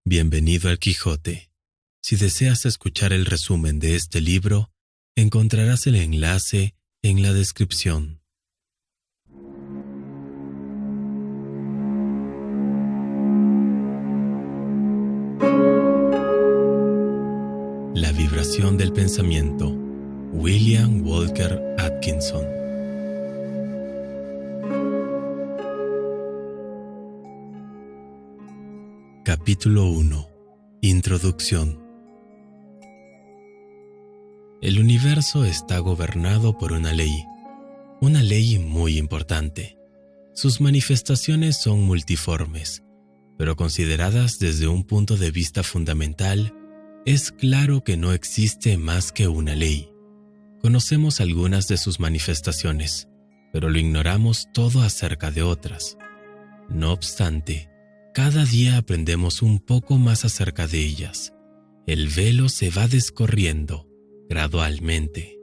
Bienvenido al Quijote. Si deseas escuchar el resumen de este libro, encontrarás el enlace en la descripción. La vibración del pensamiento. William Walker Atkinson. Capítulo 1. Introducción. El universo está gobernado por una ley muy importante. Sus manifestaciones son multiformes, pero consideradas desde un punto de vista fundamental, es claro que no existe más que una ley. Conocemos algunas de sus manifestaciones, pero lo ignoramos todo acerca de otras. No obstante, cada día aprendemos un poco más acerca de ellas. El velo se va descorriendo gradualmente.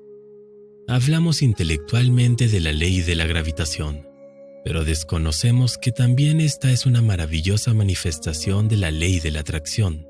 Hablamos intelectualmente de la ley de la gravitación, pero desconocemos que también esta es una maravillosa manifestación de la ley de la atracción.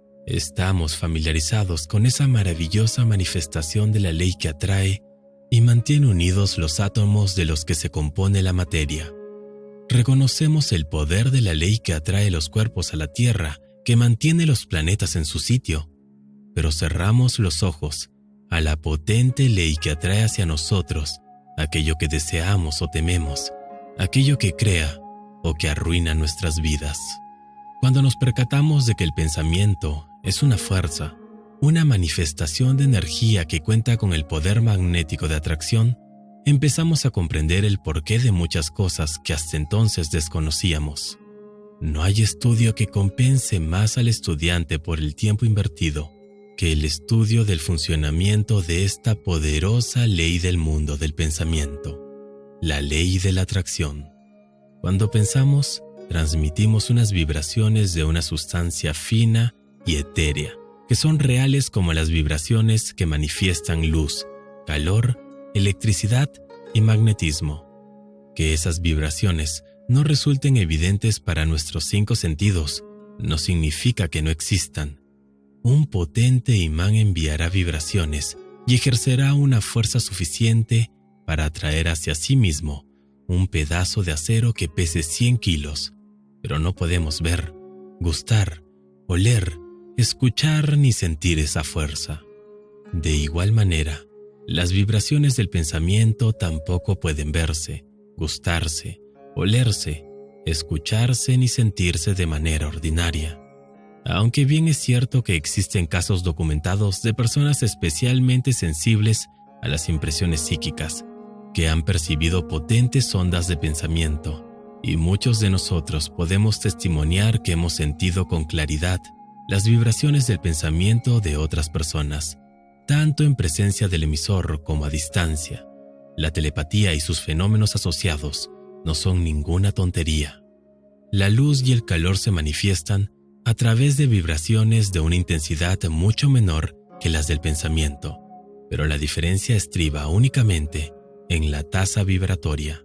Estamos familiarizados con esa maravillosa manifestación de la ley que atrae y mantiene unidos los átomos de los que se compone la materia. Reconocemos el poder de la ley que atrae los cuerpos a la Tierra, que mantiene los planetas en su sitio, pero cerramos los ojos a la potente ley que atrae hacia nosotros aquello que deseamos o tememos, aquello que crea o que arruina nuestras vidas. Cuando nos percatamos de que el pensamiento es una fuerza, una manifestación de energía que cuenta con el poder magnético de atracción, empezamos a comprender el porqué de muchas cosas que hasta entonces desconocíamos. No hay estudio que compense más al estudiante por el tiempo invertido que el estudio del funcionamiento de esta poderosa ley del mundo del pensamiento, la ley de la atracción. Cuando pensamos, transmitimos unas vibraciones de una sustancia fina y etérea, que son reales como las vibraciones que manifiestan luz, calor, electricidad y magnetismo. Que esas vibraciones no resulten evidentes para nuestros 5 sentidos no significa que no existan. Un potente imán enviará vibraciones y ejercerá una fuerza suficiente para atraer hacia sí mismo un pedazo de acero que pese 100 kilos, pero no podemos ver, gustar, oler, escuchar ni sentir esa fuerza. De igual manera, las vibraciones del pensamiento tampoco pueden verse, gustarse, olerse, escucharse ni sentirse de manera ordinaria. Aunque bien es cierto que existen casos documentados de personas especialmente sensibles a las impresiones psíquicas, que han percibido potentes ondas de pensamiento, y muchos de nosotros podemos testimoniar que hemos sentido con claridad las vibraciones del pensamiento de otras personas, tanto en presencia del emisor como a distancia. La telepatía y sus fenómenos asociados no son ninguna tontería. La luz y el calor se manifiestan a través de vibraciones de una intensidad mucho menor que las del pensamiento, pero la diferencia estriba únicamente en la tasa vibratoria.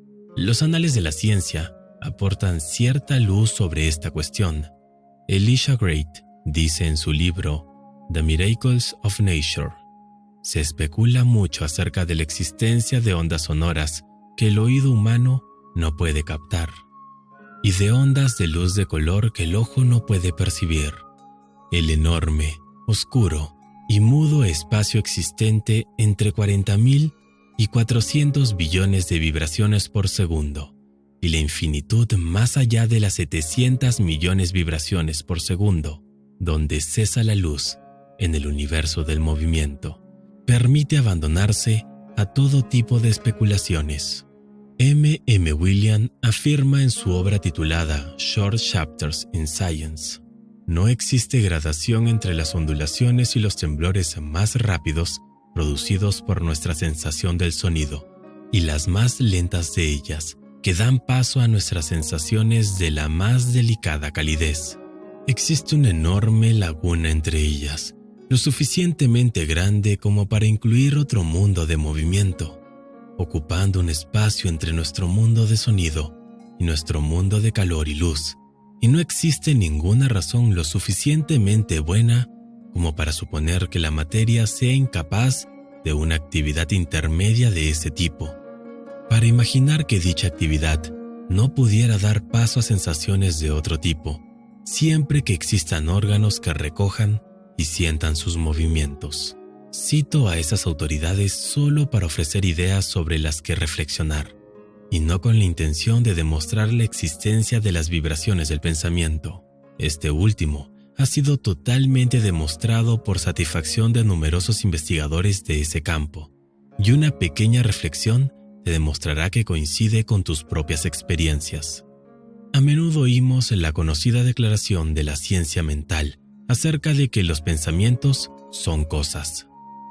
Los anales de la ciencia aportan cierta luz sobre esta cuestión. Elisha Gray dice en su libro The Miracles of Nature: se especula mucho acerca de la existencia de ondas sonoras que el oído humano no puede captar, y de ondas de luz de color que el ojo no puede percibir. El enorme, oscuro y mudo espacio existente entre 40.000 y 400 billones de vibraciones por segundo, y la infinitud más allá de las 700 millones vibraciones por segundo, donde cesa la luz en el universo del movimiento, permite abandonarse a todo tipo de especulaciones. M. Williams afirma en su obra titulada Short Chapters in Science: no existe gradación entre las ondulaciones y los temblores más rápidos producidos por nuestra sensación del sonido y las más lentas de ellas, que dan paso a nuestras sensaciones de la más delicada calidez. Existe una enorme laguna entre ellas, lo suficientemente grande como para incluir otro mundo de movimiento, ocupando un espacio entre nuestro mundo de sonido y nuestro mundo de calor y luz, y no existe ninguna razón lo suficientemente buena como para suponer que la materia sea incapaz de una actividad intermedia de ese tipo, para imaginar que dicha actividad no pudiera dar paso a sensaciones de otro tipo, siempre que existan órganos que recojan y sientan sus movimientos. Cito a esas autoridades solo para ofrecer ideas sobre las que reflexionar, y no con la intención de demostrar la existencia de las vibraciones del pensamiento. Este último ha sido totalmente demostrado por satisfacción de numerosos investigadores de ese campo, y una pequeña reflexión te demostrará que coincide con tus propias experiencias. A menudo oímos la conocida declaración de la ciencia mental acerca de que los pensamientos son cosas,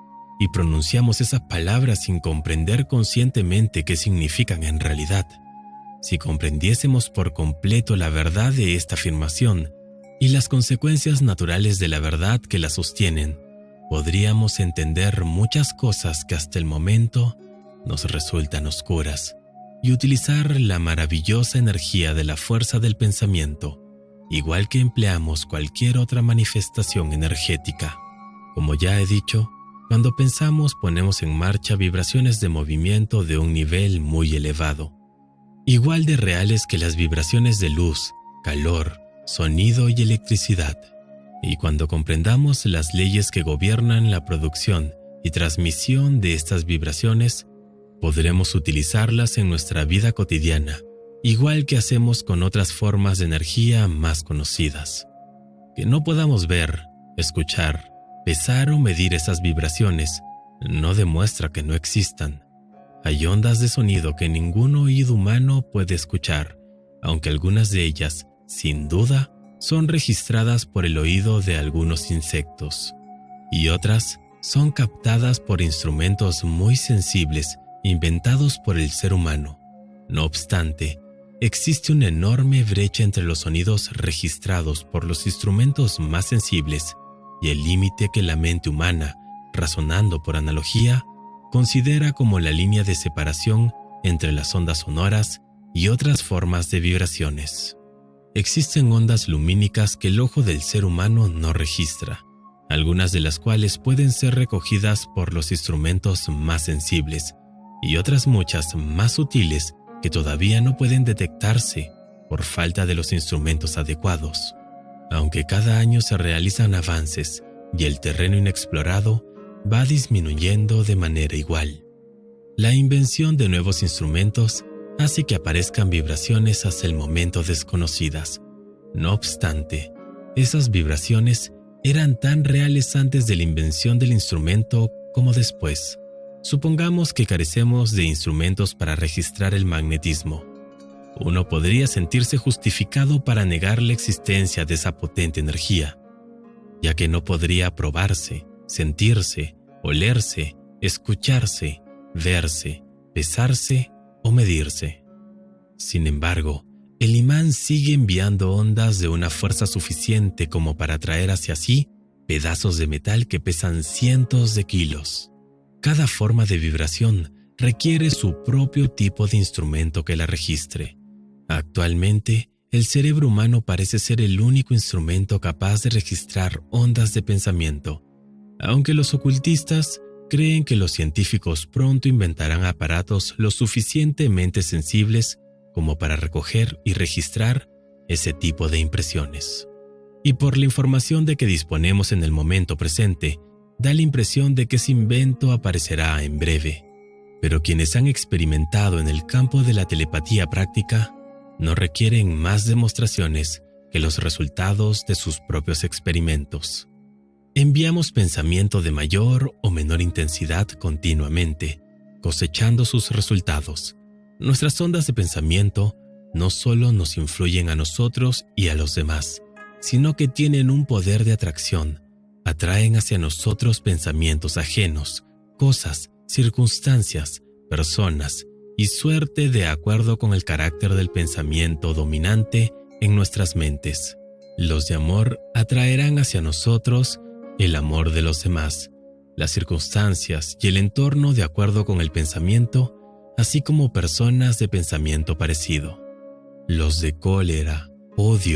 y pronunciamos esas palabras sin comprender conscientemente qué significan en realidad. Si comprendiésemos por completo la verdad de esta afirmación y las consecuencias naturales de la verdad que la sostienen, podríamos entender muchas cosas que hasta el momento nos resultan oscuras y utilizar la maravillosa energía de la fuerza del pensamiento, igual que empleamos cualquier otra manifestación energética. Como ya he dicho, cuando pensamos ponemos en marcha vibraciones de movimiento de un nivel muy elevado, igual de reales que las vibraciones de luz, calor, sonido y electricidad. Y cuando comprendamos las leyes que gobiernan la producción y transmisión de estas vibraciones, podremos utilizarlas en nuestra vida cotidiana, igual que hacemos con otras formas de energía más conocidas. Que no podamos ver, escuchar, pesar o medir esas vibraciones no demuestra que no existan. Hay ondas de sonido que ningún oído humano puede escuchar, aunque algunas de ellas, sin duda, son registradas por el oído de algunos insectos, y otras son captadas por instrumentos muy sensibles inventados por el ser humano. No obstante, existe una enorme brecha entre los sonidos registrados por los instrumentos más sensibles y el límite que la mente humana, razonando por analogía, considera como la línea de separación entre las ondas sonoras y otras formas de vibraciones. Existen ondas lumínicas que el ojo del ser humano no registra, algunas de las cuales pueden ser recogidas por los instrumentos más sensibles y otras muchas más sutiles que todavía no pueden detectarse por falta de los instrumentos adecuados. Aunque cada año se realizan avances y el terreno inexplorado va disminuyendo de manera igual, la invención de nuevos instrumentos hace que aparezcan vibraciones hasta el momento desconocidas. No obstante, esas vibraciones eran tan reales antes de la invención del instrumento como después. Supongamos que carecemos de instrumentos para registrar el magnetismo. Uno podría sentirse justificado para negar la existencia de esa potente energía, ya que no podría probarse, sentirse, olerse, escucharse, verse, pesarse o medirse. Sin embargo, el imán sigue enviando ondas de una fuerza suficiente como para atraer hacia sí pedazos de metal que pesan cientos de kilos. Cada forma de vibración requiere su propio tipo de instrumento que la registre. Actualmente, el cerebro humano parece ser el único instrumento capaz de registrar ondas de pensamiento, aunque los ocultistas creen que los científicos pronto inventarán aparatos lo suficientemente sensibles como para recoger y registrar ese tipo de impresiones. Y por la información de que disponemos en el momento presente, da la impresión de que ese invento aparecerá en breve. Pero quienes han experimentado en el campo de la telepatía práctica no requieren más demostraciones que los resultados de sus propios experimentos. Enviamos pensamiento de mayor o menor intensidad continuamente, cosechando sus resultados. Nuestras ondas de pensamiento no solo nos influyen a nosotros y a los demás, sino que tienen un poder de atracción. Atraen hacia nosotros pensamientos ajenos, cosas, circunstancias, personas y suerte de acuerdo con el carácter del pensamiento dominante en nuestras mentes. Los de amor atraerán hacia nosotros el amor de los demás, las circunstancias y el entorno de acuerdo con el pensamiento, así como personas de pensamiento parecido. Los de cólera, odio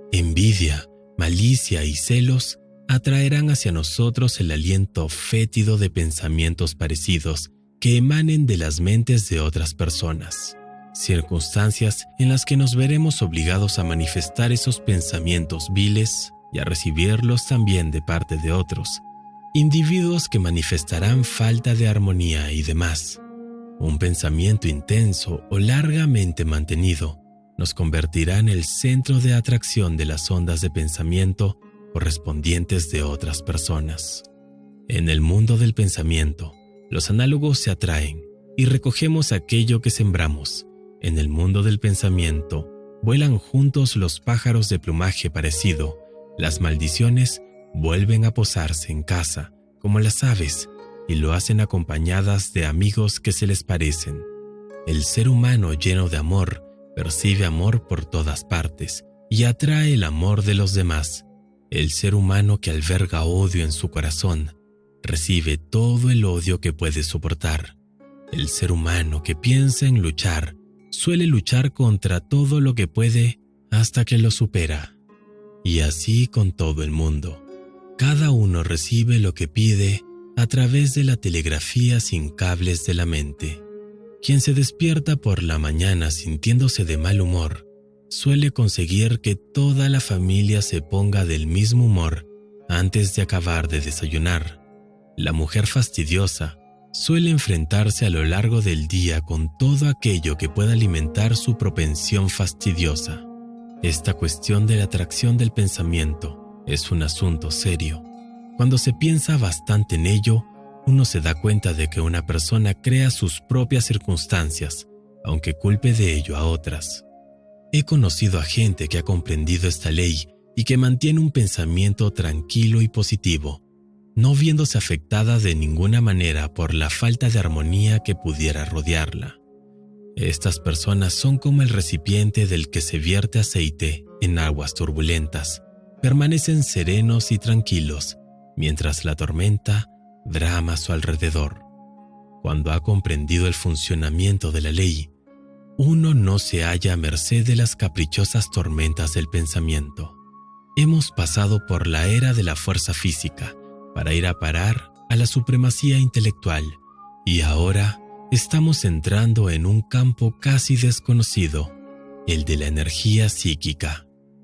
Envidia, malicia y celos atraerán hacia nosotros el aliento fétido de pensamientos parecidos que emanen de las mentes de otras personas. Circunstancias en las que nos veremos obligados a manifestar esos pensamientos viles y a recibirlos también de parte de otros, individuos que manifestarán falta de armonía y demás. Un pensamiento intenso o largamente mantenido nos convertirá en el centro de atracción de las ondas de pensamiento correspondientes de otras personas. En el mundo del pensamiento, los análogos se atraen y recogemos aquello que sembramos. En el mundo del pensamiento, vuelan juntos los pájaros de plumaje parecido. Las maldiciones vuelven a posarse en casa, como las aves, y lo hacen acompañadas de amigos que se les parecen. El ser humano lleno de amor percibe amor por todas partes y atrae el amor de los demás. El ser humano que alberga odio en su corazón recibe todo el odio que puede soportar. El ser humano que piensa en luchar suele luchar contra todo lo que puede hasta que lo supera. Y así con todo el mundo. Cada uno recibe lo que pide a través de la telegrafía sin cables de la mente. Quien se despierta por la mañana sintiéndose de mal humor, suele conseguir que toda la familia se ponga del mismo humor antes de acabar de desayunar. La mujer fastidiosa suele enfrentarse a lo largo del día con todo aquello que pueda alimentar su propensión fastidiosa. Esta cuestión de la atracción del pensamiento es un asunto serio. Cuando se piensa bastante en ello, uno se da cuenta de que una persona crea sus propias circunstancias, aunque culpe de ello a otras. He conocido a gente que ha comprendido esta ley y que mantiene un pensamiento tranquilo y positivo, no viéndose afectada de ninguna manera por la falta de armonía que pudiera rodearla. Estas personas son como el recipiente del que se vierte aceite en aguas turbulentas. Permanecen serenos y tranquilos, mientras la tormenta drama a su alrededor. Cuando ha comprendido el funcionamiento de la ley, uno no se halla a merced de las caprichosas tormentas del pensamiento. Hemos pasado por la era de la fuerza física para ir a parar a la supremacía intelectual y ahora estamos entrando en un campo casi desconocido, el de la energía psíquica.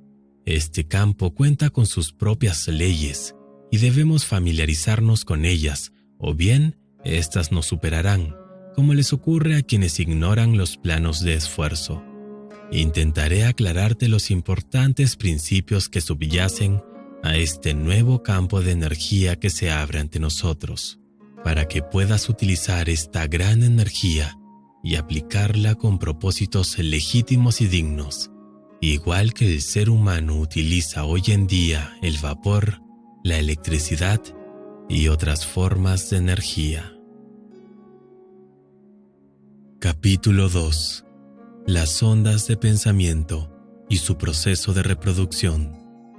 Este campo cuenta con sus propias leyes y debemos familiarizarnos con ellas, o bien éstas nos superarán, como les ocurre a quienes ignoran los planos de esfuerzo. Intentaré aclararte los importantes principios que subyacen a este nuevo campo de energía que se abre ante nosotros, para que puedas utilizar esta gran energía y aplicarla con propósitos legítimos y dignos, igual que el ser humano utiliza hoy en día el vapor, la electricidad y otras formas de energía. Capítulo 2. Las ondas de pensamiento y su proceso de reproducción.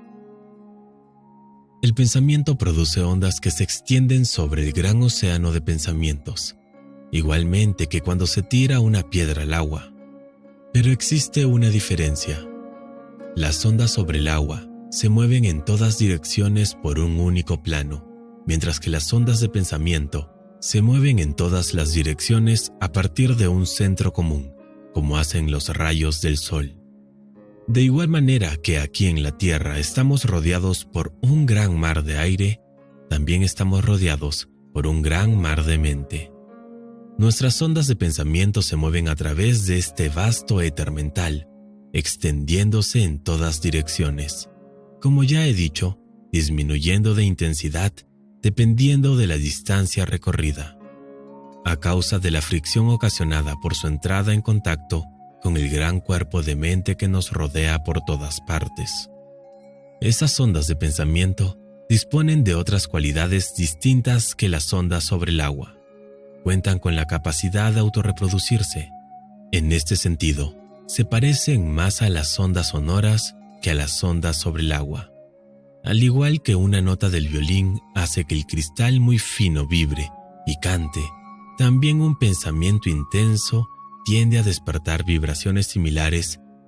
El pensamiento produce ondas que se extienden sobre el gran océano de pensamientos, igualmente que cuando se tira una piedra al agua. Pero existe una diferencia. Las ondas sobre el agua se mueven en todas direcciones por un único plano, mientras que las ondas de pensamiento se mueven en todas las direcciones a partir de un centro común, como hacen los rayos del sol. De igual manera que aquí en la Tierra estamos rodeados por un gran mar de aire, también estamos rodeados por un gran mar de mente. Nuestras ondas de pensamiento se mueven a través de este vasto éter mental, extendiéndose en todas direcciones. Como ya he dicho, disminuyendo de intensidad dependiendo de la distancia recorrida, a causa de la fricción ocasionada por su entrada en contacto con el gran cuerpo de mente que nos rodea por todas partes. Esas ondas de pensamiento disponen de otras cualidades distintas que las ondas sobre el agua. Cuentan con la capacidad de autorreproducirse. En este sentido, se parecen más a las ondas sonoras que a las ondas sobre el agua. Al igual que una nota del violín hace que el cristal muy fino vibre y cante, también un pensamiento intenso tiende a despertar vibraciones similares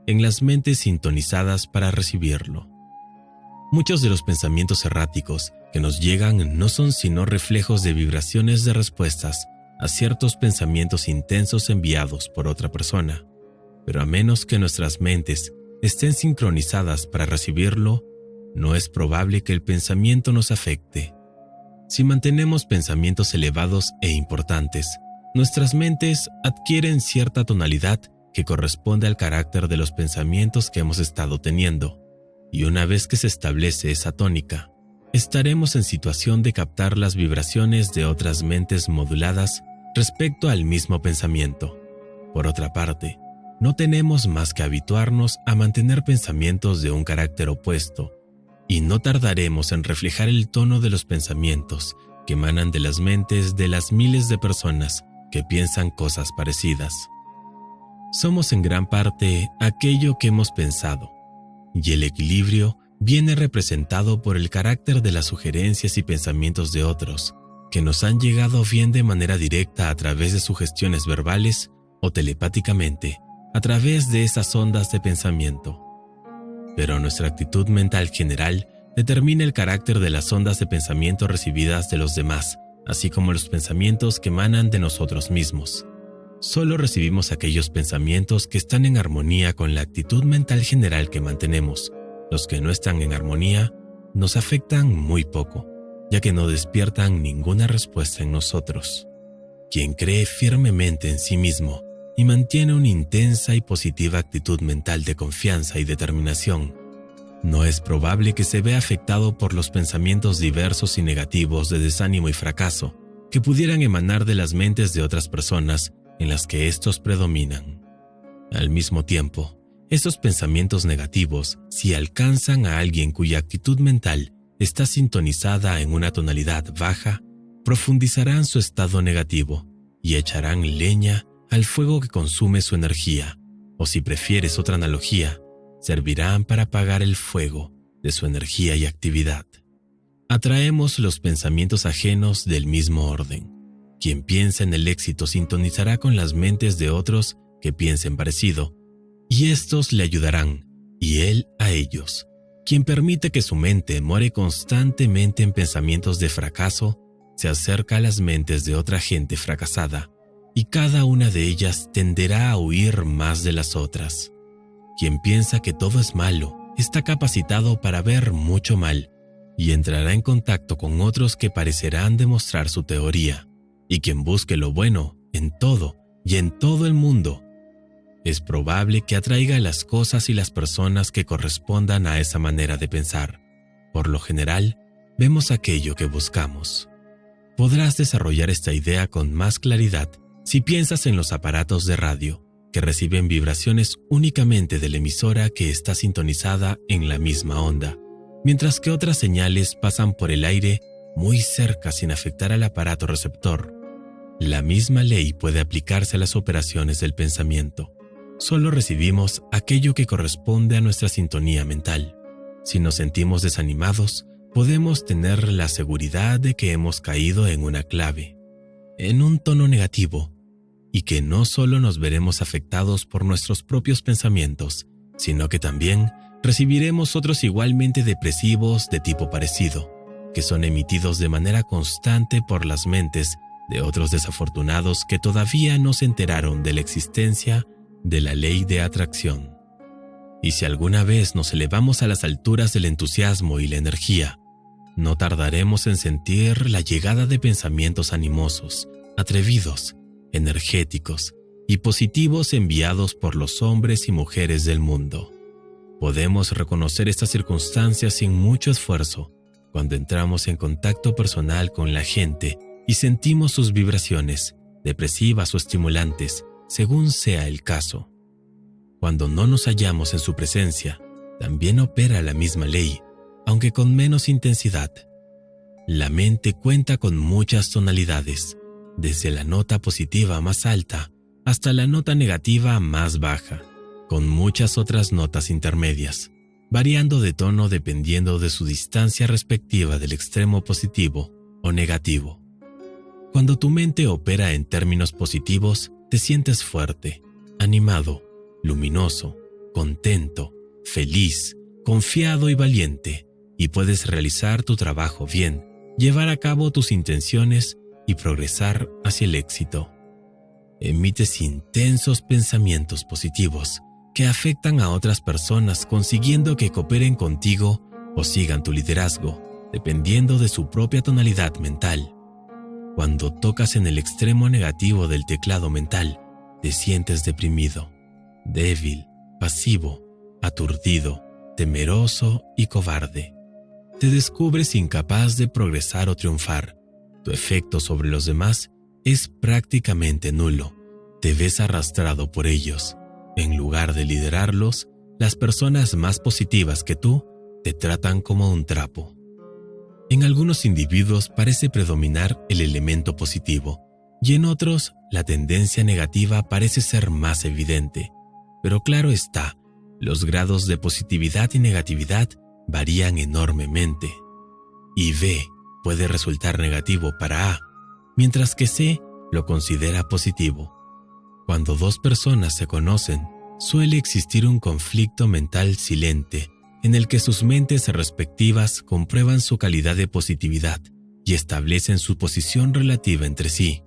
en las mentes sintonizadas para recibirlo. Muchos de los pensamientos erráticos que nos llegan no son sino reflejos de vibraciones de respuestas a ciertos pensamientos intensos enviados por otra persona, pero a menos que nuestras mentes estén sincronizadas para recibirlo, no es probable que el pensamiento nos afecte. Si mantenemos pensamientos elevados e importantes, nuestras mentes adquieren cierta tonalidad que corresponde al carácter de los pensamientos que hemos estado teniendo, y una vez que se establece esa tónica, estaremos en situación de captar las vibraciones de otras mentes moduladas respecto al mismo pensamiento. Por otra parte, no tenemos más que habituarnos a mantener pensamientos de un carácter opuesto, y no tardaremos en reflejar el tono de los pensamientos que emanan de las mentes de las miles de personas que piensan cosas parecidas. Somos en gran parte aquello que hemos pensado, y el equilibrio viene representado por el carácter de las sugerencias y pensamientos de otros, que nos han llegado bien de manera directa a través de sugestiones verbales o telepáticamente, a través de esas ondas de pensamiento. Pero nuestra actitud mental general determina el carácter de las ondas de pensamiento recibidas de los demás, así como los pensamientos que emanan de nosotros mismos. Solo recibimos aquellos pensamientos que están en armonía con la actitud mental general que mantenemos. Los que no están en armonía nos afectan muy poco, ya que no despiertan ninguna respuesta en nosotros. Quien cree firmemente en sí mismo y mantiene una intensa y positiva actitud mental de confianza y determinación, no es probable que se vea afectado por los pensamientos diversos y negativos de desánimo y fracaso que pudieran emanar de las mentes de otras personas en las que estos predominan. Al mismo tiempo, estos pensamientos negativos, si alcanzan a alguien cuya actitud mental está sintonizada en una tonalidad baja, profundizarán su estado negativo y echarán leña al fuego que consume su energía, o si prefieres otra analogía, servirán para apagar el fuego de su energía y actividad. Atraemos los pensamientos ajenos del mismo orden. Quien piensa en el éxito sintonizará con las mentes de otros que piensen parecido, y estos le ayudarán, y él a ellos. Quien permite que su mente more constantemente en pensamientos de fracaso, se acerca a las mentes de otra gente fracasada, y cada una de ellas tenderá a huir más de las otras. Quien piensa que todo es malo, está capacitado para ver mucho mal, y entrará en contacto con otros que parecerán demostrar su teoría. Y quien busque lo bueno en todo y en todo el mundo, es probable que atraiga las cosas y las personas que correspondan a esa manera de pensar. Por lo general, vemos aquello que buscamos. Podrás desarrollar esta idea con más claridad si piensas en los aparatos de radio, que reciben vibraciones únicamente de la emisora que está sintonizada en la misma onda, mientras que otras señales pasan por el aire muy cerca sin afectar al aparato receptor. La misma ley puede aplicarse a las operaciones del pensamiento. Solo recibimos aquello que corresponde a nuestra sintonía mental. Si nos sentimos desanimados, podemos tener la seguridad de que hemos caído en una clave, en un tono negativo, y que no solo nos veremos afectados por nuestros propios pensamientos, sino que también recibiremos otros igualmente depresivos de tipo parecido, que son emitidos de manera constante por las mentes de otros desafortunados que todavía no se enteraron de la existencia de la ley de atracción. Y si alguna vez nos elevamos a las alturas del entusiasmo y la energía, no tardaremos en sentir la llegada de pensamientos animosos, atrevidos, energéticos y positivos enviados por los hombres y mujeres del mundo. Podemos reconocer estas circunstancias sin mucho esfuerzo cuando entramos en contacto personal con la gente y sentimos sus vibraciones, depresivas o estimulantes, según sea el caso. Cuando no nos hallamos en su presencia, también opera la misma ley, aunque con menos intensidad. La mente cuenta con muchas tonalidades, desde la nota positiva más alta hasta la nota negativa más baja, con muchas otras notas intermedias, variando de tono dependiendo de su distancia respectiva del extremo positivo o negativo. Cuando tu mente opera en términos positivos, te sientes fuerte, animado, luminoso, contento, feliz, confiado y valiente, y puedes realizar tu trabajo bien, llevar a cabo tus intenciones y progresar hacia el éxito. Emites intensos pensamientos positivos que afectan a otras personas, consiguiendo que cooperen contigo o sigan tu liderazgo, dependiendo de su propia tonalidad mental. Cuando tocas en el extremo negativo del teclado mental, te sientes deprimido, débil, pasivo, aturdido, temeroso y cobarde. Te descubres incapaz de progresar o triunfar. Tu efecto sobre los demás es prácticamente nulo. Te ves arrastrado por ellos. En lugar de liderarlos, las personas más positivas que tú te tratan como un trapo. En algunos individuos parece predominar el elemento positivo y en otros la tendencia negativa parece ser más evidente. Pero claro está, los grados de positividad y negatividad varían enormemente. Y B puede resultar negativo para A, mientras que C lo considera positivo. Cuando dos personas se conocen, suele existir un conflicto mental silente en el que sus mentes respectivas comprueban su calidad de positividad y establecen su posición relativa entre sí.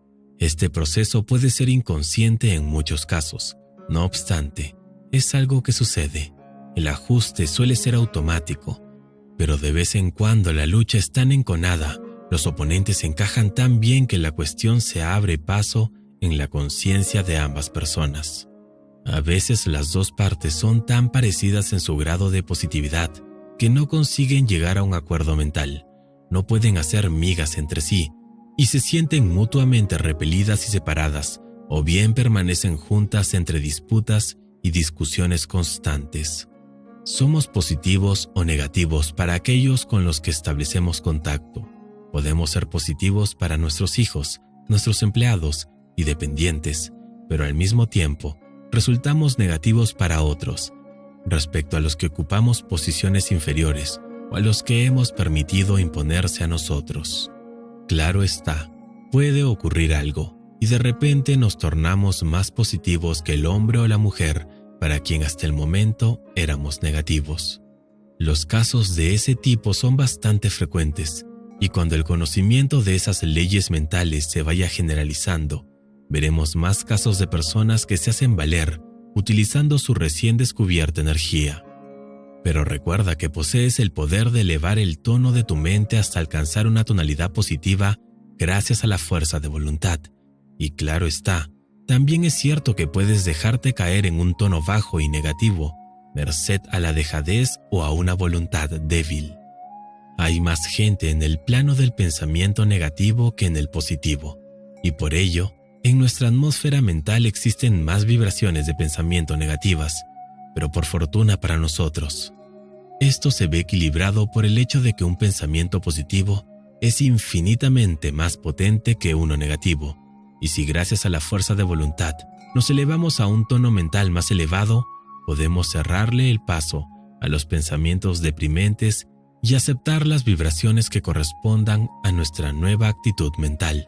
Este proceso puede ser inconsciente en muchos casos. No obstante, es algo que sucede. El ajuste suele ser automático, pero de vez en cuando la lucha es tan enconada, los oponentes encajan tan bien que la cuestión se abre paso en la conciencia de ambas personas. A veces las dos partes son tan parecidas en su grado de positividad que no consiguen llegar a un acuerdo mental, no pueden hacer migas entre sí y se sienten mutuamente repelidas y separadas, o bien permanecen juntas entre disputas y discusiones constantes. Somos positivos o negativos para aquellos con los que establecemos contacto. Podemos ser positivos para nuestros hijos, nuestros empleados y dependientes, pero al mismo tiempo resultamos negativos para otros, respecto a los que ocupamos posiciones inferiores o a los que hemos permitido imponerse a nosotros. Claro está, puede ocurrir algo, y de repente nos tornamos más positivos que el hombre o la mujer para quien hasta el momento éramos negativos. Los casos de ese tipo son bastante frecuentes, y cuando el conocimiento de esas leyes mentales se vaya generalizando, veremos más casos de personas que se hacen valer utilizando su recién descubierta energía. Pero recuerda que posees el poder de elevar el tono de tu mente hasta alcanzar una tonalidad positiva gracias a la fuerza de voluntad. Y claro está, también es cierto que puedes dejarte caer en un tono bajo y negativo, merced a la dejadez o a una voluntad débil. Hay más gente en el plano del pensamiento negativo que en el positivo, y por ello, en nuestra atmósfera mental existen más vibraciones de pensamiento negativas, pero por fortuna para nosotros, esto se ve equilibrado por el hecho de que un pensamiento positivo es infinitamente más potente que uno negativo, y si gracias a la fuerza de voluntad nos elevamos a un tono mental más elevado, podemos cerrarle el paso a los pensamientos deprimentes y aceptar las vibraciones que correspondan a nuestra nueva actitud mental.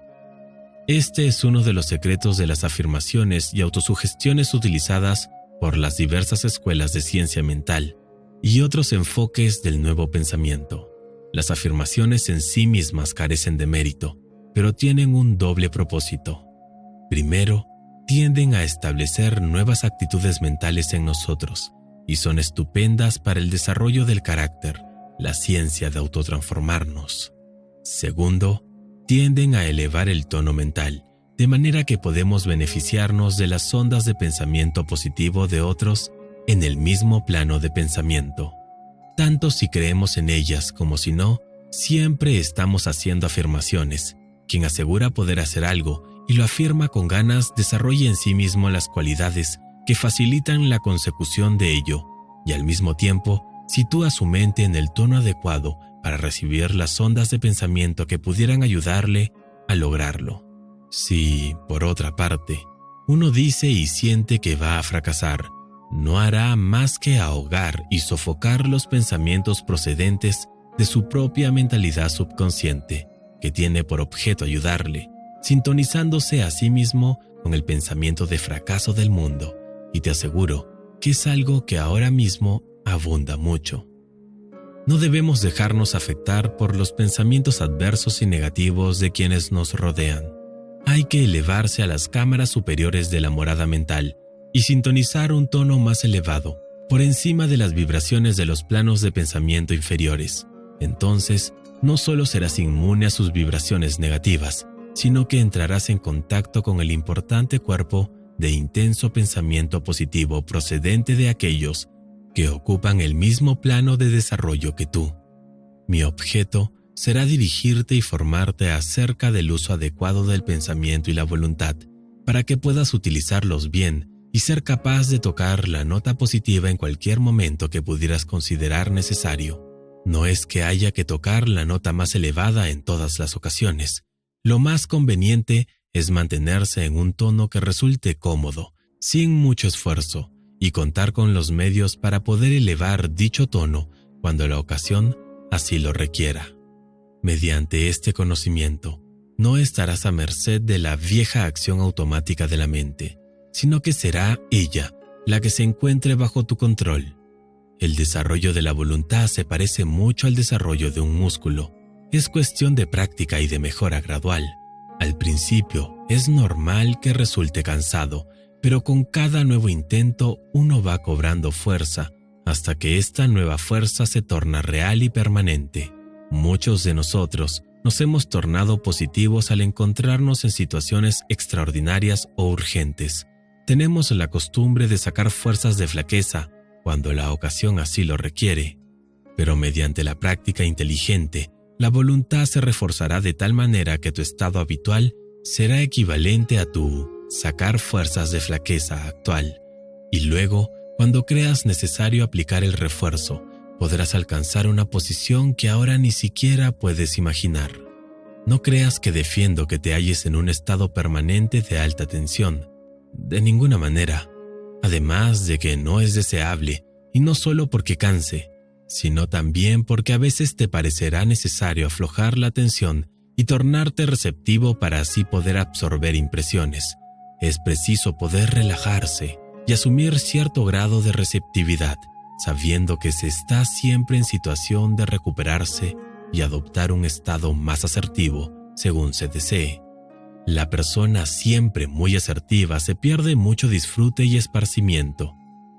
Este es uno de los secretos de las afirmaciones y autosugestiones utilizadas por las diversas escuelas de ciencia mental y otros enfoques del nuevo pensamiento. Las afirmaciones en sí mismas carecen de mérito, pero tienen un doble propósito. Primero, tienden a establecer nuevas actitudes mentales en nosotros y son estupendas para el desarrollo del carácter, la ciencia de autotransformarnos. Segundo, tienden a elevar el tono mental, de manera que podemos beneficiarnos de las ondas de pensamiento positivo de otros en el mismo plano de pensamiento. Tanto si creemos en ellas como si no, siempre estamos haciendo afirmaciones. Quien asegura poder hacer algo y lo afirma con ganas desarrolla en sí mismo las cualidades que facilitan la consecución de ello y al mismo tiempo sitúa su mente en el tono adecuado para recibir las ondas de pensamiento que pudieran ayudarle a lograrlo. Si, por otra parte, uno dice y siente que va a fracasar, no hará más que ahogar y sofocar los pensamientos procedentes de su propia mentalidad subconsciente, que tiene por objeto ayudarle, sintonizándose a sí mismo con el pensamiento de fracaso del mundo, y te aseguro que es algo que ahora mismo abunda mucho. No debemos dejarnos afectar por los pensamientos adversos y negativos de quienes nos rodean. Hay que elevarse a las cámaras superiores de la morada mental y sintonizar un tono más elevado, por encima de las vibraciones de los planos de pensamiento inferiores. Entonces, no solo serás inmune a sus vibraciones negativas, sino que entrarás en contacto con el importante cuerpo de intenso pensamiento positivo procedente de aquellos que ocupan el mismo plano de desarrollo que tú. Mi objeto será dirigirte y formarte acerca del uso adecuado del pensamiento y la voluntad, para que puedas utilizarlos bien y ser capaz de tocar la nota positiva en cualquier momento que pudieras considerar necesario. No es que haya que tocar la nota más elevada en todas las ocasiones. Lo más conveniente es mantenerse en un tono que resulte cómodo, sin mucho esfuerzo, y contar con los medios para poder elevar dicho tono cuando la ocasión así lo requiera. Mediante este conocimiento, no estarás a merced de la vieja acción automática de la mente, sino que será ella la que se encuentre bajo tu control. El desarrollo de la voluntad se parece mucho al desarrollo de un músculo. Es cuestión de práctica y de mejora gradual. Al principio es normal que resulte cansado, pero con cada nuevo intento uno va cobrando fuerza, hasta que esta nueva fuerza se torna real y permanente. Muchos de nosotros nos hemos tornado positivos al encontrarnos en situaciones extraordinarias o urgentes. Tenemos la costumbre de sacar fuerzas de flaqueza cuando la ocasión así lo requiere, pero mediante la práctica inteligente, la voluntad se reforzará de tal manera que tu estado habitual será equivalente a tu sacar fuerzas de flaqueza actual, y luego, cuando creas necesario aplicar el refuerzo, podrás alcanzar una posición que ahora ni siquiera puedes imaginar. No creas que defiendo que te halles en un estado permanente de alta tensión, de ninguna manera, además de que no es deseable, y no solo porque canse, sino también porque a veces te parecerá necesario aflojar la tensión y tornarte receptivo para así poder absorber impresiones. Es preciso poder relajarse y asumir cierto grado de receptividad, sabiendo que se está siempre en situación de recuperarse y adoptar un estado más asertivo según se desee. La persona siempre muy asertiva se pierde mucho disfrute y esparcimiento.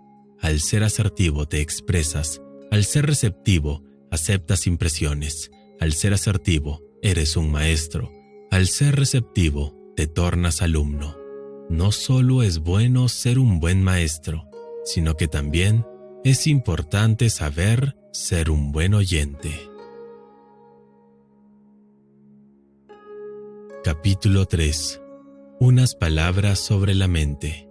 Al ser asertivo te expresas, al ser receptivo aceptas impresiones, al ser asertivo eres un maestro, al ser receptivo te tornas alumno. No solo es bueno ser un buen maestro, sino que también es importante saber ser un buen oyente. Capítulo 3. Unas palabras sobre la mente.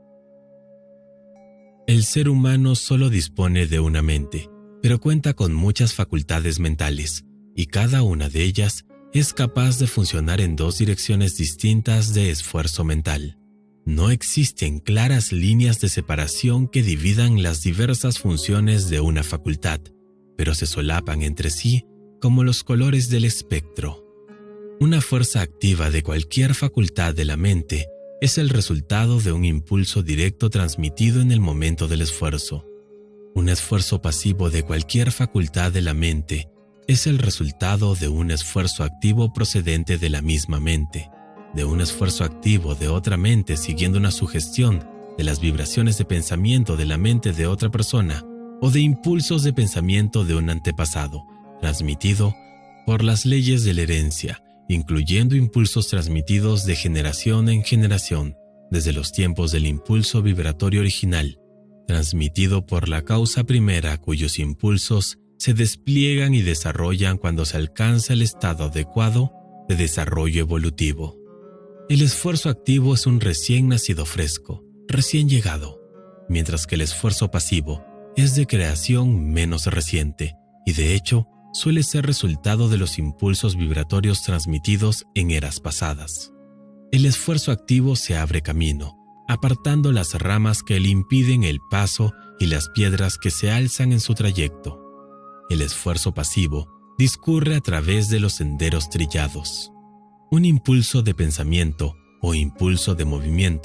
El ser humano solo dispone de una mente, pero cuenta con muchas facultades mentales, y cada una de ellas es capaz de funcionar en dos direcciones distintas de esfuerzo mental. No existen claras líneas de separación que dividan las diversas funciones de una facultad, pero se solapan entre sí como los colores del espectro. Una fuerza activa de cualquier facultad de la mente es el resultado de un impulso directo transmitido en el momento del esfuerzo. Un esfuerzo pasivo de cualquier facultad de la mente es el resultado de un esfuerzo activo procedente de la misma mente, de un esfuerzo activo de otra mente siguiendo una sugestión de las vibraciones de pensamiento de la mente de otra persona o de impulsos de pensamiento de un antepasado, transmitido por las leyes de la herencia, incluyendo impulsos transmitidos de generación en generación, desde los tiempos del impulso vibratorio original, transmitido por la causa primera cuyos impulsos se despliegan y desarrollan cuando se alcanza el estado adecuado de desarrollo evolutivo. El esfuerzo activo es un recién nacido fresco, recién llegado, mientras que el esfuerzo pasivo es de creación menos reciente y de hecho suele ser resultado de los impulsos vibratorios transmitidos en eras pasadas. El esfuerzo activo se abre camino, apartando las ramas que le impiden el paso y las piedras que se alzan en su trayecto. El esfuerzo pasivo discurre a través de los senderos trillados. Un impulso de pensamiento o impulso de movimiento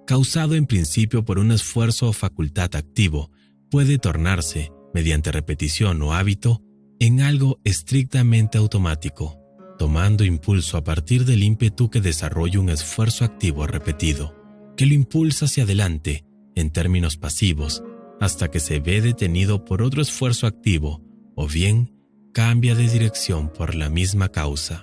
causado en principio por un esfuerzo o facultad activo, puede tornarse, mediante repetición o hábito, en algo estrictamente automático, tomando impulso a partir del ímpetu que desarrolla un esfuerzo activo repetido, que lo impulsa hacia adelante, en términos pasivos, hasta que se ve detenido por otro esfuerzo activo, o bien cambia de dirección por la misma causa.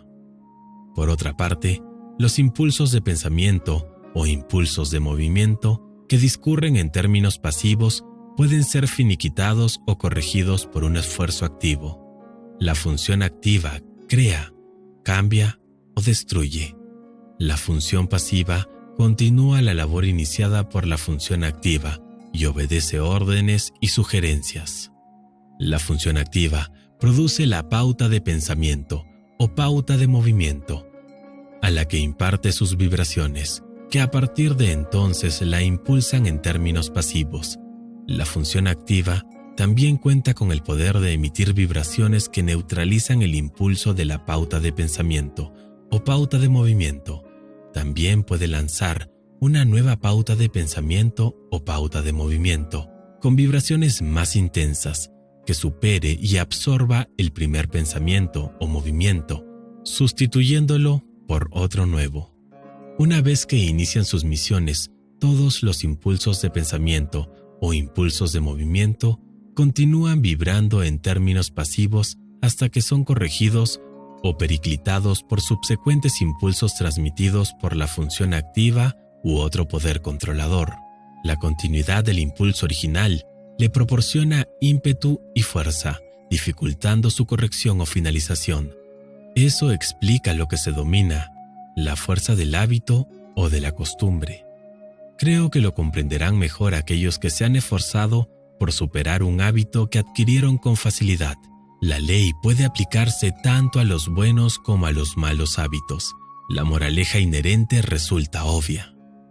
Por otra parte, los impulsos de pensamiento o impulsos de movimiento que discurren en términos pasivos pueden ser finiquitados o corregidos por un esfuerzo activo. La función activa crea, cambia o destruye. La función pasiva continúa la labor iniciada por la función activa y obedece órdenes y sugerencias. La función activa produce la pauta de pensamiento o pauta de movimiento, a la que imparte sus vibraciones, que a partir de entonces la impulsan en términos pasivos. La función activa también cuenta con el poder de emitir vibraciones que neutralizan el impulso de la pauta de pensamiento o pauta de movimiento. También puede lanzar una nueva pauta de pensamiento o pauta de movimiento, con vibraciones más intensas, que supere y absorba el primer pensamiento o movimiento, sustituyéndolo por otro nuevo. Una vez que inician sus misiones, todos los impulsos de pensamiento o impulsos de movimiento continúan vibrando en términos pasivos hasta que son corregidos o periclitados por subsecuentes impulsos transmitidos por la función activa u otro poder controlador. La continuidad del impulso original le proporciona ímpetu y fuerza, dificultando su corrección o finalización. Eso explica lo que se domina la fuerza del hábito o de la costumbre. Creo que lo comprenderán mejor aquellos que se han esforzado por superar un hábito que adquirieron con facilidad. La ley puede aplicarse tanto a los buenos como a los malos hábitos. La moraleja inherente resulta obvia.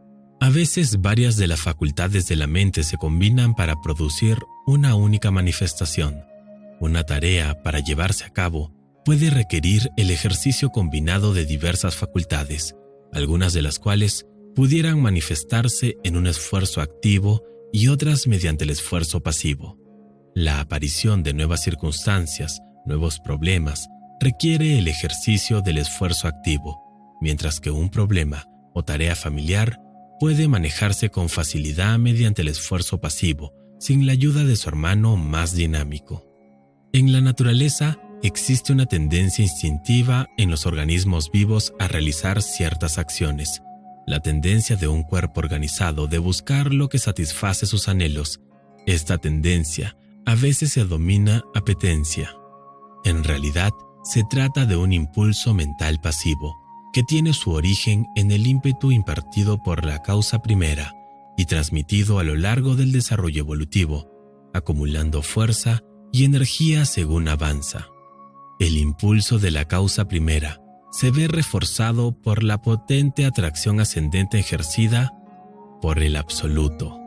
A veces varias de las facultades de la mente se combinan para producir una única manifestación. Una tarea, para llevarse a cabo, puede requerir el ejercicio combinado de diversas facultades, algunas de las cuales pudieran manifestarse en un esfuerzo activo y otras mediante el esfuerzo pasivo. La aparición de nuevas circunstancias, nuevos problemas, requiere el ejercicio del esfuerzo activo, mientras que un problema o tarea familiar puede manejarse con facilidad mediante el esfuerzo pasivo, sin la ayuda de su hermano más dinámico. En la naturaleza existe una tendencia instintiva en los organismos vivos a realizar ciertas acciones. La tendencia de un cuerpo organizado de buscar lo que satisface sus anhelos. Esta tendencia a veces se denomina apetencia. En realidad, se trata de un impulso mental pasivo, que tiene su origen en el ímpetu impartido por la causa primera y transmitido a lo largo del desarrollo evolutivo, acumulando fuerza y energía según avanza. El impulso de la causa primera se ve reforzado por la potente atracción ascendente ejercida por el absoluto.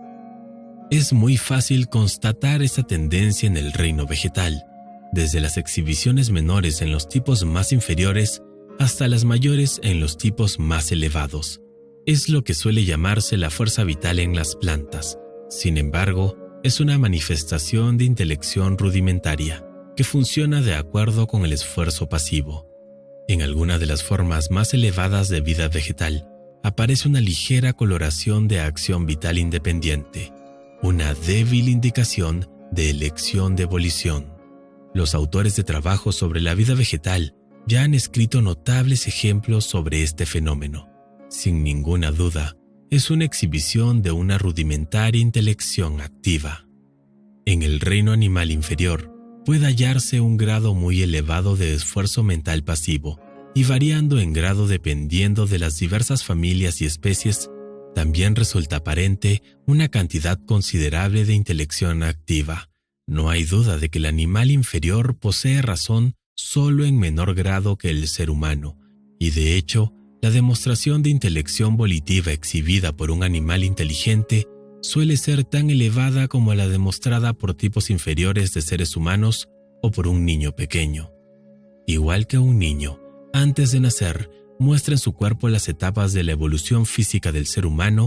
Es muy fácil constatar esa tendencia en el reino vegetal, desde las exhibiciones menores en los tipos más inferiores hasta las mayores en los tipos más elevados. Es lo que suele llamarse la fuerza vital en las plantas. Sin embargo, es una manifestación de intelección rudimentaria que funciona de acuerdo con el esfuerzo pasivo. En alguna de las formas más elevadas de vida vegetal, aparece una ligera coloración de acción vital independiente, una débil indicación de elección de volición. Los autores de trabajos sobre la vida vegetal ya han escrito notables ejemplos sobre este fenómeno. Sin ninguna duda, es una exhibición de una rudimentaria intelección activa. En el reino animal inferior, puede hallarse un grado muy elevado de esfuerzo mental pasivo, y variando en grado dependiendo de las diversas familias y especies, también resulta aparente una cantidad considerable de intelección activa. No hay duda de que el animal inferior posee razón solo en menor grado que el ser humano, y de hecho, la demostración de intelección volitiva exhibida por un animal inteligente suele ser tan elevada como la demostrada por tipos inferiores de seres humanos o por un niño pequeño. Igual que un niño, antes de nacer, muestra en su cuerpo las etapas de la evolución física del ser humano,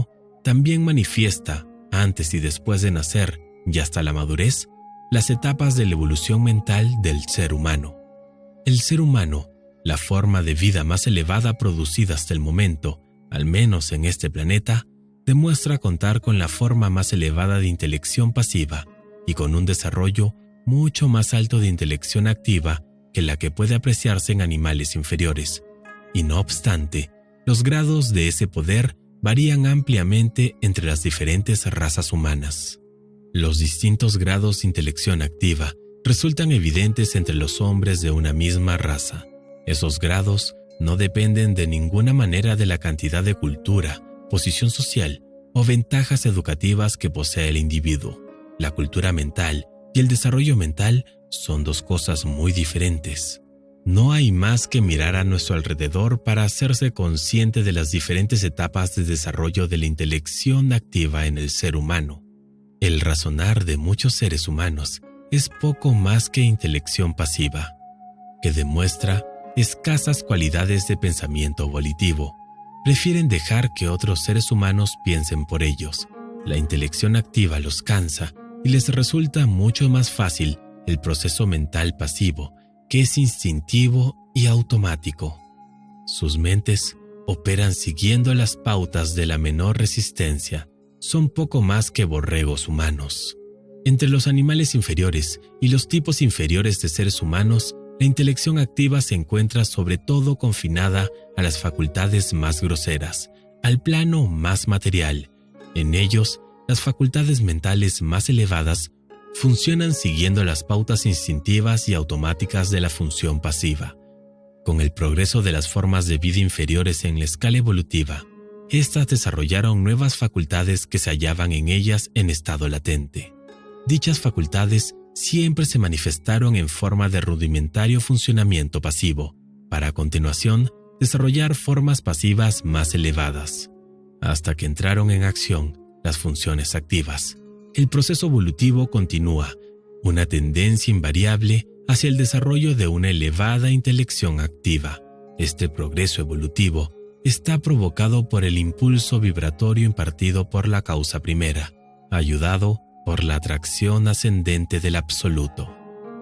también manifiesta, antes y después de nacer y hasta la madurez, las etapas de la evolución mental del ser humano. El ser humano, la forma de vida más elevada producida hasta el momento, al menos en este planeta, demuestra contar con la forma más elevada de intelección pasiva y con un desarrollo mucho más alto de intelección activa que la que puede apreciarse en animales inferiores. Y no obstante, los grados de ese poder varían ampliamente entre las diferentes razas humanas. Los distintos grados de intelección activa resultan evidentes entre los hombres de una misma raza. Esos grados no dependen de ninguna manera de la cantidad de cultura, posición social o ventajas educativas que posee el individuo. La cultura mental y el desarrollo mental son dos cosas muy diferentes. No hay más que mirar a nuestro alrededor para hacerse consciente de las diferentes etapas de desarrollo de la intelección activa en el ser humano. El razonar de muchos seres humanos es poco más que intelección pasiva, que demuestra escasas cualidades de pensamiento volitivo. Prefieren dejar que otros seres humanos piensen por ellos. La intelección activa los cansa y les resulta mucho más fácil el proceso mental pasivo, que es instintivo y automático. Sus mentes operan siguiendo las pautas de la menor resistencia. Son poco más que borregos humanos. Entre los animales inferiores y los tipos inferiores de seres humanos, la intelección activa se encuentra sobre todo confinada a las facultades más groseras, al plano más material. En ellos, las facultades mentales más elevadas funcionan siguiendo las pautas instintivas y automáticas de la función pasiva. Con el progreso de las formas de vida inferiores en la escala evolutiva, estas desarrollaron nuevas facultades que se hallaban en ellas en estado latente. Dichas facultades siempre se manifestaron en forma de rudimentario funcionamiento pasivo, para a continuación desarrollar formas pasivas más elevadas, hasta que entraron en acción las funciones activas. El proceso evolutivo continúa, una tendencia invariable hacia el desarrollo de una elevada intelección activa. Este progreso evolutivo está provocado por el impulso vibratorio impartido por la causa primera, ayudado por la atracción ascendente del absoluto.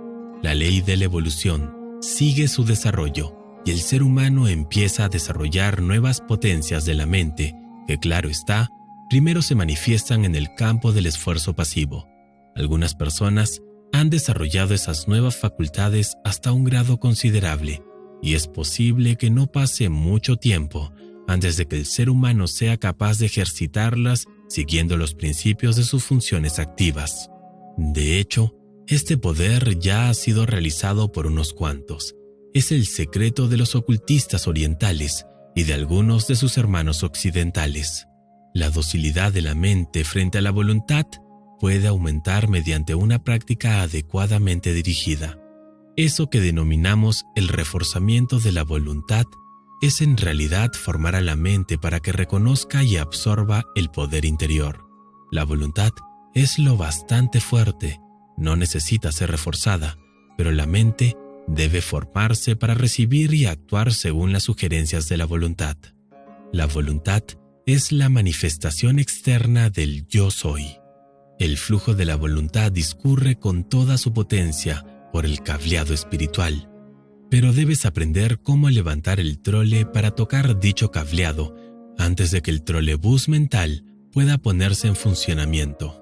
La ley de la evolución sigue su desarrollo y el ser humano empieza a desarrollar nuevas potencias de la mente que, claro está, primero se manifiestan en el campo del esfuerzo pasivo. Algunas personas han desarrollado esas nuevas facultades hasta un grado considerable, y es posible que no pase mucho tiempo antes de que el ser humano sea capaz de ejercitarlas siguiendo los principios de sus funciones activas. De hecho, este poder ya ha sido realizado por unos cuantos. Es el secreto de los ocultistas orientales y de algunos de sus hermanos occidentales. La docilidad de la mente frente a la voluntad puede aumentar mediante una práctica adecuadamente dirigida. Eso que denominamos el reforzamiento de la voluntad es en realidad formar a la mente para que reconozca y absorba el poder interior. La voluntad es lo bastante fuerte, no necesita ser reforzada, pero la mente debe formarse para recibir y actuar según las sugerencias de la voluntad. La voluntad es la manifestación externa del yo soy. El flujo de la voluntad discurre con toda su potencia por el cableado espiritual, pero debes aprender cómo levantar el trole para tocar dicho cableado antes de que el trolebús mental pueda ponerse en funcionamiento.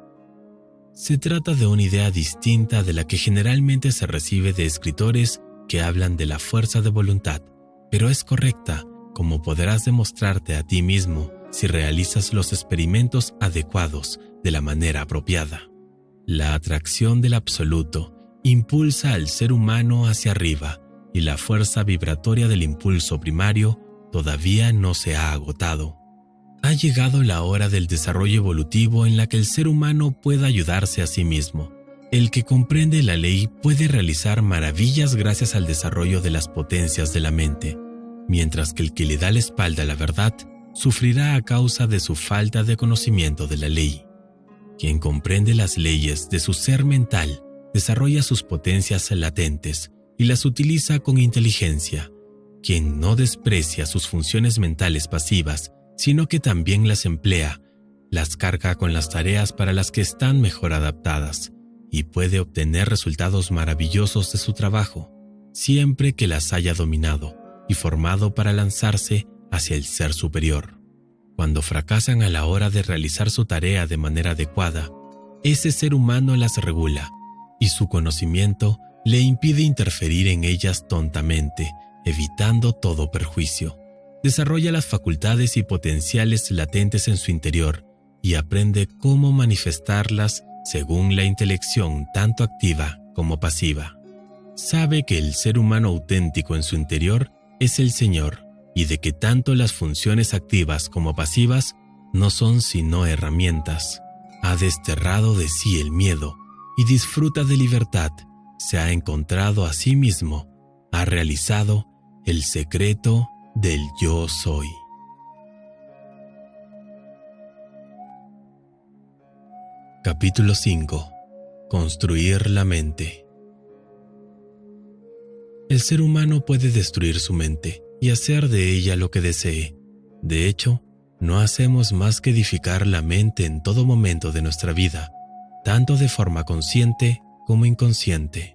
Se trata de una idea distinta de la que generalmente se recibe de escritores que hablan de la fuerza de voluntad, pero es correcta, como podrás demostrarte a ti mismo si realizas los experimentos adecuados de la manera apropiada. La atracción del absoluto impulsa al ser humano hacia arriba y la fuerza vibratoria del impulso primario todavía no se ha agotado. Ha llegado la hora del desarrollo evolutivo en la que el ser humano pueda ayudarse a sí mismo. El que comprende la ley puede realizar maravillas gracias al desarrollo de las potencias de la mente, mientras que el que le da la espalda a la verdad sufrirá a causa de su falta de conocimiento de la ley. Quien comprende las leyes de su ser mental desarrolla sus potencias latentes y las utiliza con inteligencia. Quien no desprecia sus funciones mentales pasivas, sino que también las emplea, las carga con las tareas para las que están mejor adaptadas y puede obtener resultados maravillosos de su trabajo, siempre que las haya dominado y formado para lanzarse hacia el ser superior. Cuando fracasan a la hora de realizar su tarea de manera adecuada, ese ser humano las regula y su conocimiento le impide interferir en ellas tontamente, evitando todo perjuicio. Desarrolla las facultades y potenciales latentes en su interior y aprende cómo manifestarlas según la intelección tanto activa como pasiva. Sabe que el ser humano auténtico en su interior es el Señor y de que tanto las funciones activas como pasivas no son sino herramientas. Ha desterrado de sí el miedo y disfruta de libertad. Se ha encontrado a sí mismo. Ha realizado el secreto del yo soy. Capítulo 5. Construir la mente. El ser humano puede destruir su mente y hacer de ella lo que desee. De hecho, no hacemos más que edificar la mente en todo momento de nuestra vida, tanto de forma consciente como inconsciente.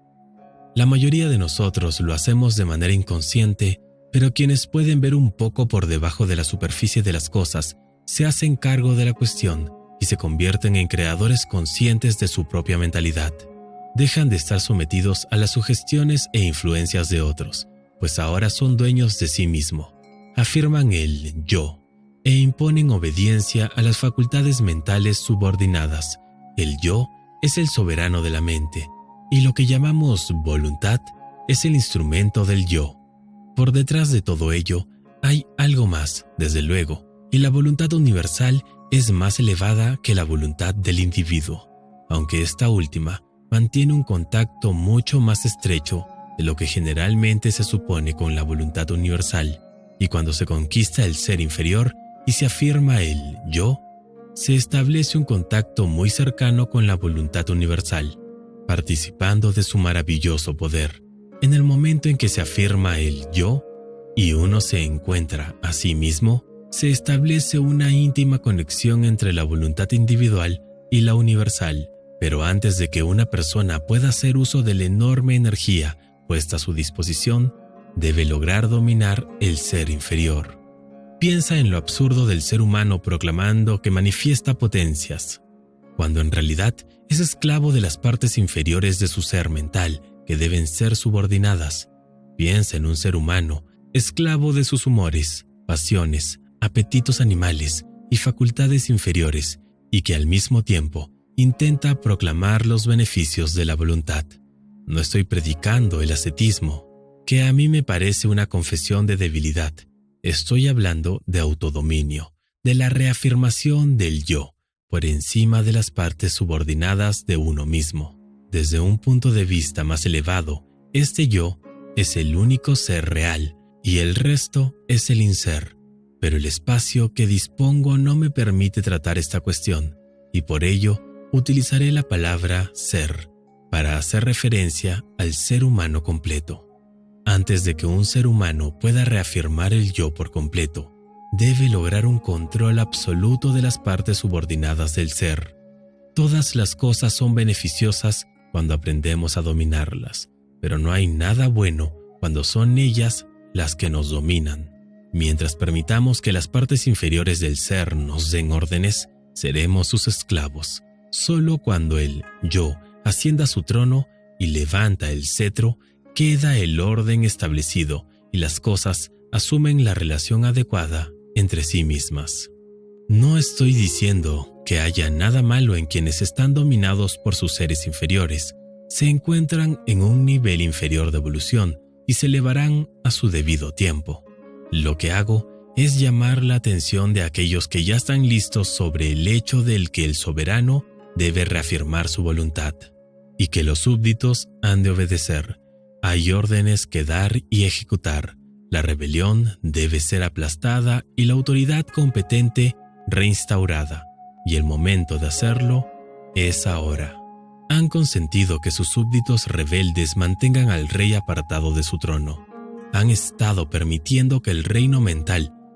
La mayoría de nosotros lo hacemos de manera inconsciente, pero quienes pueden ver un poco por debajo de la superficie de las cosas se hacen cargo de la cuestión y se convierten en creadores conscientes de su propia mentalidad. Dejan de estar sometidos a las sugestiones e influencias de otros, pues ahora son dueños de sí mismo. Afirman el yo e imponen obediencia a las facultades mentales subordinadas. El yo es el soberano de la mente, y lo que llamamos voluntad es el instrumento del yo. Por detrás de todo ello hay algo más, desde luego, y la voluntad universal es más elevada que la voluntad del individuo, aunque esta última mantiene un contacto mucho más estrecho de lo que generalmente se supone con la voluntad universal, y cuando se conquista el ser inferior y se afirma el yo, se establece un contacto muy cercano con la voluntad universal, participando de su maravilloso poder. En el momento en que se afirma el yo y uno se encuentra a sí mismo, se establece una íntima conexión entre la voluntad individual y la universal. Pero antes de que una persona pueda hacer uso de la enorme energía puesta a su disposición, debe lograr dominar el ser inferior. Piensa en lo absurdo del ser humano proclamando que manifiesta potencias, cuando en realidad es esclavo de las partes inferiores de su ser mental que deben ser subordinadas. Piensa en un ser humano, esclavo de sus humores, pasiones, apetitos animales y facultades inferiores, y que al mismo tiempo intenta proclamar los beneficios de la voluntad. No estoy predicando el ascetismo, que a mí me parece una confesión de debilidad. Estoy hablando de autodominio, de la reafirmación del yo, por encima de las partes subordinadas de uno mismo. Desde un punto de vista más elevado, este yo es el único ser real y el resto es el inser. Pero el espacio que dispongo no me permite tratar esta cuestión, y por ello utilizaré la palabra ser para hacer referencia al ser humano completo. Antes de que un ser humano pueda reafirmar el yo por completo, debe lograr un control absoluto de las partes subordinadas del ser. Todas las cosas son beneficiosas cuando aprendemos a dominarlas, pero no hay nada bueno cuando son ellas las que nos dominan. Mientras permitamos que las partes inferiores del ser nos den órdenes, seremos sus esclavos. Solo cuando el yo ascienda a su trono y levanta el cetro, queda el orden establecido y las cosas asumen la relación adecuada entre sí mismas. No estoy diciendo que haya nada malo en quienes están dominados por sus seres inferiores. Se encuentran en un nivel inferior de evolución y se elevarán a su debido tiempo. Lo que hago es llamar la atención de aquellos que ya están listos sobre el hecho del que el soberano debe reafirmar su voluntad y que los súbditos han de obedecer. Hay órdenes que dar y ejecutar. La rebelión debe ser aplastada y la autoridad competente reinstaurada, y el momento de hacerlo es ahora. Han consentido que sus súbditos rebeldes mantengan al rey apartado de su trono. Han estado permitiendo que el reino mental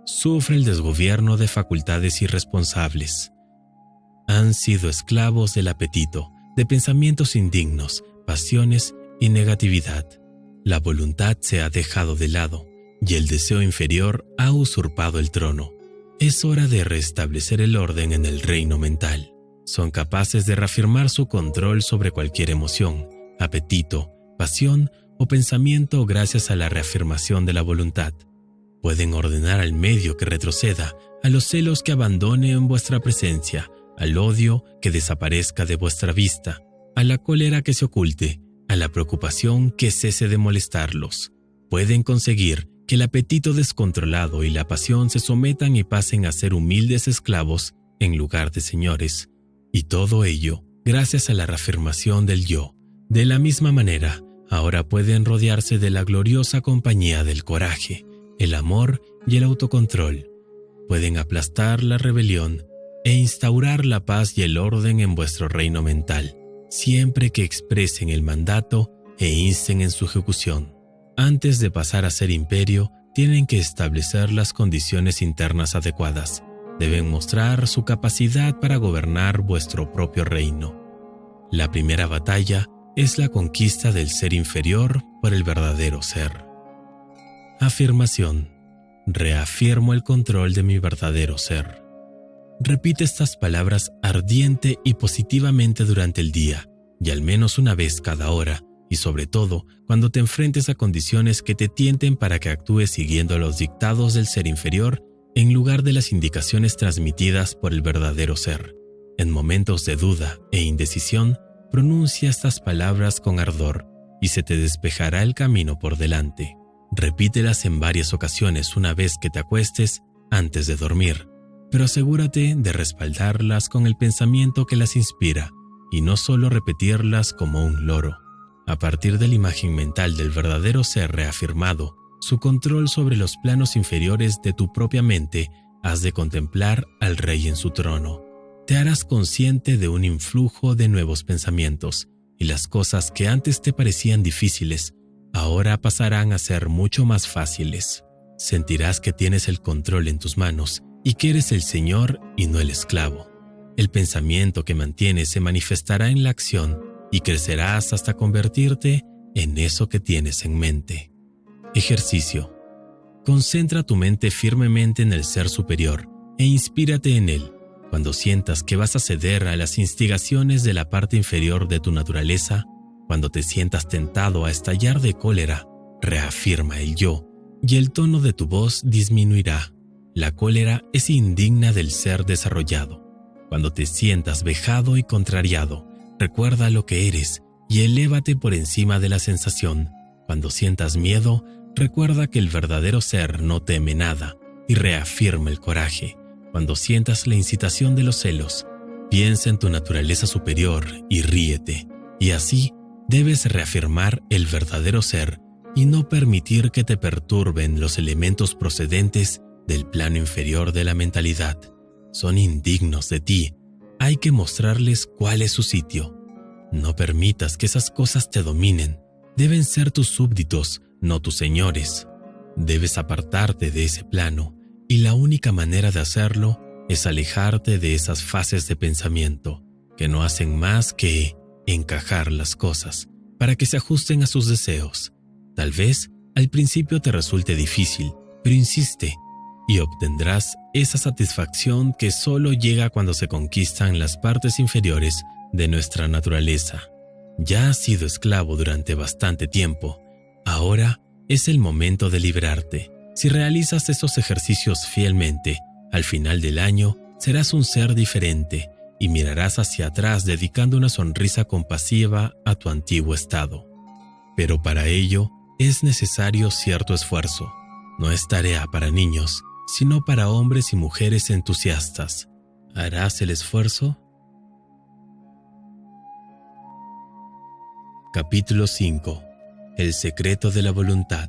sufre el desgobierno de facultades irresponsables. Han sido esclavos del apetito, de pensamientos indignos, pasiones y negatividad. La voluntad se ha dejado de lado y el deseo inferior ha usurpado el trono. Es hora de restablecer el orden en el reino mental. Son capaces de reafirmar su control sobre cualquier emoción, apetito, pasión o pensamiento gracias a la reafirmación de la voluntad. Pueden ordenar al medio que retroceda, a los celos que abandone en vuestra presencia, al odio que desaparezca de vuestra vista, a la cólera que se oculte, a la preocupación que cese de molestarlos. Pueden conseguir que el apetito descontrolado y la pasión se sometan y pasen a ser humildes esclavos en lugar de señores. Y todo ello gracias a la reafirmación del yo. De la misma manera, ahora pueden rodearse de la gloriosa compañía del coraje, el amor y el autocontrol. Pueden aplastar la rebelión e instaurar la paz y el orden en vuestro reino mental, siempre que expresen el mandato e insten en su ejecución. Antes de pasar a ser imperio, tienen que establecer las condiciones internas adecuadas. Deben mostrar su capacidad para gobernar vuestro propio reino. La primera batalla es la conquista del ser inferior por el verdadero ser. Afirmación. Reafirmo el control de mi verdadero ser. Repite estas palabras ardiente y positivamente durante el día, y al menos una vez cada hora, y sobre todo cuando te enfrentes a condiciones que te tienten para que actúes siguiendo los dictados del ser inferior en lugar de las indicaciones transmitidas por el verdadero ser. En momentos de duda e indecisión, pronuncia estas palabras con ardor y se te despejará el camino por delante. Repítelas en varias ocasiones una vez que te acuestes antes de dormir, pero asegúrate de respaldarlas con el pensamiento que las inspira y no solo repetirlas como un loro. A partir de la imagen mental del verdadero ser reafirmado, su control sobre los planos inferiores de tu propia mente, has de contemplar al Rey en su trono. Te harás consciente de un influjo de nuevos pensamientos, y las cosas que antes te parecían difíciles, ahora pasarán a ser mucho más fáciles. Sentirás que tienes el control en tus manos y que eres el Señor y no el esclavo. El pensamiento que mantienes se manifestará en la acción y crecerás hasta convertirte en eso que tienes en mente. Ejercicio. Concentra tu mente firmemente en el ser superior e inspírate en él. Cuando sientas que vas a ceder a las instigaciones de la parte inferior de tu naturaleza, cuando te sientas tentado a estallar de cólera, reafirma el yo y el tono de tu voz disminuirá. La cólera es indigna del ser desarrollado. Cuando te sientas vejado y contrariado, recuerda lo que eres y elévate por encima de la sensación. Cuando sientas miedo, recuerda que el verdadero ser no teme nada y reafirma el coraje. Cuando sientas la incitación de los celos, piensa en tu naturaleza superior y ríete. Y así debes reafirmar el verdadero ser y no permitir que te perturben los elementos procedentes del plano inferior de la mentalidad. Son indignos de ti. Hay que mostrarles cuál es su sitio. No permitas que esas cosas te dominen. Deben ser tus súbditos, no tus señores. Debes apartarte de ese plano, y la única manera de hacerlo es alejarte de esas fases de pensamiento que no hacen más que encajar las cosas para que se ajusten a sus deseos. Tal vez al principio te resulte difícil, pero insiste y obtendrás esa satisfacción que solo llega cuando se conquistan las partes inferiores de nuestra naturaleza. Ya has sido esclavo durante bastante tiempo. Ahora es el momento de liberarte. Si realizas esos ejercicios fielmente, al final del año serás un ser diferente y mirarás hacia atrás dedicando una sonrisa compasiva a tu antiguo estado. Pero para ello es necesario cierto esfuerzo. No es tarea para niños, sino para hombres y mujeres entusiastas. ¿Harás el esfuerzo? Capítulo 5. El secreto de la voluntad.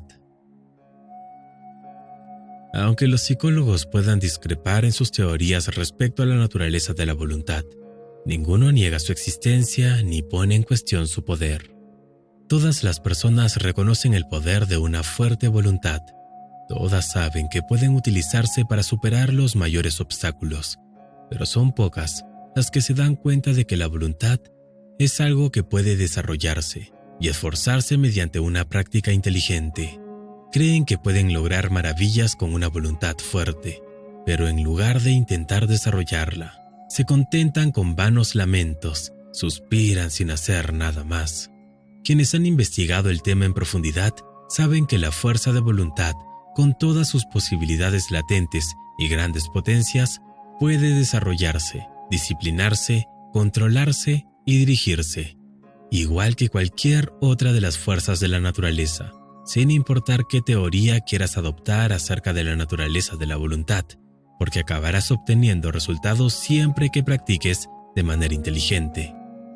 Aunque los psicólogos puedan discrepar en sus teorías respecto a la naturaleza de la voluntad, ninguno niega su existencia ni pone en cuestión su poder. Todas las personas reconocen el poder de una fuerte voluntad. Todas saben que pueden utilizarse para superar los mayores obstáculos, pero son pocas las que se dan cuenta de que la voluntad es algo que puede desarrollarse y esforzarse mediante una práctica inteligente. Creen que pueden lograr maravillas con una voluntad fuerte, pero en lugar de intentar desarrollarla, se contentan con vanos lamentos, suspiran sin hacer nada más. Quienes han investigado el tema en profundidad saben que la fuerza de voluntad, con todas sus posibilidades latentes y grandes potencias, puede desarrollarse, disciplinarse, controlarse y dirigirse, igual que cualquier otra de las fuerzas de la naturaleza, sin importar qué teoría quieras adoptar acerca de la naturaleza de la voluntad, porque acabarás obteniendo resultados siempre que practiques de manera inteligente.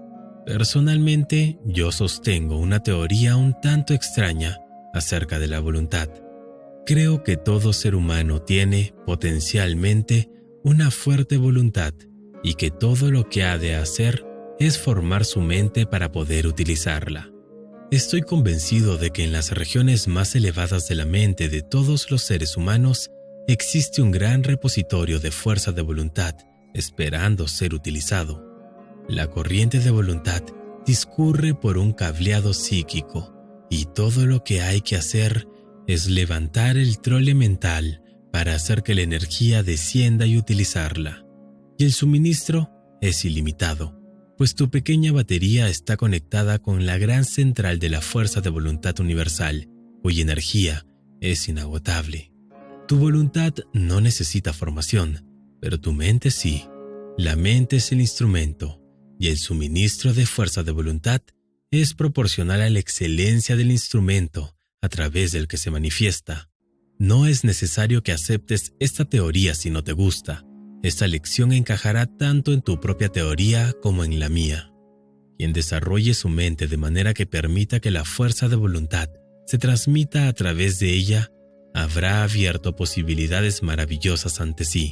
Personalmente, yo sostengo una teoría un tanto extraña acerca de la voluntad. Creo que todo ser humano tiene, potencialmente, una fuerte voluntad y que todo lo que ha de hacer es formar su mente para poder utilizarla. Estoy convencido de que en las regiones más elevadas de la mente de todos los seres humanos existe un gran repositorio de fuerza de voluntad esperando ser utilizado. La corriente de voluntad discurre por un cableado psíquico y todo lo que hay que hacer es levantar el trole mental para hacer que la energía descienda y utilizarla. Y el suministro es ilimitado, pues tu pequeña batería está conectada con la gran central de la fuerza de voluntad universal, cuya energía es inagotable. Tu voluntad no necesita formación, pero tu mente sí. La mente es el instrumento, y el suministro de fuerza de voluntad es proporcional a la excelencia del instrumento a través del que se manifiesta. No es necesario que aceptes esta teoría si no te gusta. Esta lección encajará tanto en tu propia teoría como en la mía. Quien desarrolle su mente de manera que permita que la fuerza de voluntad se transmita a través de ella, habrá abierto posibilidades maravillosas ante sí.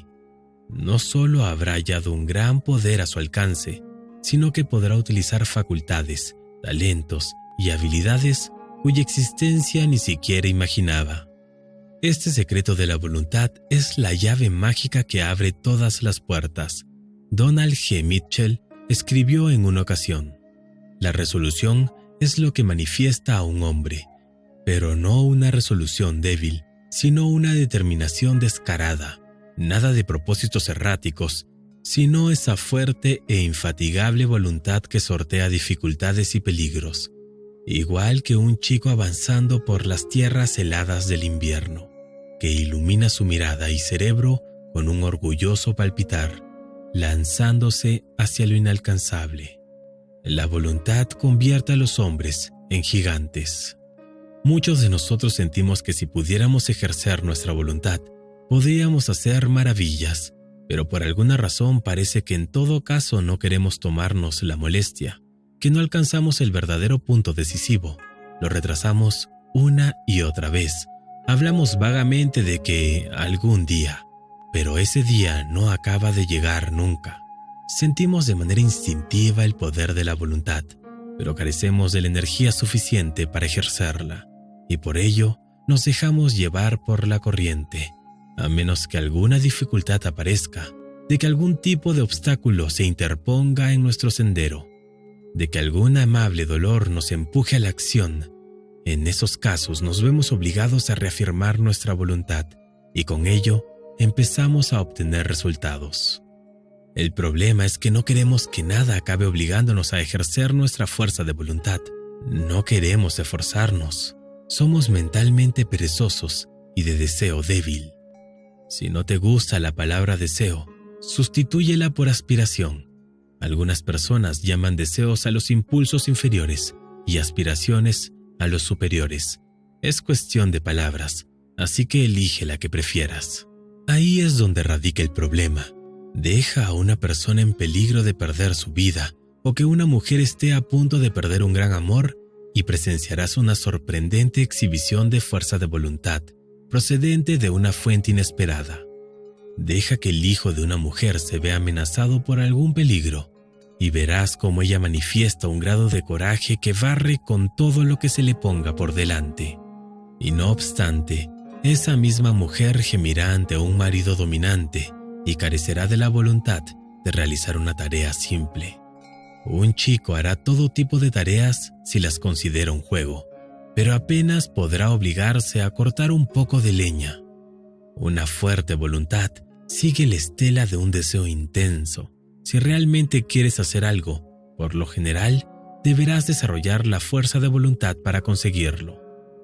No solo habrá hallado un gran poder a su alcance, sino que podrá utilizar facultades, talentos y habilidades cuya existencia ni siquiera imaginaba. Este secreto de la voluntad es la llave mágica que abre todas las puertas. Donald G. Mitchell escribió en una ocasión: la resolución es lo que manifiesta a un hombre, pero no una resolución débil, sino una determinación descarada, nada de propósitos erráticos, sino esa fuerte e infatigable voluntad que sortea dificultades y peligros, igual que un chico avanzando por las tierras heladas del invierno, que ilumina su mirada y cerebro con un orgulloso palpitar, lanzándose hacia lo inalcanzable. La voluntad convierte a los hombres en gigantes. Muchos de nosotros sentimos que si pudiéramos ejercer nuestra voluntad, podríamos hacer maravillas, pero por alguna razón parece que en todo caso no queremos tomarnos la molestia, que no alcanzamos el verdadero punto decisivo, lo retrasamos una y otra vez. Hablamos vagamente de que algún día, pero ese día no acaba de llegar nunca. Sentimos de manera instintiva el poder de la voluntad, pero carecemos de la energía suficiente para ejercerla, y por ello nos dejamos llevar por la corriente, a menos que alguna dificultad aparezca, de que algún tipo de obstáculo se interponga en nuestro sendero, de que algún amable dolor nos empuje a la acción. En esos casos nos vemos obligados a reafirmar nuestra voluntad y con ello empezamos a obtener resultados. El problema es que no queremos que nada acabe obligándonos a ejercer nuestra fuerza de voluntad. No queremos esforzarnos. Somos mentalmente perezosos y de deseo débil. Si no te gusta la palabra deseo, sustitúyela por aspiración. Algunas personas llaman deseos a los impulsos inferiores y aspiraciones a los superiores. Es cuestión de palabras, así que elige la que prefieras. Ahí es donde radica el problema. Deja a una persona en peligro de perder su vida o que una mujer esté a punto de perder un gran amor y presenciarás una sorprendente exhibición de fuerza de voluntad procedente de una fuente inesperada. Deja que el hijo de una mujer se vea amenazado por algún peligro y verás cómo ella manifiesta un grado de coraje que barre con todo lo que se le ponga por delante. Y no obstante, esa misma mujer gemirá ante un marido dominante y carecerá de la voluntad de realizar una tarea simple. Un chico hará todo tipo de tareas si las considera un juego, pero apenas podrá obligarse a cortar un poco de leña. Una fuerte voluntad sigue la estela de un deseo intenso. Si realmente quieres hacer algo, por lo general, deberás desarrollar la fuerza de voluntad para conseguirlo.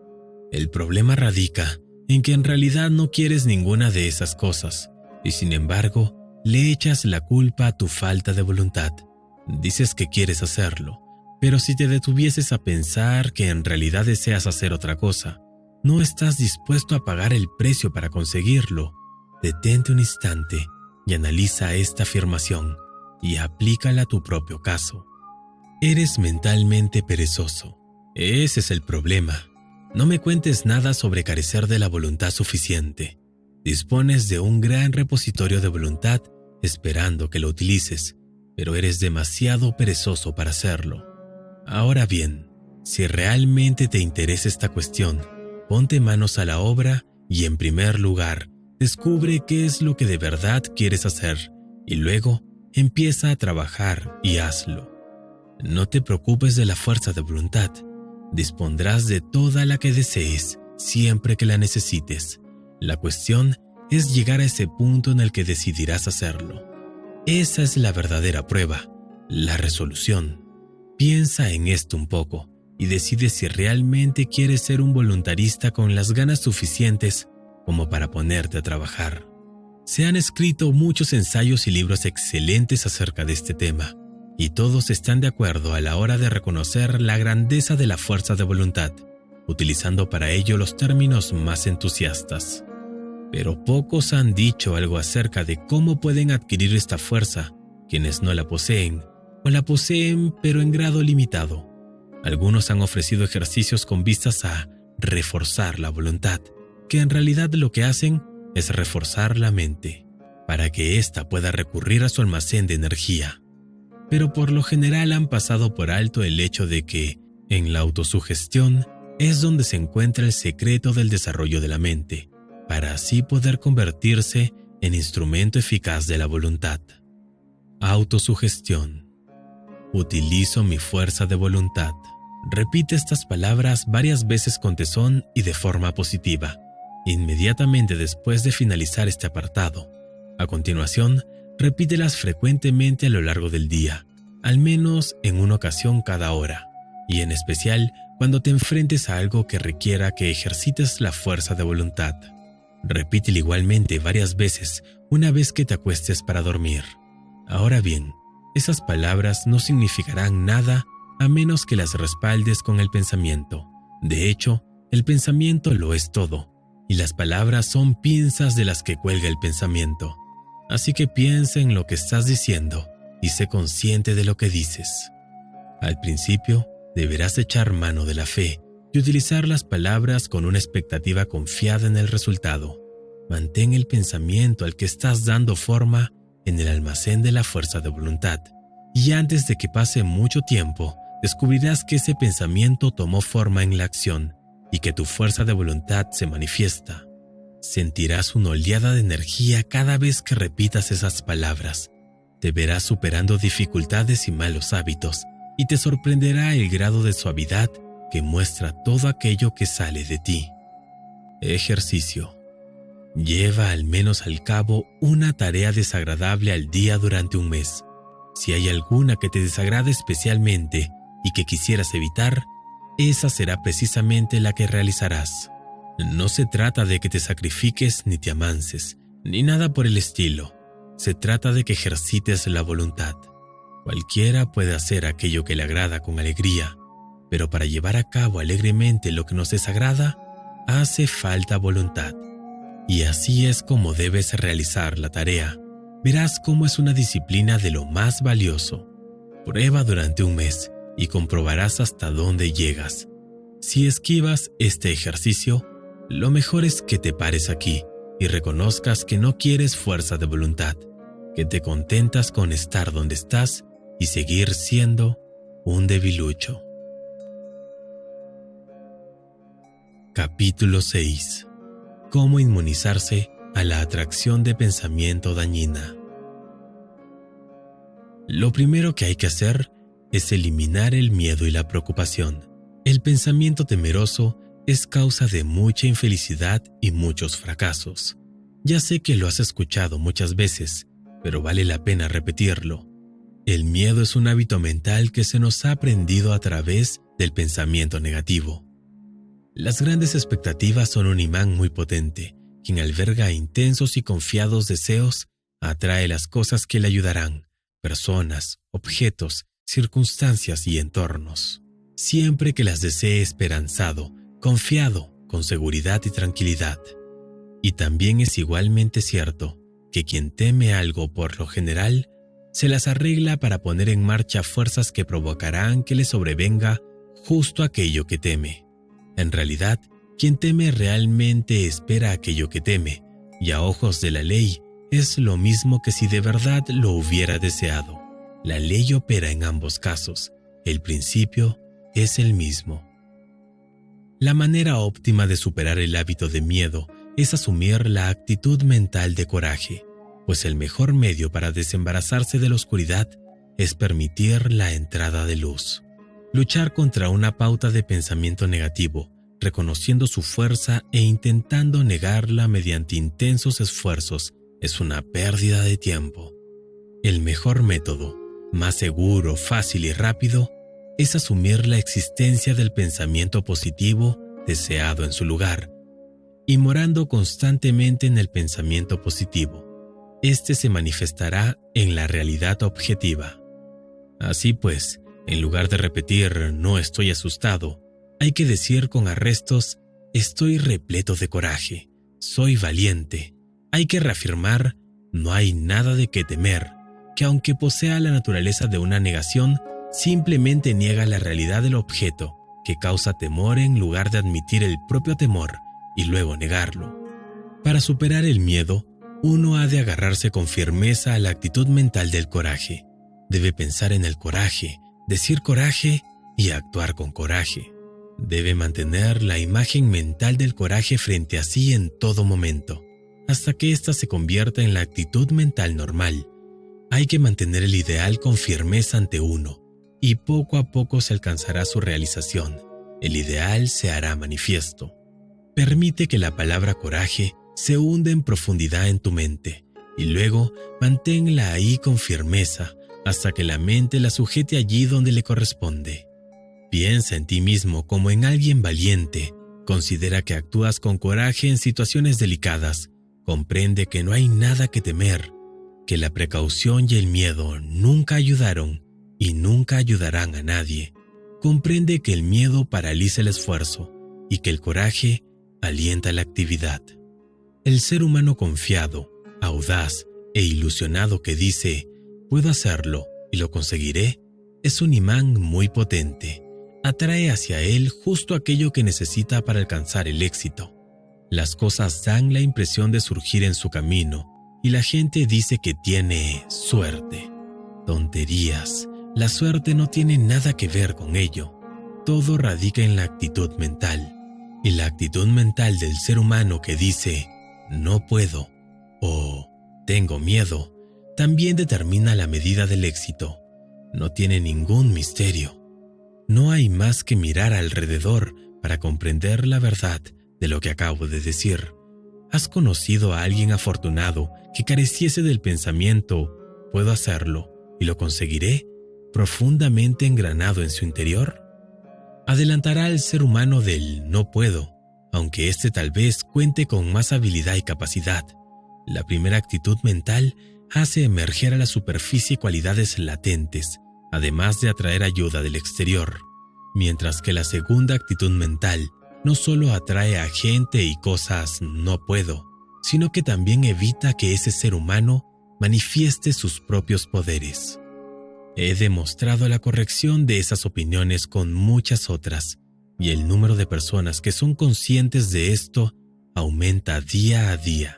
El problema radica en que en realidad no quieres ninguna de esas cosas, y sin embargo, le echas la culpa a tu falta de voluntad. Dices que quieres hacerlo, pero si te detuvieses a pensar que en realidad deseas hacer otra cosa, no estás dispuesto a pagar el precio para conseguirlo, detente un instante y analiza esta afirmación y aplícala a tu propio caso. Eres mentalmente perezoso. Ese es el problema. No me cuentes nada sobre carecer de la voluntad suficiente. Dispones de un gran repositorio de voluntad esperando que lo utilices, pero eres demasiado perezoso para hacerlo. Ahora bien, si realmente te interesa esta cuestión, ponte manos a la obra y, en primer lugar, descubre qué es lo que de verdad quieres hacer y luego empieza a trabajar y hazlo. No te preocupes de la fuerza de voluntad. Dispondrás de toda la que desees siempre que la necesites. La cuestión es llegar a ese punto en el que decidirás hacerlo. Esa es la verdadera prueba, la resolución. Piensa en esto un poco y decide si realmente quieres ser un voluntarista con las ganas suficientes como para ponerte a trabajar. Se han escrito muchos ensayos y libros excelentes acerca de este tema, y todos están de acuerdo a la hora de reconocer la grandeza de la fuerza de voluntad, utilizando para ello los términos más entusiastas. Pero pocos han dicho algo acerca de cómo pueden adquirir esta fuerza quienes no la poseen, o la poseen pero en grado limitado. Algunos han ofrecido ejercicios con vistas a reforzar la voluntad, que en realidad lo que hacen es reforzar la mente, para que ésta pueda recurrir a su almacén de energía. Pero por lo general han pasado por alto el hecho de que, en la autosugestión, es donde se encuentra el secreto del desarrollo de la mente, para así poder convertirse en instrumento eficaz de la voluntad. Autosugestión. Utilizo mi fuerza de voluntad. Repite estas palabras varias veces con tesón y de forma positiva, inmediatamente después de finalizar este apartado. A continuación, repítelas frecuentemente a lo largo del día, al menos en una ocasión cada hora, y en especial cuando te enfrentes a algo que requiera que ejercites la fuerza de voluntad. Repítela igualmente varias veces una vez que te acuestes para dormir. Ahora bien, esas palabras no significarán nada a menos que las respaldes con el pensamiento. De hecho, el pensamiento lo es todo, y las palabras son pinzas de las que cuelga el pensamiento. Así que piensa en lo que estás diciendo y sé consciente de lo que dices. Al principio, deberás echar mano de la fe y utilizar las palabras con una expectativa confiada en el resultado. Mantén el pensamiento al que estás dando forma en el almacén de la fuerza de voluntad, y antes de que pase mucho tiempo, descubrirás que ese pensamiento tomó forma en la acción y que tu fuerza de voluntad se manifiesta. Sentirás una oleada de energía cada vez que repitas esas palabras. Te verás superando dificultades y malos hábitos, y te sorprenderá el grado de suavidad que muestra todo aquello que sale de ti. Ejercicio. Lleva al menos al cabo una tarea desagradable al día durante un mes. Si hay alguna que te desagrade especialmente y que quisieras evitar, esa será precisamente la que realizarás. No se trata de que te sacrifiques ni te amanses, ni nada por el estilo. Se trata de que ejercites la voluntad. Cualquiera puede hacer aquello que le agrada con alegría, pero para llevar a cabo alegremente lo que nos desagrada, hace falta voluntad. Y así es como debes realizar la tarea. Verás cómo es una disciplina de lo más valioso. Prueba durante un mes y comprobarás hasta dónde llegas. Si esquivas este ejercicio, lo mejor es que te pares aquí y reconozcas que no quieres fuerza de voluntad, que te contentas con estar donde estás y seguir siendo un debilucho. Capítulo 6. cómo inmunizarse a la atracción de pensamiento dañina. Lo primero que hay que hacer es eliminar el miedo y la preocupación. El pensamiento temeroso es causa de mucha infelicidad y muchos fracasos. Ya sé que lo has escuchado muchas veces, pero vale la pena repetirlo. El miedo es un hábito mental que se nos ha aprendido a través del pensamiento negativo. Las grandes expectativas son un imán muy potente. Quien alberga intensos y confiados deseos atrae las cosas que le ayudarán, personas, objetos, circunstancias y entornos. Siempre que las desee esperanzado, confiado, con seguridad y tranquilidad. Y también es igualmente cierto que quien teme algo por lo general, se las arregla para poner en marcha fuerzas que provocarán que le sobrevenga justo aquello que teme. En realidad, quien teme realmente espera aquello que teme, y a ojos de la ley es lo mismo que si de verdad lo hubiera deseado. La ley opera en ambos casos, el principio es el mismo. La manera óptima de superar el hábito de miedo es asumir la actitud mental de coraje, pues el mejor medio para desembarazarse de la oscuridad es permitir la entrada de luz. Luchar contra una pauta de pensamiento negativo, reconociendo su fuerza e intentando negarla mediante intensos esfuerzos, es una pérdida de tiempo. El mejor método, más seguro, fácil y rápido, es asumir la existencia del pensamiento positivo deseado en su lugar, y morando constantemente en el pensamiento positivo. Este se manifestará en la realidad objetiva. Así pues, en lugar de repetir «no estoy asustado», hay que decir con arrestos «estoy repleto de coraje», «soy valiente». Hay que reafirmar «no hay nada de qué temer», que aunque posea la naturaleza de una negación, simplemente niega la realidad del objeto, que causa temor en lugar de admitir el propio temor y luego negarlo. Para superar el miedo, uno ha de agarrarse con firmeza a la actitud mental del coraje. Debe pensar en el coraje, decir coraje y actuar con coraje. Debe mantener la imagen mental del coraje frente a sí en todo momento, hasta que ésta se convierta en la actitud mental normal. Hay que mantener el ideal con firmeza ante uno, y poco a poco se alcanzará su realización. El ideal se hará manifiesto. Permite que la palabra coraje se hunda en profundidad en tu mente, y luego manténla ahí con firmeza hasta que la mente la sujete allí donde le corresponde. Piensa en ti mismo como en alguien valiente. Considera que actúas con coraje en situaciones delicadas. Comprende que no hay nada que temer, que la precaución y el miedo nunca ayudaron y nunca ayudarán a nadie. Comprende que el miedo paraliza el esfuerzo y que el coraje alienta la actividad. El ser humano confiado, audaz e ilusionado que dice «puedo hacerlo y lo conseguiré», es un imán muy potente. Atrae hacia él justo aquello que necesita para alcanzar el éxito. Las cosas dan la impresión de surgir en su camino y la gente dice que tiene suerte. Tonterías. La suerte no tiene nada que ver con ello. Todo radica en la actitud mental. Y la actitud mental del ser humano que dice «no puedo» o «tengo miedo» también determina la medida del éxito. No tiene ningún misterio. No hay más que mirar alrededor para comprender la verdad de lo que acabo de decir. ¿Has conocido a alguien afortunado que careciese del pensamiento «puedo hacerlo y lo conseguiré» profundamente engranado en su interior? Adelantará al ser humano del «no puedo», aunque éste tal vez cuente con más habilidad y capacidad. La primera actitud mental hace emerger a la superficie cualidades latentes, además de atraer ayuda del exterior, mientras que la segunda actitud mental no solo atrae a gente y cosas «no puedo», sino que también evita que ese ser humano manifieste sus propios poderes. He demostrado la corrección de esas opiniones con muchas otras, y el número de personas que son conscientes de esto aumenta día a día.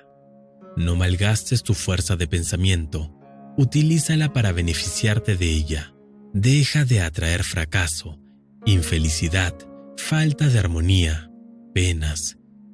No malgastes tu fuerza de pensamiento, utilízala para beneficiarte de ella. Deja de atraer fracaso, infelicidad, falta de armonía, penas,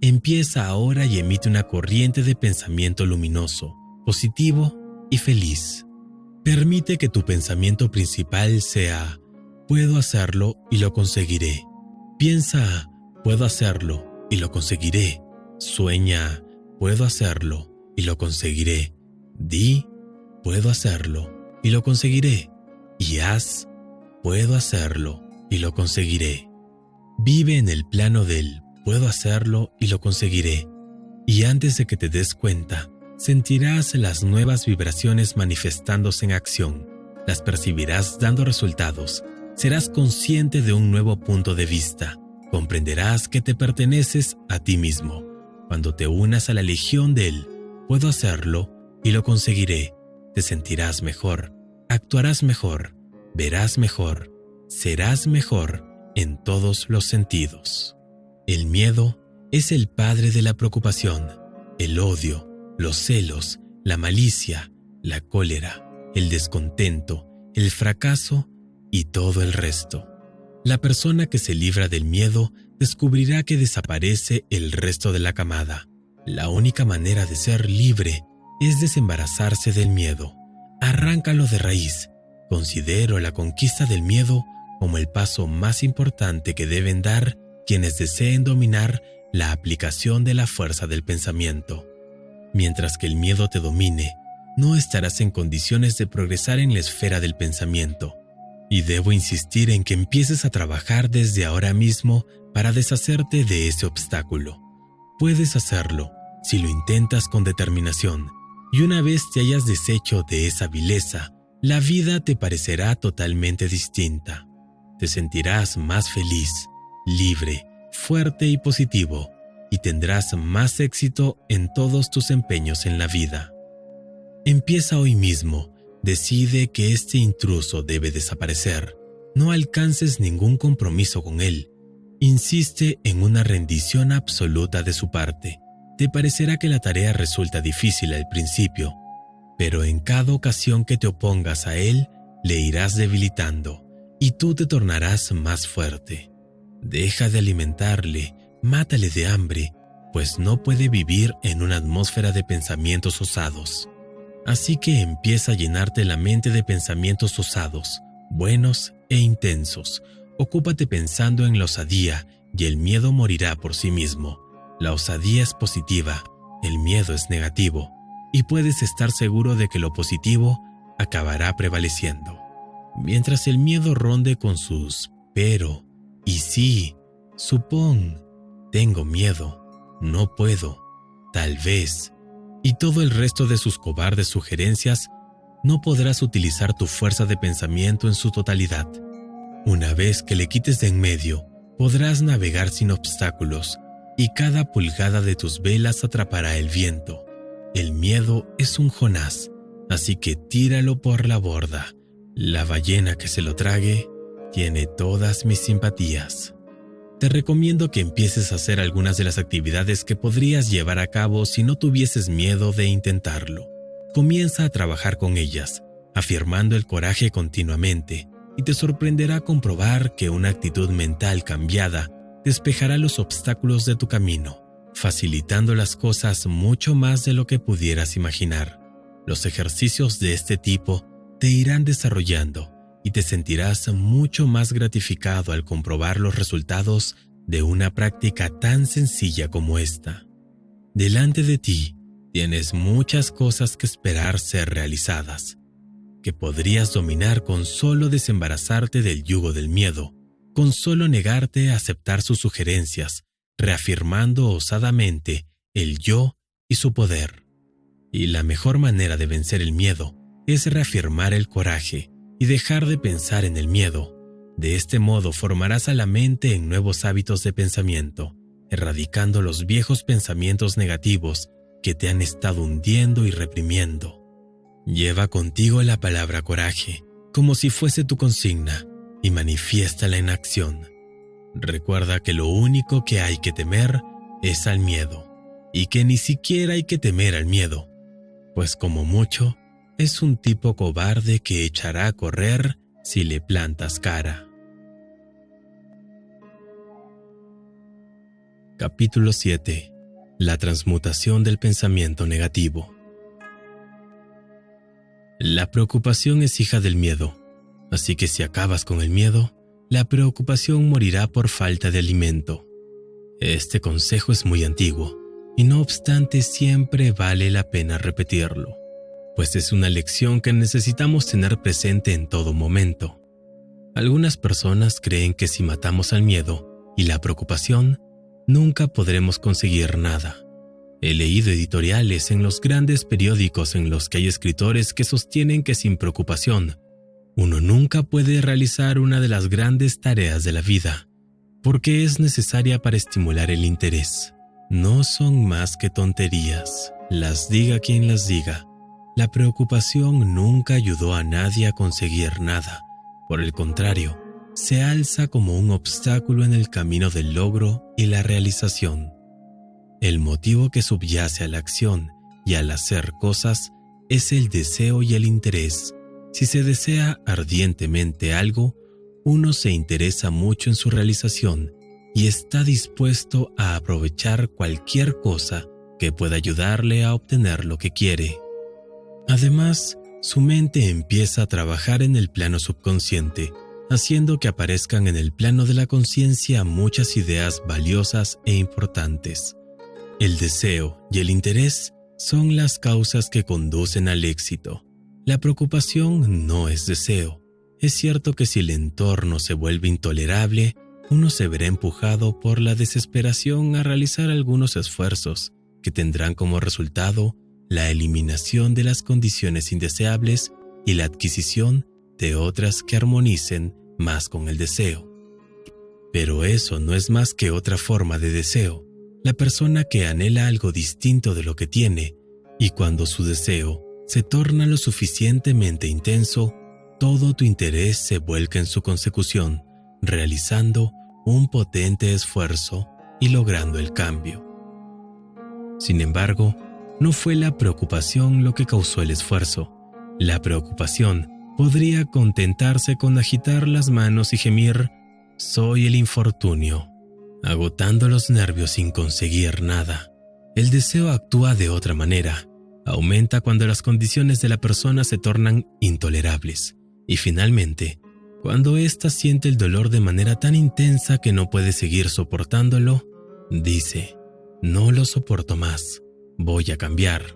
Empieza ahora y emite una corriente de pensamiento luminoso, positivo y feliz. Permite que tu pensamiento principal sea: puedo hacerlo y lo conseguiré. Piensa: puedo hacerlo y lo conseguiré. Sueña: puedo hacerlo y lo conseguiré. Di: puedo hacerlo y lo conseguiré. Y haz: puedo hacerlo y lo conseguiré. Vive en el plano del puedo hacerlo y lo conseguiré. Y antes de que te des cuenta, sentirás las nuevas vibraciones manifestándose en acción. Las percibirás dando resultados. Serás consciente de un nuevo punto de vista. Comprenderás que te perteneces a ti mismo. Cuando te unas a la legión del puedo hacerlo y lo conseguiré, te sentirás mejor, actuarás mejor, verás mejor, serás mejor en todos los sentidos. El miedo es el padre de la preocupación, el odio, los celos, la malicia, la cólera, el descontento, el fracaso y todo el resto. La persona que se libra del miedo descubrirá que desaparece el resto de la camada. La única manera de ser libre es desembarazarse del miedo. Arráncalo de raíz. Considero la conquista del miedo como el paso más importante que deben dar quienes deseen dominar la aplicación de la fuerza del pensamiento. Mientras que el miedo te domine, no estarás en condiciones de progresar en la esfera del pensamiento. Y debo insistir en que empieces a trabajar desde ahora mismo para deshacerte de ese obstáculo. Puedes hacerlo si lo intentas con determinación, y una vez te hayas deshecho de esa vileza, la vida te parecerá totalmente distinta. Te sentirás más feliz, libre, fuerte y positivo, y tendrás más éxito en todos tus empeños en la vida. Empieza hoy mismo. Decide que este intruso debe desaparecer. No alcances ningún compromiso con él. Insiste en una rendición absoluta de su parte. Te parecerá que la tarea resulta difícil al principio, pero en cada ocasión que te opongas a él, le irás debilitando y tú te tornarás más fuerte. Deja de alimentarle, mátale de hambre, pues no puede vivir en una atmósfera de pensamientos osados. Así que empieza a llenarte la mente de pensamientos osados, buenos e intensos. Ocúpate pensando en la osadía y el miedo morirá por sí mismo. La osadía es positiva, el miedo es negativo, y puedes estar seguro de que lo positivo acabará prevaleciendo. Mientras el miedo ronde con sus pero, y sí, supón, tengo miedo, no puedo, tal vez, y todo el resto de sus cobardes sugerencias, no podrás utilizar tu fuerza de pensamiento en su totalidad. Una vez que le quites de en medio, podrás navegar sin obstáculos, y cada pulgada de tus velas atrapará el viento. El miedo es un Jonás, así que tíralo por la borda. La ballena que se lo trague tiene todas mis simpatías. Te recomiendo que empieces a hacer algunas de las actividades que podrías llevar a cabo si no tuvieses miedo de intentarlo. Comienza a trabajar con ellas, afirmando el coraje continuamente, y te sorprenderá comprobar que una actitud mental cambiada despejará los obstáculos de tu camino, facilitando las cosas mucho más de lo que pudieras imaginar. Los ejercicios de este tipo te irán desarrollando y te sentirás mucho más gratificado al comprobar los resultados de una práctica tan sencilla como esta. Delante de ti tienes muchas cosas que esperar ser realizadas, que podrías dominar con solo desembarazarte del yugo del miedo, con solo negarte a aceptar sus sugerencias, reafirmando osadamente el yo y su poder. Y la mejor manera de vencer el miedo es reafirmar el coraje y dejar de pensar en el miedo. De este modo formarás a la mente en nuevos hábitos de pensamiento, erradicando los viejos pensamientos negativos que te han estado hundiendo y reprimiendo. Lleva contigo la palabra coraje, como si fuese tu consigna, y manifiéstala en acción. Recuerda que lo único que hay que temer es al miedo, y que ni siquiera hay que temer al miedo, pues como mucho, es un tipo cobarde que echará a correr si le plantas cara. Capítulo 7. La transmutación del pensamiento negativo. La preocupación es hija del miedo, así que si acabas con el miedo, la preocupación morirá por falta de alimento. Este consejo es muy antiguo, y no obstante siempre vale la pena repetirlo, pues es una lección que necesitamos tener presente en todo momento. Algunas personas creen que si matamos al miedo y la preocupación, nunca podremos conseguir nada. He leído editoriales en los grandes periódicos en los que hay escritores que sostienen que sin preocupación, uno nunca puede realizar una de las grandes tareas de la vida, porque es necesaria para estimular el interés. No son más que tonterías, las diga quien las diga. La preocupación nunca ayudó a nadie a conseguir nada. Por el contrario, se alza como un obstáculo en el camino del logro y la realización. El motivo que subyace a la acción y al hacer cosas es el deseo y el interés. Si se desea ardientemente algo, uno se interesa mucho en su realización y está dispuesto a aprovechar cualquier cosa que pueda ayudarle a obtener lo que quiere. Además, su mente empieza a trabajar en el plano subconsciente, haciendo que aparezcan en el plano de la conciencia muchas ideas valiosas e importantes. El deseo y el interés son las causas que conducen al éxito. La preocupación no es deseo. Es cierto que si el entorno se vuelve intolerable, uno se verá empujado por la desesperación a realizar algunos esfuerzos que tendrán como resultado la eliminación de las condiciones indeseables y la adquisición de otras que armonicen más con el deseo. Pero eso no es más que otra forma de deseo. La persona que anhela algo distinto de lo que tiene, y cuando su deseo se torna lo suficientemente intenso, todo tu interés se vuelca en su consecución, realizando un potente esfuerzo y logrando el cambio. Sin embargo, no fue la preocupación lo que causó el esfuerzo. La preocupación podría contentarse con agitar las manos y gemir: «Soy el infortunio», agotando los nervios sin conseguir nada. El deseo actúa de otra manera. Aumenta cuando las condiciones de la persona se tornan intolerables. Y finalmente, cuando ésta siente el dolor de manera tan intensa que no puede seguir soportándolo, dice: «No lo soporto más, voy a cambiar».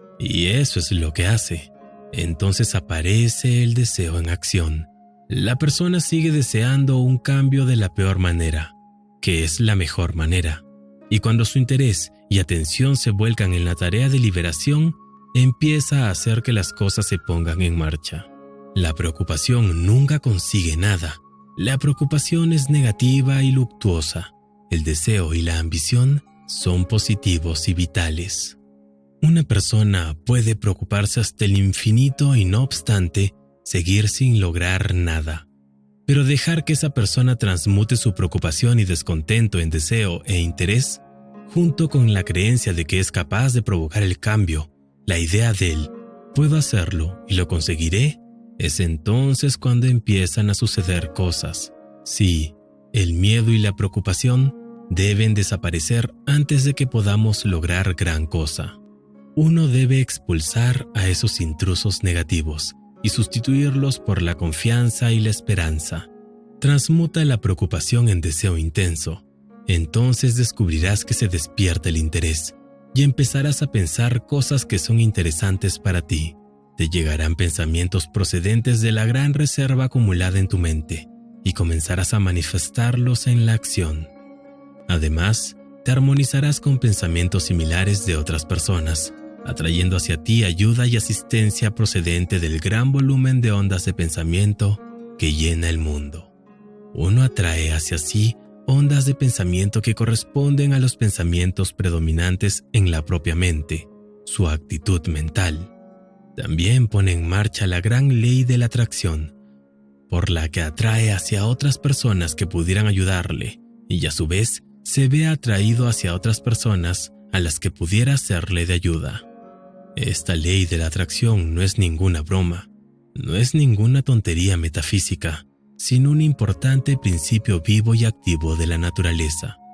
Y eso es lo que hace. Entonces aparece el deseo en acción. La persona sigue deseando un cambio de la peor manera, que es la mejor manera. Y cuando su interés y atención se vuelcan en la tarea de liberación, empieza a hacer que las cosas se pongan en marcha. La preocupación nunca consigue nada. La preocupación es negativa y luctuosa. El deseo y la ambición son positivos y vitales. Una persona puede preocuparse hasta el infinito y no obstante, seguir sin lograr nada. Pero dejar que esa persona transmute su preocupación y descontento en deseo e interés, junto con la creencia de que es capaz de provocar el cambio, la idea del «puedo hacerlo y lo conseguiré», es entonces cuando empiezan a suceder cosas. Sí, el miedo y la preocupación deben desaparecer antes de que podamos lograr gran cosa. Uno debe expulsar a esos intrusos negativos y sustituirlos por la confianza y la esperanza. Transmuta la preocupación en deseo intenso. Entonces descubrirás que se despierta el interés y empezarás a pensar cosas que son interesantes para ti. Te llegarán pensamientos procedentes de la gran reserva acumulada en tu mente y comenzarás a manifestarlos en la acción. Además, te armonizarás con pensamientos similares de otras personas, atrayendo hacia ti ayuda y asistencia procedente del gran volumen de ondas de pensamiento que llena el mundo. Uno atrae hacia sí ondas de pensamiento que corresponden a los pensamientos predominantes en la propia mente, su actitud mental. También pone en marcha la gran ley de la atracción, por la que atrae hacia otras personas que pudieran ayudarle y a su vez se ve atraído hacia otras personas a las que pudiera serle de ayuda. Esta ley de la atracción no es ninguna broma, no es ninguna tontería metafísica, sino un importante principio vivo y activo de la naturaleza.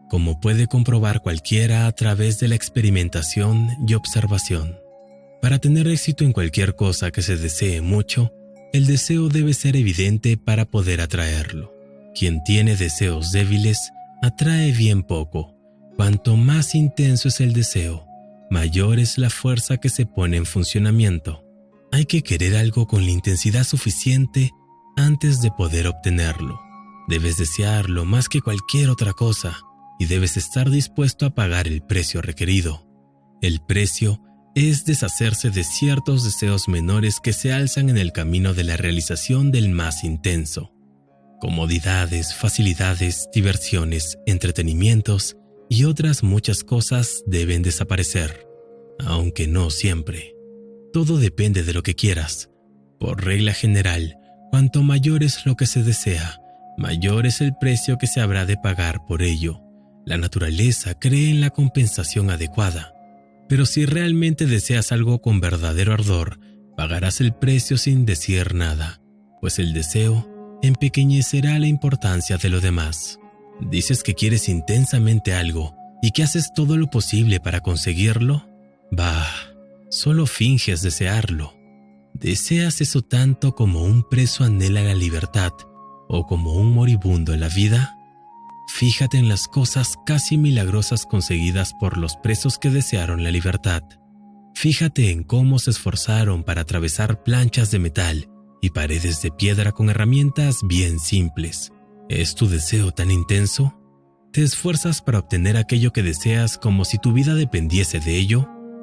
como puede comprobar cualquiera a través de la experimentación y observación. Para tener éxito en cualquier cosa que se desee mucho, el deseo debe ser evidente para poder atraerlo. Quien tiene deseos débiles atrae bien poco. Cuanto más intenso es el deseo, mayor es la fuerza que se pone en funcionamiento. Hay que querer algo con la intensidad suficiente antes de poder obtenerlo. Debes desearlo más que cualquier otra cosa y debes estar dispuesto a pagar el precio requerido. El precio es deshacerse de ciertos deseos menores que se alzan en el camino de la realización del más intenso. Comodidades, facilidades, diversiones, entretenimientos y otras muchas cosas deben desaparecer, aunque no siempre. Todo depende de lo que quieras. Por regla general, cuanto mayor es lo que se desea, mayor es el precio que se habrá de pagar por ello. La naturaleza cree en la compensación adecuada. Pero si realmente deseas algo con verdadero ardor, pagarás el precio sin decir nada, pues el deseo empequeñecerá la importancia de lo demás. ¿Dices que quieres intensamente algo y que haces todo lo posible para conseguirlo? Bah, solo finges desearlo. ¿Deseas eso tanto como un preso anhela la libertad o como un moribundo en la vida? Fíjate en las cosas casi milagrosas conseguidas por los presos que desearon la libertad. Fíjate en cómo se esforzaron para atravesar planchas de metal y paredes de piedra con herramientas bien simples. ¿Es tu deseo tan intenso? ¿Te esfuerzas para obtener aquello que deseas como si tu vida dependiese de ello?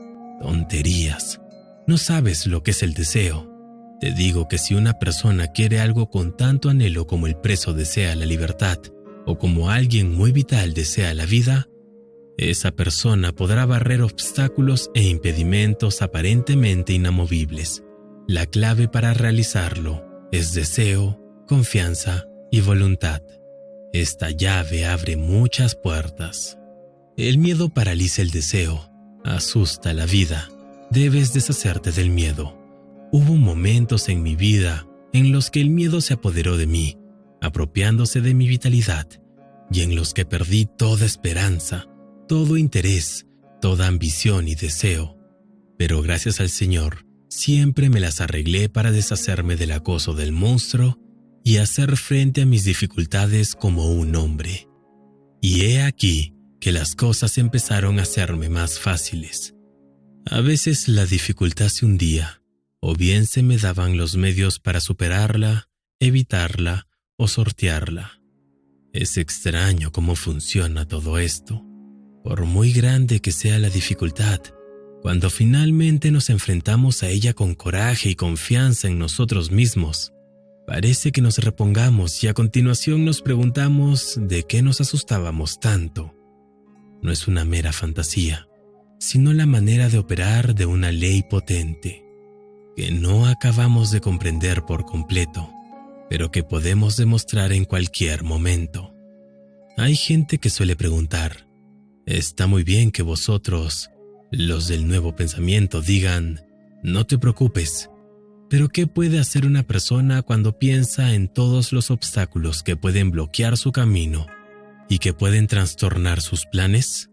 Tonterías. No sabes lo que es el deseo. Te digo que si una persona quiere algo con tanto anhelo como el preso desea la libertad, o como alguien muy vital desea la vida, esa persona podrá barrer obstáculos e impedimentos aparentemente inamovibles. La clave para realizarlo es deseo, confianza y voluntad. Esta llave abre muchas puertas. El miedo paraliza el deseo, asusta la vida. Debes deshacerte del miedo. Hubo momentos en mi vida en los que el miedo se apoderó de mí, apropiándose de mi vitalidad, y en los que perdí toda esperanza, todo interés, toda ambición y deseo. Pero gracias al Señor, siempre me las arreglé para deshacerme del acoso del monstruo y hacer frente a mis dificultades como un hombre. Y he aquí que las cosas empezaron a hacerme más fáciles. A veces la dificultad se hundía, o bien se me daban los medios para superarla, evitarla o sortearla. Es extraño cómo funciona todo esto. Por muy grande que sea la dificultad, cuando finalmente nos enfrentamos a ella con coraje y confianza en nosotros mismos, parece que nos repongamos y a continuación nos preguntamos de qué nos asustábamos tanto. No es una mera fantasía, sino la manera de operar de una ley potente, que no acabamos de comprender por completo, pero que podemos demostrar en cualquier momento. Hay gente que suele preguntar, está muy bien que vosotros, los del nuevo pensamiento, digan, no te preocupes, pero ¿qué puede hacer una persona cuando piensa en todos los obstáculos que pueden bloquear su camino y que pueden trastornar sus planes?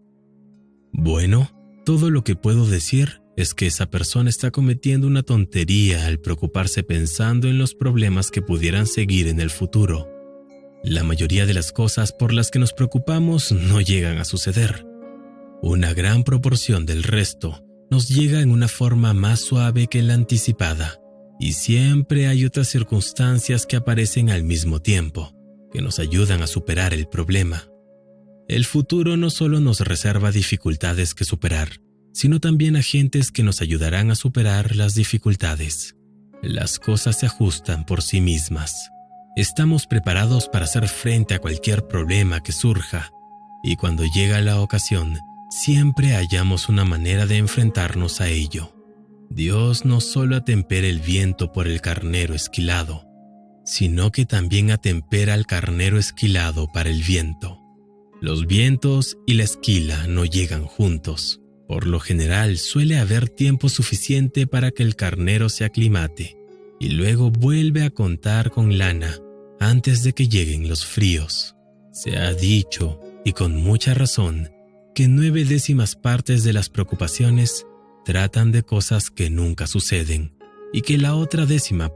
Bueno, todo lo que puedo decir es que esa persona está cometiendo una tontería al preocuparse pensando en los problemas que pudieran seguir en el futuro. La mayoría de las cosas por las que nos preocupamos no llegan a suceder. Una gran proporción del resto nos llega en una forma más suave que la anticipada, y siempre hay otras circunstancias que aparecen al mismo tiempo, que nos ayudan a superar el problema. El futuro no solo nos reserva dificultades que superar, sino también agentes que nos ayudarán a superar las dificultades. Las cosas se ajustan por sí mismas. Estamos preparados para hacer frente a cualquier problema que surja, y cuando llega la ocasión, siempre hallamos una manera de enfrentarnos a ello. Dios no solo atempera el viento por el carnero esquilado, sino que también atempera al carnero esquilado para el viento. Los vientos y la esquila no llegan juntos. Por lo general suele haber tiempo suficiente para que el carnero se aclimate y luego vuelve a contar con lana antes de que lleguen los fríos. Se ha dicho y con mucha razón, que 9/10 partes de las preocupaciones tratan de cosas que nunca suceden, y que la otra 10ª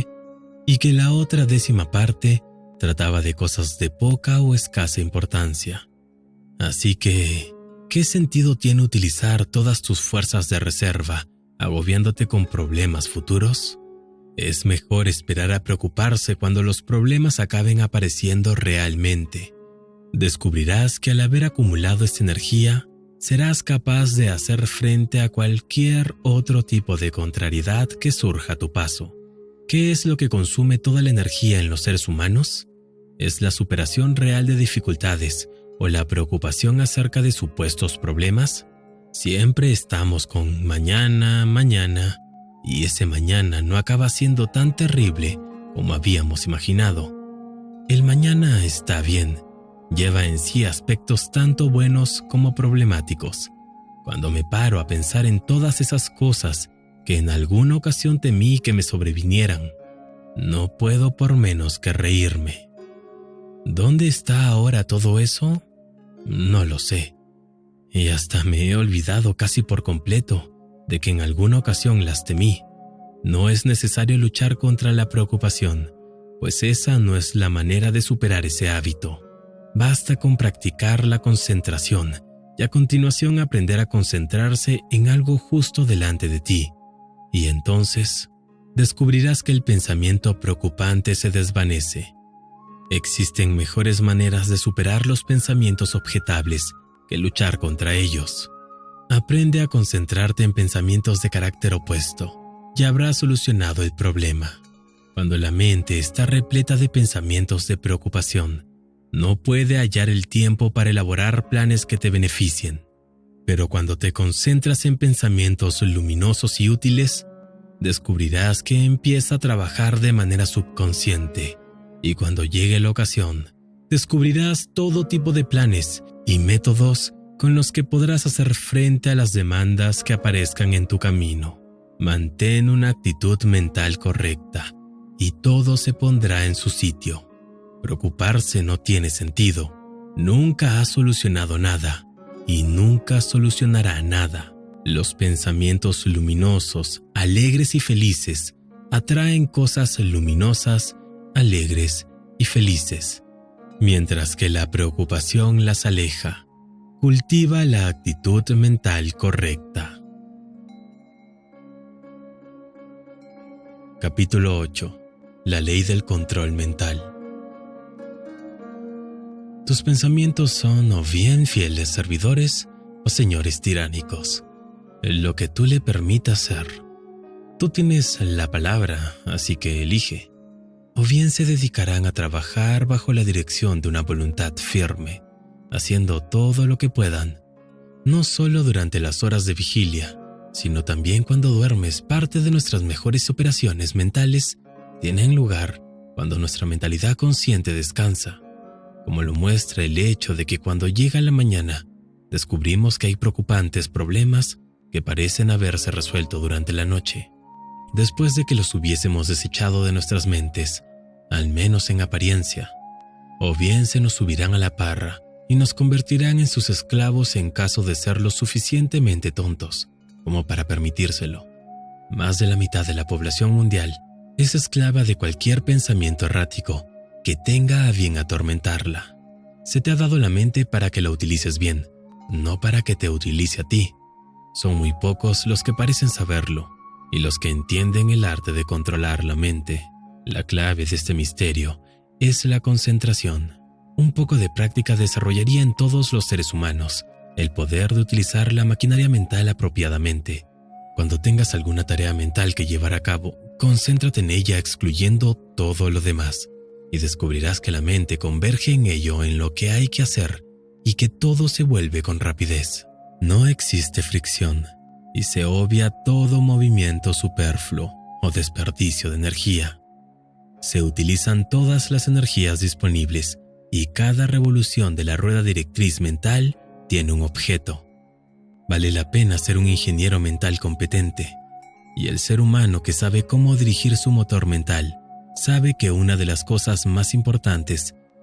parte trataba de cosas de poca o escasa importancia. Así que, ¿qué sentido tiene utilizar todas tus fuerzas de reserva agobiándote con problemas futuros? Es mejor esperar a preocuparse cuando los problemas acaben apareciendo realmente. Descubrirás que al haber acumulado esta energía, serás capaz de hacer frente a cualquier otro tipo de contrariedad que surja a tu paso. ¿Qué es lo que consume toda la energía en los seres humanos? ¿Es la superación real de dificultades o la preocupación acerca de supuestos problemas? Siempre estamos con mañana, y ese mañana no acaba siendo tan terrible como habíamos imaginado. El mañana está bien, lleva en sí aspectos tanto buenos como problemáticos. Cuando me paro a pensar en todas esas cosas que en alguna ocasión temí que me sobrevinieran, no puedo por menos que reírme. ¿Dónde está ahora todo eso? No lo sé. Y hasta me he olvidado casi por completo de que en alguna ocasión las temí. No es necesario luchar contra la preocupación, pues esa no es la manera de superar ese hábito. Basta con practicar la concentración y a continuación aprender a concentrarse en algo justo delante de ti. Y entonces descubrirás que el pensamiento preocupante se desvanece. Existen mejores maneras de superar los pensamientos objetables que luchar contra ellos. Aprende a concentrarte en pensamientos de carácter opuesto y habrás solucionado el problema. Cuando la mente está repleta de pensamientos de preocupación, no puede hallar el tiempo para elaborar planes que te beneficien. Pero cuando te concentras en pensamientos luminosos y útiles, descubrirás que empieza a trabajar de manera subconsciente. Y cuando llegue la ocasión, descubrirás todo tipo de planes y métodos con los que podrás hacer frente a las demandas que aparezcan en tu camino. Mantén una actitud mental correcta y todo se pondrá en su sitio. Preocuparse no tiene sentido. Nunca ha solucionado nada y nunca solucionará nada. Los pensamientos luminosos, alegres y felices atraen cosas luminosas, alegres y felices, mientras que la preocupación las aleja. Cultiva la actitud mental correcta. Capítulo 8. La ley del control mental. Tus pensamientos son o bien fieles servidores o señores tiránicos. Lo que tú le permitas ser. Tú tienes la palabra, así que elige. O bien se dedicarán a trabajar bajo la dirección de una voluntad firme, haciendo todo lo que puedan, no solo durante las horas de vigilia, sino también cuando duermes. Parte de nuestras mejores operaciones mentales tienen lugar cuando nuestra mentalidad consciente descansa, como lo muestra el hecho de que cuando llega la mañana, descubrimos que hay preocupantes problemas que parecen haberse resuelto durante la noche, después de que los hubiésemos desechado de nuestras mentes, al menos en apariencia. O bien se nos subirán a la parra y nos convertirán en sus esclavos en caso de ser lo suficientemente tontos como para permitírselo. Más de la mitad de la población mundial es esclava de cualquier pensamiento errático que tenga a bien atormentarla. Se te ha dado la mente para que la utilices bien, no para que te utilice a ti. Son muy pocos los que parecen saberlo y los que entienden el arte de controlar la mente. La clave de este misterio es la concentración. Un poco de práctica desarrollaría en todos los seres humanos el poder de utilizar la maquinaria mental apropiadamente. Cuando tengas alguna tarea mental que llevar a cabo, concéntrate en ella excluyendo todo lo demás y descubrirás que la mente converge en ello, en lo que hay que hacer, y que todo se vuelve con rapidez. No existe fricción y se obvia todo movimiento superfluo o desperdicio de energía. Se utilizan todas las energías disponibles y cada revolución de la rueda directriz mental tiene un objeto. Vale la pena ser un ingeniero mental competente, y el ser humano que sabe cómo dirigir su motor mental sabe que una de las cosas más importantes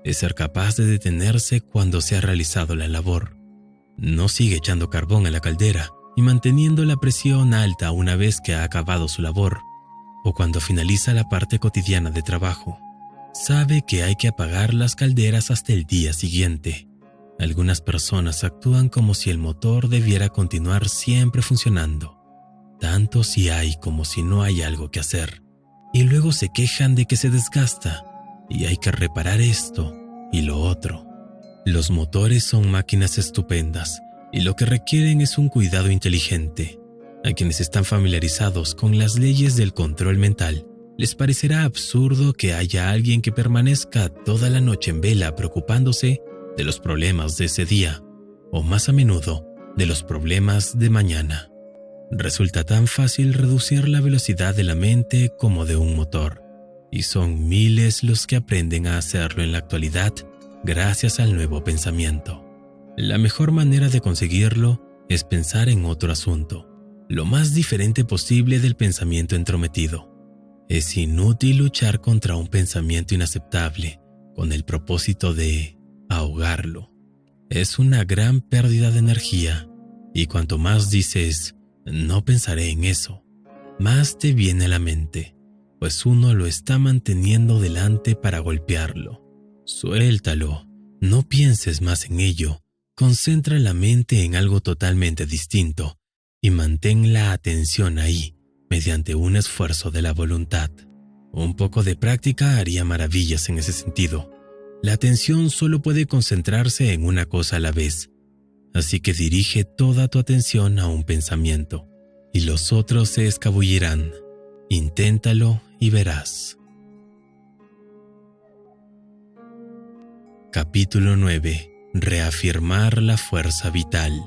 es ser capaz de detenerse cuando se ha realizado la labor. No sigue echando carbón a la caldera y manteniendo la presión alta una vez que ha acabado su labor, o cuando finaliza la parte cotidiana de trabajo. Sabe que hay que apagar las calderas hasta el día siguiente. Algunas personas actúan como si el motor debiera continuar siempre funcionando, tanto si hay como si no hay algo que hacer, y luego se quejan de que se desgasta y hay que reparar esto y lo otro. Los motores son máquinas estupendas y lo que requieren es un cuidado inteligente. A quienes están familiarizados con las leyes del control mental, les parecerá absurdo que haya alguien que permanezca toda la noche en vela preocupándose de los problemas de ese día, o más a menudo, de los problemas de mañana. Resulta tan fácil reducir la velocidad de la mente como de un motor, y son miles los que aprenden a hacerlo en la actualidad gracias al nuevo pensamiento. La mejor manera de conseguirlo es pensar en otro asunto, lo más diferente posible del pensamiento entrometido. Es inútil luchar contra un pensamiento inaceptable con el propósito de ahogarlo. Es una gran pérdida de energía, y cuanto más dices, no pensaré en eso, más te viene a la mente, pues uno lo está manteniendo delante para golpearlo. Suéltalo, no pienses más en ello, concentra la mente en algo totalmente distinto y mantén la atención ahí, mediante un esfuerzo de la voluntad. Un poco de práctica haría maravillas en ese sentido. La atención solo puede concentrarse en una cosa a la vez, así que dirige toda tu atención a un pensamiento, y los otros se escabullirán. Inténtalo y verás. Capítulo 9. Reafirmar la fuerza vital.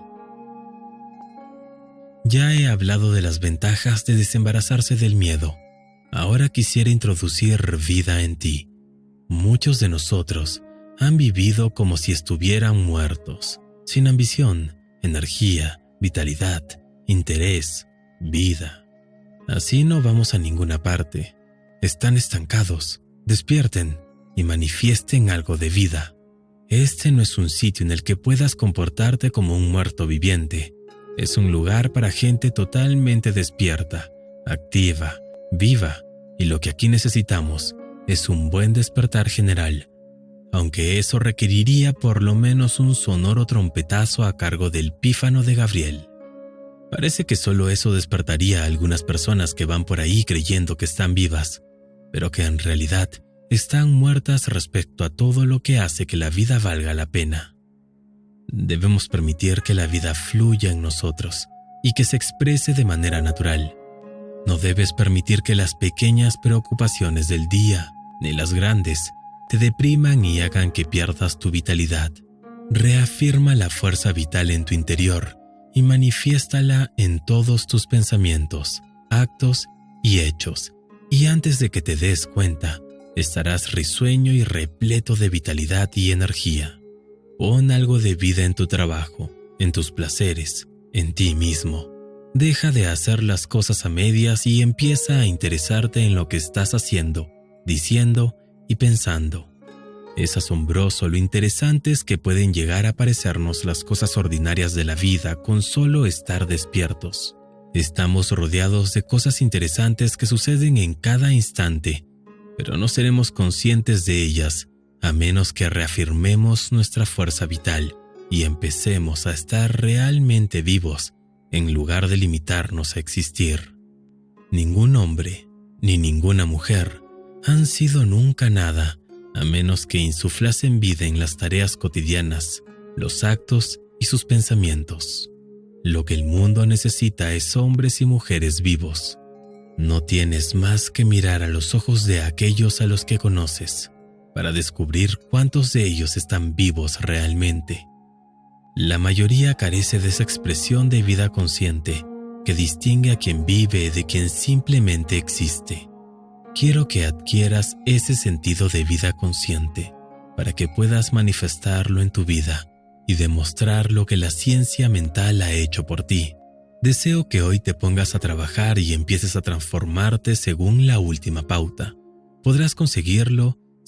Ya he hablado de las ventajas de desembarazarse del miedo. Ahora quisiera introducir vida en ti. Muchos de nosotros han vivido como si estuvieran muertos, sin ambición, energía, vitalidad, interés, vida. Así no vamos a ninguna parte. Están estancados. Despierten y manifiesten algo de vida. Este no es un sitio en el que puedas comportarte como un muerto viviente. Es un lugar para gente totalmente despierta, activa, viva, y lo que aquí necesitamos es un buen despertar general, aunque eso requeriría por lo menos un sonoro trompetazo a cargo del pífano de Gabriel. Parece que solo eso despertaría a algunas personas que van por ahí creyendo que están vivas, pero que en realidad están muertas respecto a todo lo que hace que la vida valga la pena. Debemos permitir que la vida fluya en nosotros y que se exprese de manera natural. No debes permitir que las pequeñas preocupaciones del día, ni las grandes, te depriman y hagan que pierdas tu vitalidad. Reafirma la fuerza vital en tu interior y manifiéstala en todos tus pensamientos, actos y hechos, y antes de que te des cuenta, estarás risueño y repleto de vitalidad y energía. Pon algo de vida en tu trabajo, en tus placeres, en ti mismo. Deja de hacer las cosas a medias y empieza a interesarte en lo que estás haciendo, diciendo y pensando. Es asombroso lo interesantes que pueden llegar a parecernos las cosas ordinarias de la vida con solo estar despiertos. Estamos rodeados de cosas interesantes que suceden en cada instante, pero no seremos conscientes de ellas a menos que reafirmemos nuestra fuerza vital y empecemos a estar realmente vivos en lugar de limitarnos a existir. Ningún hombre ni ninguna mujer han sido nunca nada a menos que insuflasen vida en las tareas cotidianas, los actos y sus pensamientos. Lo que el mundo necesita es hombres y mujeres vivos. No tienes más que mirar a los ojos de aquellos a los que conoces para descubrir cuántos de ellos están vivos realmente. La mayoría carece de esa expresión de vida consciente que distingue a quien vive de quien simplemente existe. Quiero que adquieras ese sentido de vida consciente para que puedas manifestarlo en tu vida y demostrar lo que la ciencia mental ha hecho por ti. Deseo que hoy te pongas a trabajar y empieces a transformarte según la última pauta. Podrás conseguirlo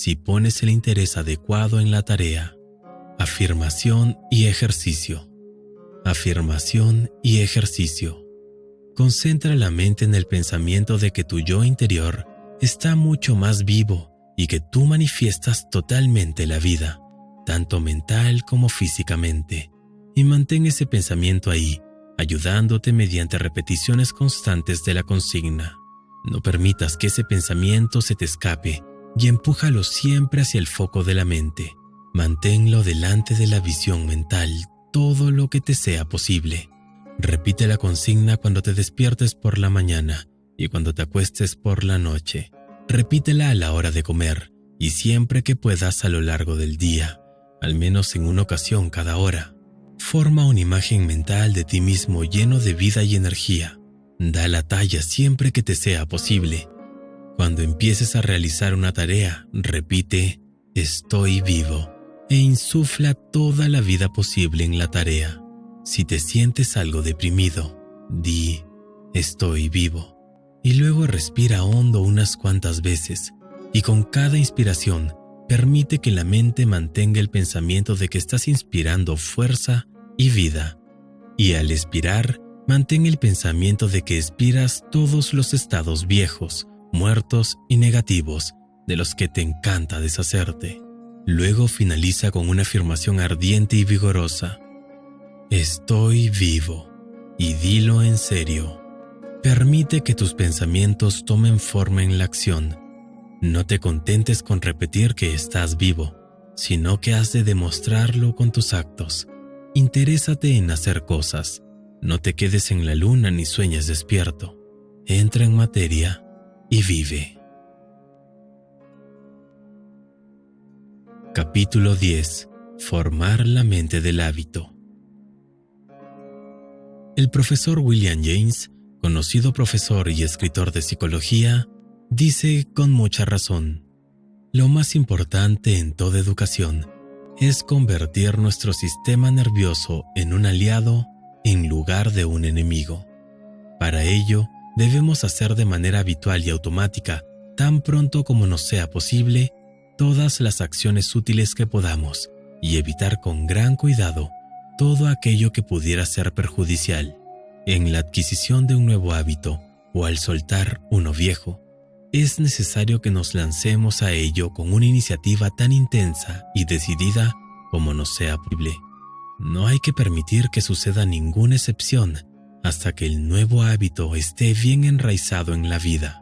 si pones el interés adecuado en la tarea. Afirmación y ejercicio. Afirmación y ejercicio. Concentra la mente en el pensamiento de que tu yo interior está mucho más vivo y que tú manifiestas totalmente la vida, tanto mental como físicamente, y mantén ese pensamiento ahí, ayudándote mediante repeticiones constantes de la consigna. No permitas que ese pensamiento se te escape y empújalo siempre hacia el foco de la mente. Manténlo delante de la visión mental todo lo que te sea posible. Repite la consigna cuando te despiertes por la mañana y cuando te acuestes por la noche. Repítela a la hora de comer y siempre que puedas a lo largo del día, al menos en una ocasión cada hora. Forma una imagen mental de ti mismo lleno de vida y energía. Da la talla siempre que te sea posible. Cuando empieces a realizar una tarea, repite «Estoy vivo» e insufla toda la vida posible en la tarea. Si te sientes algo deprimido, di «Estoy vivo» y luego respira hondo unas cuantas veces y con cada inspiración permite que la mente mantenga el pensamiento de que estás inspirando fuerza y vida. Y al expirar, mantén el pensamiento de que expiras todos los estados viejos, muertos y negativos de los que te encanta deshacerte. Luego finaliza con una afirmación ardiente y vigorosa. Estoy vivo. Y dilo en serio. Permite que tus pensamientos tomen forma en la acción. No te contentes con repetir que estás vivo, sino que has de demostrarlo con tus actos. Interésate en hacer cosas. No te quedes en la luna ni sueñes despierto. Entra en materia y vive. Capítulo 10. Formar la mente del hábito. El profesor William James, conocido profesor y escritor de psicología, dice con mucha razón: lo más importante en toda educación es convertir nuestro sistema nervioso en un aliado en lugar de un enemigo. Para ello, debemos hacer de manera habitual y automática, tan pronto como nos sea posible, todas las acciones útiles que podamos y evitar con gran cuidado todo aquello que pudiera ser perjudicial. En la adquisición de un nuevo hábito o al soltar uno viejo, es necesario que nos lancemos a ello con una iniciativa tan intensa y decidida como nos sea posible. No hay que permitir que suceda ninguna excepción hasta que el nuevo hábito esté bien enraizado en la vida.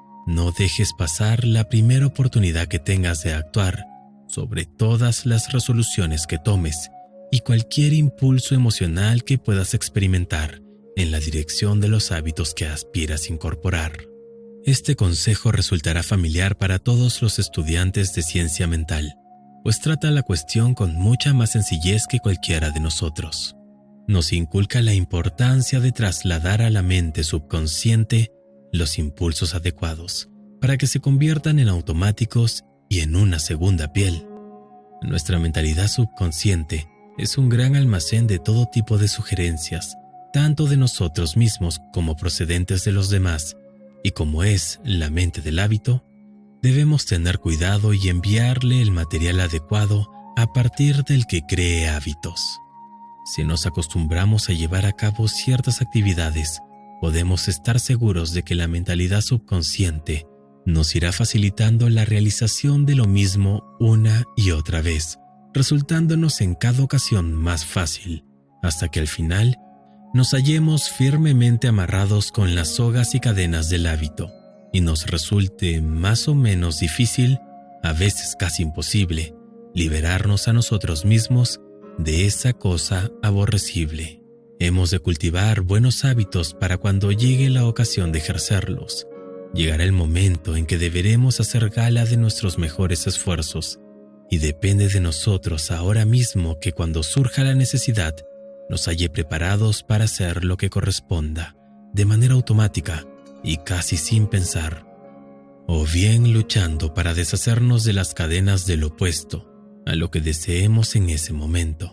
No dejes pasar la primera oportunidad que tengas de actuar sobre todas las resoluciones que tomes y cualquier impulso emocional que puedas experimentar en la dirección de los hábitos que aspiras incorporar. Este consejo resultará familiar para todos los estudiantes de ciencia mental, pues trata la cuestión con mucha más sencillez que cualquiera de nosotros. Nos inculca la importancia de trasladar a la mente subconsciente los impulsos adecuados para que se conviertan en automáticos y en una segunda piel. Nuestra mentalidad subconsciente es un gran almacén de todo tipo de sugerencias, tanto de nosotros mismos como procedentes de los demás, y como es la mente del hábito, debemos tener cuidado y enviarle el material adecuado a partir del que cree hábitos. Si nos acostumbramos a llevar a cabo ciertas actividades, podemos estar seguros de que la mentalidad subconsciente nos irá facilitando la realización de lo mismo una y otra vez, resultándonos en cada ocasión más fácil, hasta que al final nos hallemos firmemente amarrados con las sogas y cadenas del hábito, y nos resulte más o menos difícil, a veces casi imposible, liberarnos a nosotros mismos de esa cosa aborrecible. Hemos de cultivar buenos hábitos para cuando llegue la ocasión de ejercerlos. Llegará el momento en que deberemos hacer gala de nuestros mejores esfuerzos, y depende de nosotros ahora mismo que cuando surja la necesidad, nos halle preparados para hacer lo que corresponda, de manera automática y casi sin pensar, o bien luchando para deshacernos de las cadenas del opuesto a lo que deseemos en ese momento.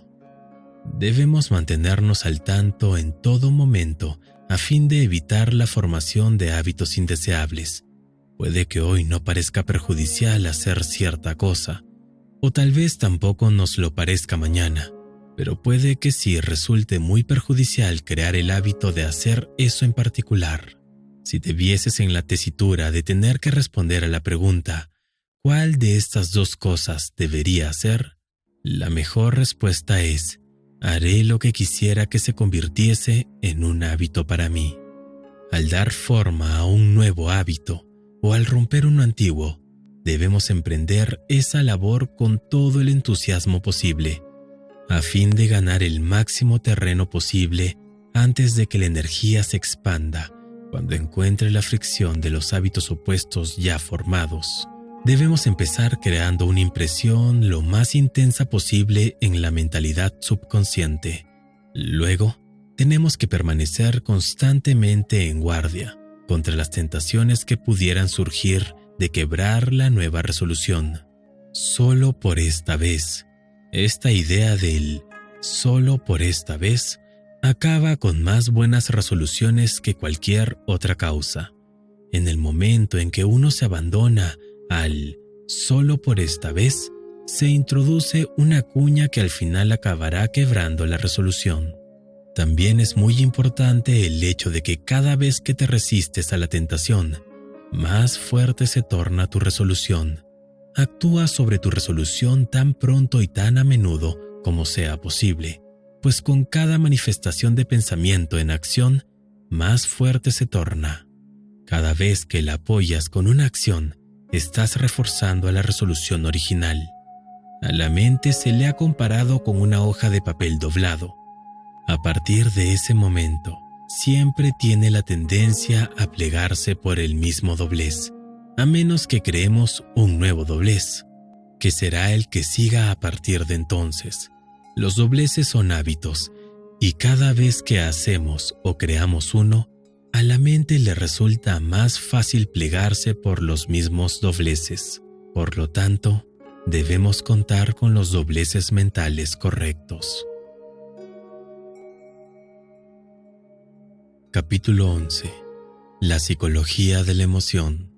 Debemos mantenernos al tanto en todo momento a fin de evitar la formación de hábitos indeseables. Puede que hoy no parezca perjudicial hacer cierta cosa, o tal vez tampoco nos lo parezca mañana, pero puede que sí resulte muy perjudicial crear el hábito de hacer eso en particular. Si te vieses en la tesitura de tener que responder a la pregunta ¿cuál de estas dos cosas debería hacer? La mejor respuesta es haré lo que quisiera que se convirtiese en un hábito para mí. Al dar forma a un nuevo hábito o al romper uno antiguo, debemos emprender esa labor con todo el entusiasmo posible, a fin de ganar el máximo terreno posible antes de que la energía se expanda. Cuando encuentre la fricción de los hábitos opuestos ya formados, debemos empezar creando una impresión lo más intensa posible en la mentalidad subconsciente. Luego, tenemos que permanecer constantemente en guardia contra las tentaciones que pudieran surgir de quebrar la nueva resolución. Solo por esta vez. Esta idea del solo por esta vez acaba con más buenas resoluciones que cualquier otra causa. En el momento en que uno se abandona al solo por esta vez, se introduce una cuña que al final acabará quebrando la resolución. También es muy importante el hecho de que cada vez que te resistes a la tentación, más fuerte se torna tu resolución. Actúa sobre tu resolución tan pronto y tan a menudo como sea posible, pues con cada manifestación de pensamiento en acción, más fuerte se torna. Cada vez que la apoyas con una acción, estás reforzando a la resolución original. A la mente se le ha comparado con una hoja de papel doblado. A partir de ese momento, siempre tiene la tendencia a plegarse por el mismo doblez, a menos que creemos un nuevo doblez, que será el que siga a partir de entonces. Los dobleces son hábitos, y cada vez que hacemos o creamos uno, a la mente le resulta más fácil plegarse por los mismos dobleces. Por lo tanto, debemos contar con los dobleces mentales correctos. Capítulo 11. La psicología de la emoción.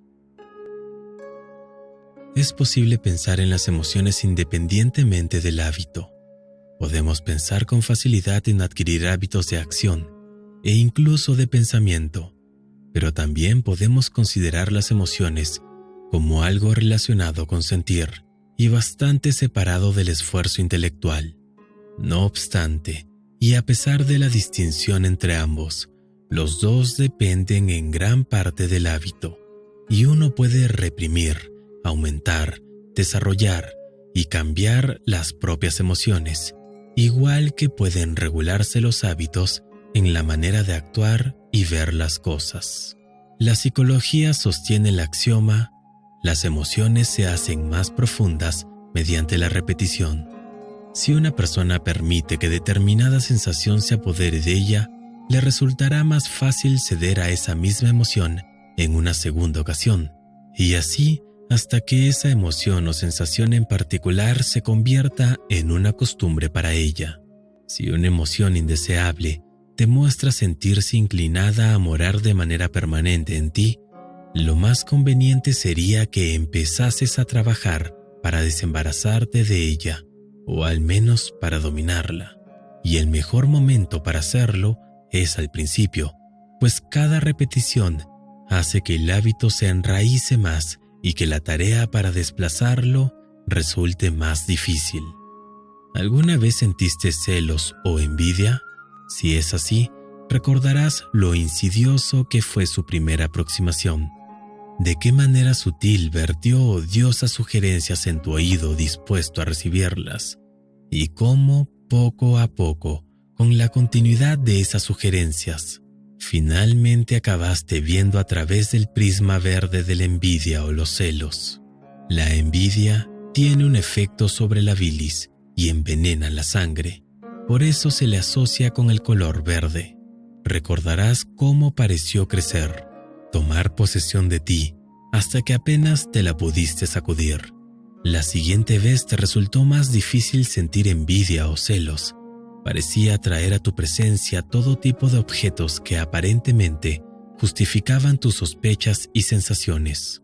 Es posible pensar en las emociones independientemente del hábito. Podemos pensar con facilidad en adquirir hábitos de acción e incluso de pensamiento, pero también podemos considerar las emociones como algo relacionado con sentir y bastante separado del esfuerzo intelectual. No obstante, y a pesar de la distinción entre ambos, los dos dependen en gran parte del hábito, y uno puede reprimir, aumentar, desarrollar y cambiar las propias emociones, igual que pueden regularse los hábitos en la manera de actuar y ver las cosas. La psicología sostiene el axioma: las emociones se hacen más profundas mediante la repetición. Si una persona permite que determinada sensación se apodere de ella, le resultará más fácil ceder a esa misma emoción en una segunda ocasión, y así hasta que esa emoción o sensación en particular se convierta en una costumbre para ella. Si una emoción indeseable te muestra sentirse inclinada a morar de manera permanente en ti, lo más conveniente sería que empezases a trabajar para desembarazarte de ella, o al menos para dominarla. Y el mejor momento para hacerlo es al principio, pues cada repetición hace que el hábito se enraíce más y que la tarea para desplazarlo resulte más difícil. ¿Alguna vez sentiste celos o envidia? Si es así, recordarás lo insidioso que fue su primera aproximación. De qué manera sutil vertió odiosas sugerencias en tu oído dispuesto a recibirlas, y cómo, poco a poco, con la continuidad de esas sugerencias, finalmente acabaste viendo a través del prisma verde de la envidia o los celos. La envidia tiene un efecto sobre la bilis y envenena la sangre. Por eso se le asocia con el color verde. Recordarás cómo pareció crecer, tomar posesión de ti, hasta que apenas te la pudiste sacudir. La siguiente vez te resultó más difícil sentir envidia o celos. Parecía atraer a tu presencia todo tipo de objetos que aparentemente justificaban tus sospechas y sensaciones.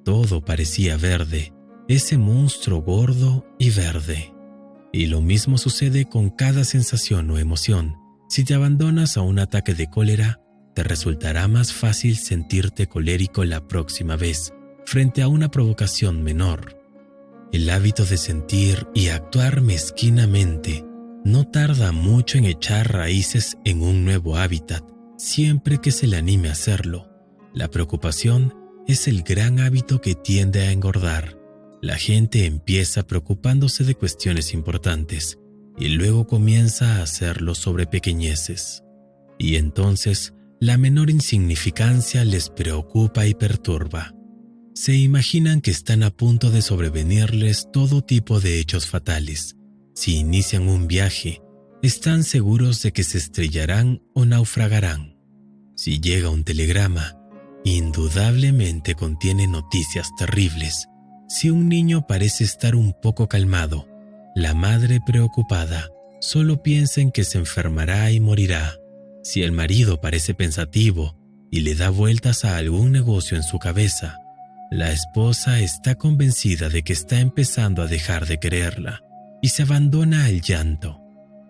todo parecía verde, ese monstruo gordo y verde. Y lo mismo sucede con cada sensación o emoción. Si te abandonas a un ataque de cólera, te resultará más fácil sentirte colérico la próxima vez, frente a una provocación menor. El hábito de sentir y actuar mezquinamente no tarda mucho en echar raíces en un nuevo hábitat, siempre que se le anime a hacerlo. La preocupación es el gran hábito que tiende a engordar. La gente empieza preocupándose de cuestiones importantes y luego comienza a hacerlo sobre pequeñeces. Y entonces, la menor insignificancia les preocupa y perturba. Se imaginan que están a punto de sobrevenirles todo tipo de hechos fatales. Si inician un viaje, están seguros de que se estrellarán o naufragarán. Si llega un telegrama, indudablemente contiene noticias terribles. Si un niño parece estar un poco calmado, la madre preocupada solo piensa en que se enfermará y morirá. Si el marido parece pensativo y le da vueltas a algún negocio en su cabeza, la esposa está convencida de que está empezando a dejar de quererla y se abandona al llanto.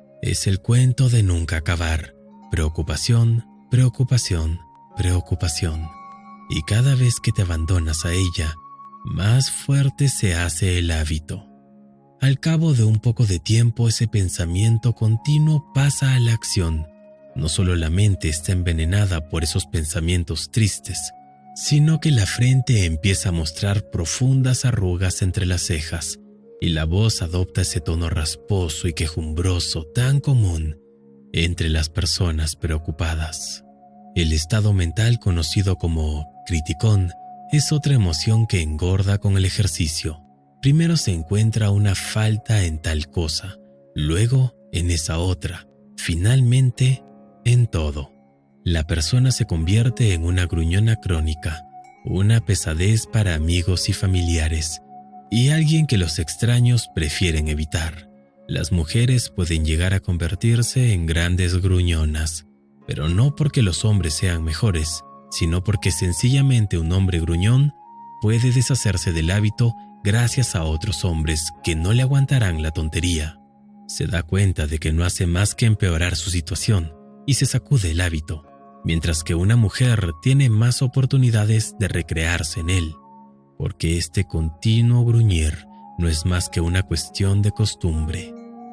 Es el cuento de nunca acabar. Preocupación, preocupación, preocupación. Y cada vez que te abandonas a ella, más fuerte se hace el hábito. Al cabo de un poco de tiempo, ese pensamiento continuo pasa a la acción. No solo la mente está envenenada por esos pensamientos tristes, sino que la frente empieza a mostrar profundas arrugas entre las cejas y la voz adopta ese tono rasposo y quejumbroso tan común entre las personas preocupadas. El estado mental conocido como criticón es otra emoción que engorda con el ejercicio. Primero se encuentra una falta en tal cosa, luego en esa otra, finalmente en todo. La persona se convierte en una gruñona crónica, una pesadez para amigos y familiares, y alguien que los extraños prefieren evitar. Las mujeres pueden llegar a convertirse en grandes gruñonas, pero no porque los hombres sean mejores, sino porque sencillamente un hombre gruñón puede deshacerse del hábito gracias a otros hombres que no le aguantarán la tontería. Se da cuenta de que no hace más que empeorar su situación y se sacude el hábito, mientras que una mujer tiene más oportunidades de recrearse en él, porque este continuo gruñir no es más que una cuestión de costumbre.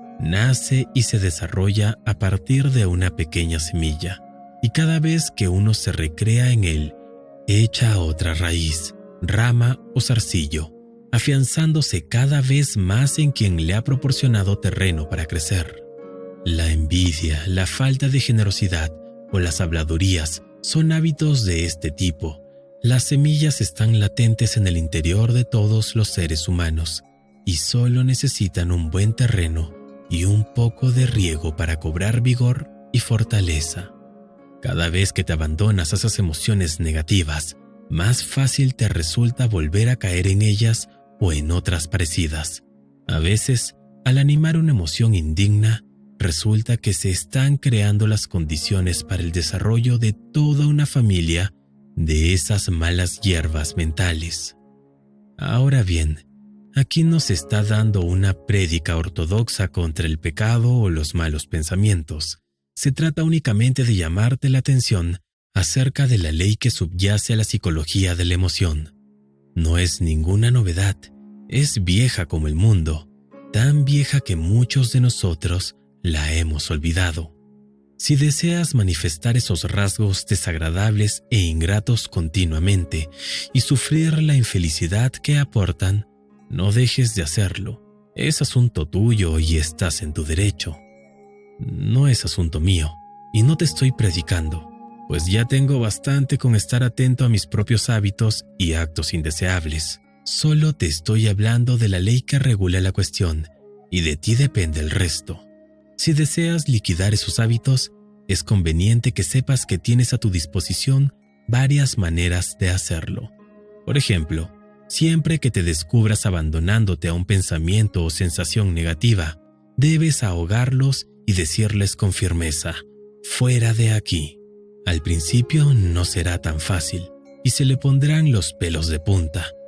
Nace y se desarrolla a partir de una pequeña semilla, y cada vez que uno se recrea en él, echa otra raíz, rama o zarcillo, afianzándose cada vez más en quien le ha proporcionado terreno para crecer. La envidia, la falta de generosidad o las habladurías son hábitos de este tipo. Las semillas están latentes en el interior de todos los seres humanos y solo necesitan un buen terreno y un poco de riego para cobrar vigor y fortaleza. Cada vez que te abandonas a esas emociones negativas, más fácil te resulta volver a caer en ellas o en otras parecidas. A veces, al animar una emoción indigna, resulta que se están creando las condiciones para el desarrollo de toda una familia de esas malas hierbas mentales. Ahora bien, aquí no se está dando una prédica ortodoxa contra el pecado o los malos pensamientos. Se trata únicamente de llamarte la atención acerca de la ley que subyace a la psicología de la emoción. No es ninguna novedad, es vieja como el mundo, tan vieja que muchos de nosotros la hemos olvidado. Si deseas manifestar esos rasgos desagradables e ingratos continuamente y sufrir la infelicidad que aportan, no dejes de hacerlo. Es asunto tuyo y estás en tu derecho. No es asunto mío, y no te estoy predicando, pues ya tengo bastante con estar atento a mis propios hábitos y actos indeseables. Solo te estoy hablando de la ley que regula la cuestión, y de ti depende el resto. Si deseas liquidar esos hábitos, es conveniente que sepas que tienes a tu disposición varias maneras de hacerlo. Por ejemplo, siempre que te descubras abandonándote a un pensamiento o sensación negativa, debes ahogarlos y decirles con firmeza: fuera de aquí. Al principio no será tan fácil y se le pondrán los pelos de punta,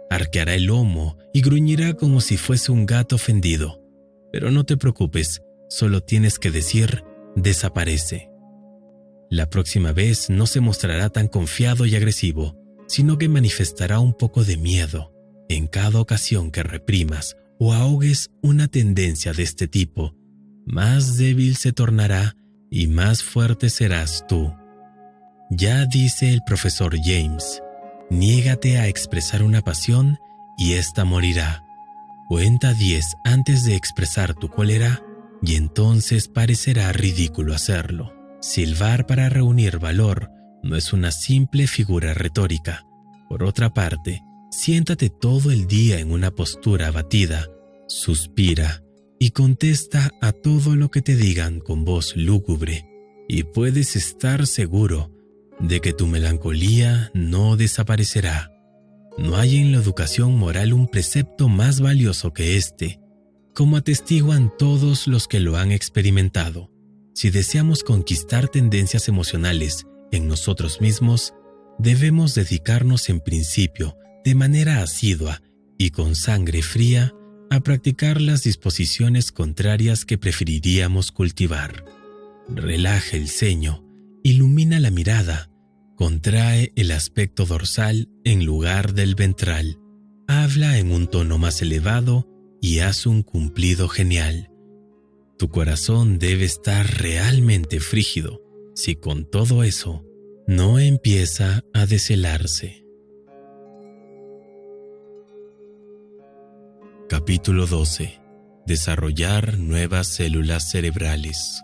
arqueará el lomo y gruñirá como si fuese un gato ofendido. Pero no te preocupes, solo tienes que decir «desaparece». La próxima vez no se mostrará tan confiado y agresivo, sino que manifestará un poco de miedo en cada ocasión que reprimas o ahogues una tendencia de este tipo. Más débil se tornará y más fuerte serás tú. Ya dice el profesor James, niégate a expresar una pasión y ésta morirá. Cuenta 10 antes de expresar tu cólera y entonces parecerá ridículo hacerlo. Silbar para reunir valor no es una simple figura retórica. Por otra parte, siéntate todo el día en una postura abatida, suspira y contesta a todo lo que te digan con voz lúgubre, y puedes estar seguro de que tu melancolía no desaparecerá. No hay en la educación moral un precepto más valioso que este, como atestiguan todos los que lo han experimentado. Si deseamos conquistar tendencias emocionales en nosotros mismos, debemos dedicarnos en principio, de manera asidua y con sangre fría, a practicar las disposiciones contrarias que preferiríamos cultivar. Relaja el ceño, ilumina la mirada, contrae el aspecto dorsal en lugar del ventral, habla en un tono más elevado y haz un cumplido genial. Tu corazón debe estar realmente frígido si con todo eso no empieza a deshelarse. Capítulo 12. Desarrollar nuevas células cerebrales.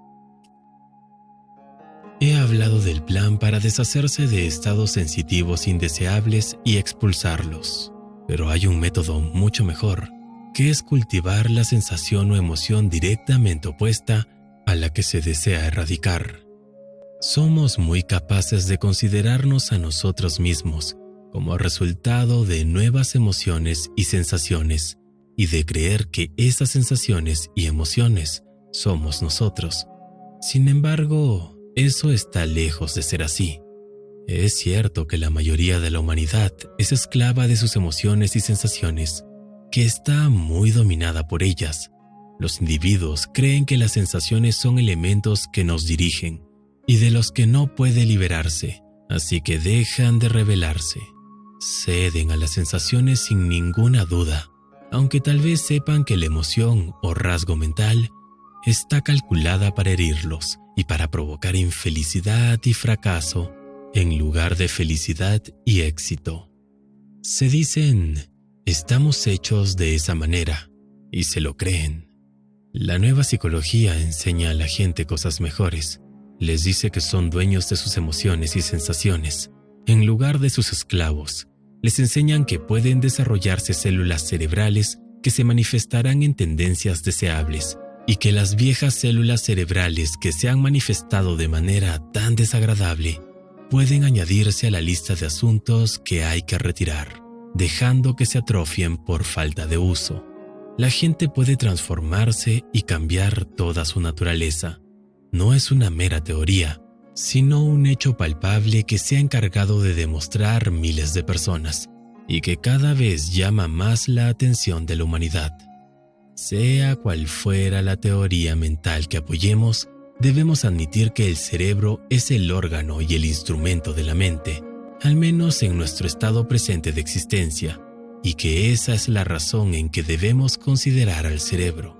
He hablado del plan para deshacerse de estados sensitivos indeseables y expulsarlos, pero hay un método mucho mejor, que es cultivar la sensación o emoción directamente opuesta a la que se desea erradicar. Somos muy capaces de considerarnos a nosotros mismos como resultado de nuevas emociones y sensaciones, y de creer que esas sensaciones y emociones somos nosotros. Sin embargo, eso está lejos de ser así. Es cierto que la mayoría de la humanidad es esclava de sus emociones y sensaciones, que está muy dominada por ellas. Los individuos creen que las sensaciones son elementos que nos dirigen y de los que no puede liberarse, así que dejan de rebelarse. Ceden a las sensaciones sin ninguna duda, aunque tal vez sepan que la emoción o rasgo mental está calculada para herirlos y para provocar infelicidad y fracaso en lugar de felicidad y éxito. Se dicen, estamos hechos de esa manera, y se lo creen. La nueva psicología enseña a la gente cosas mejores. Les dice que son dueños de sus emociones y sensaciones, en lugar de sus esclavos. Les enseñan que pueden desarrollarse células cerebrales que se manifestarán en tendencias deseables, y que las viejas células cerebrales que se han manifestado de manera tan desagradable pueden añadirse a la lista de asuntos que hay que retirar, dejando que se atrofien por falta de uso. La gente puede transformarse y cambiar toda su naturaleza. No es una mera teoría, sino un hecho palpable que se ha encargado de demostrar miles de personas y que cada vez llama más la atención de la humanidad. Sea cual fuera la teoría mental que apoyemos, debemos admitir que el cerebro es el órgano y el instrumento de la mente, al menos en nuestro estado presente de existencia, y que esa es la razón en que debemos considerar al cerebro.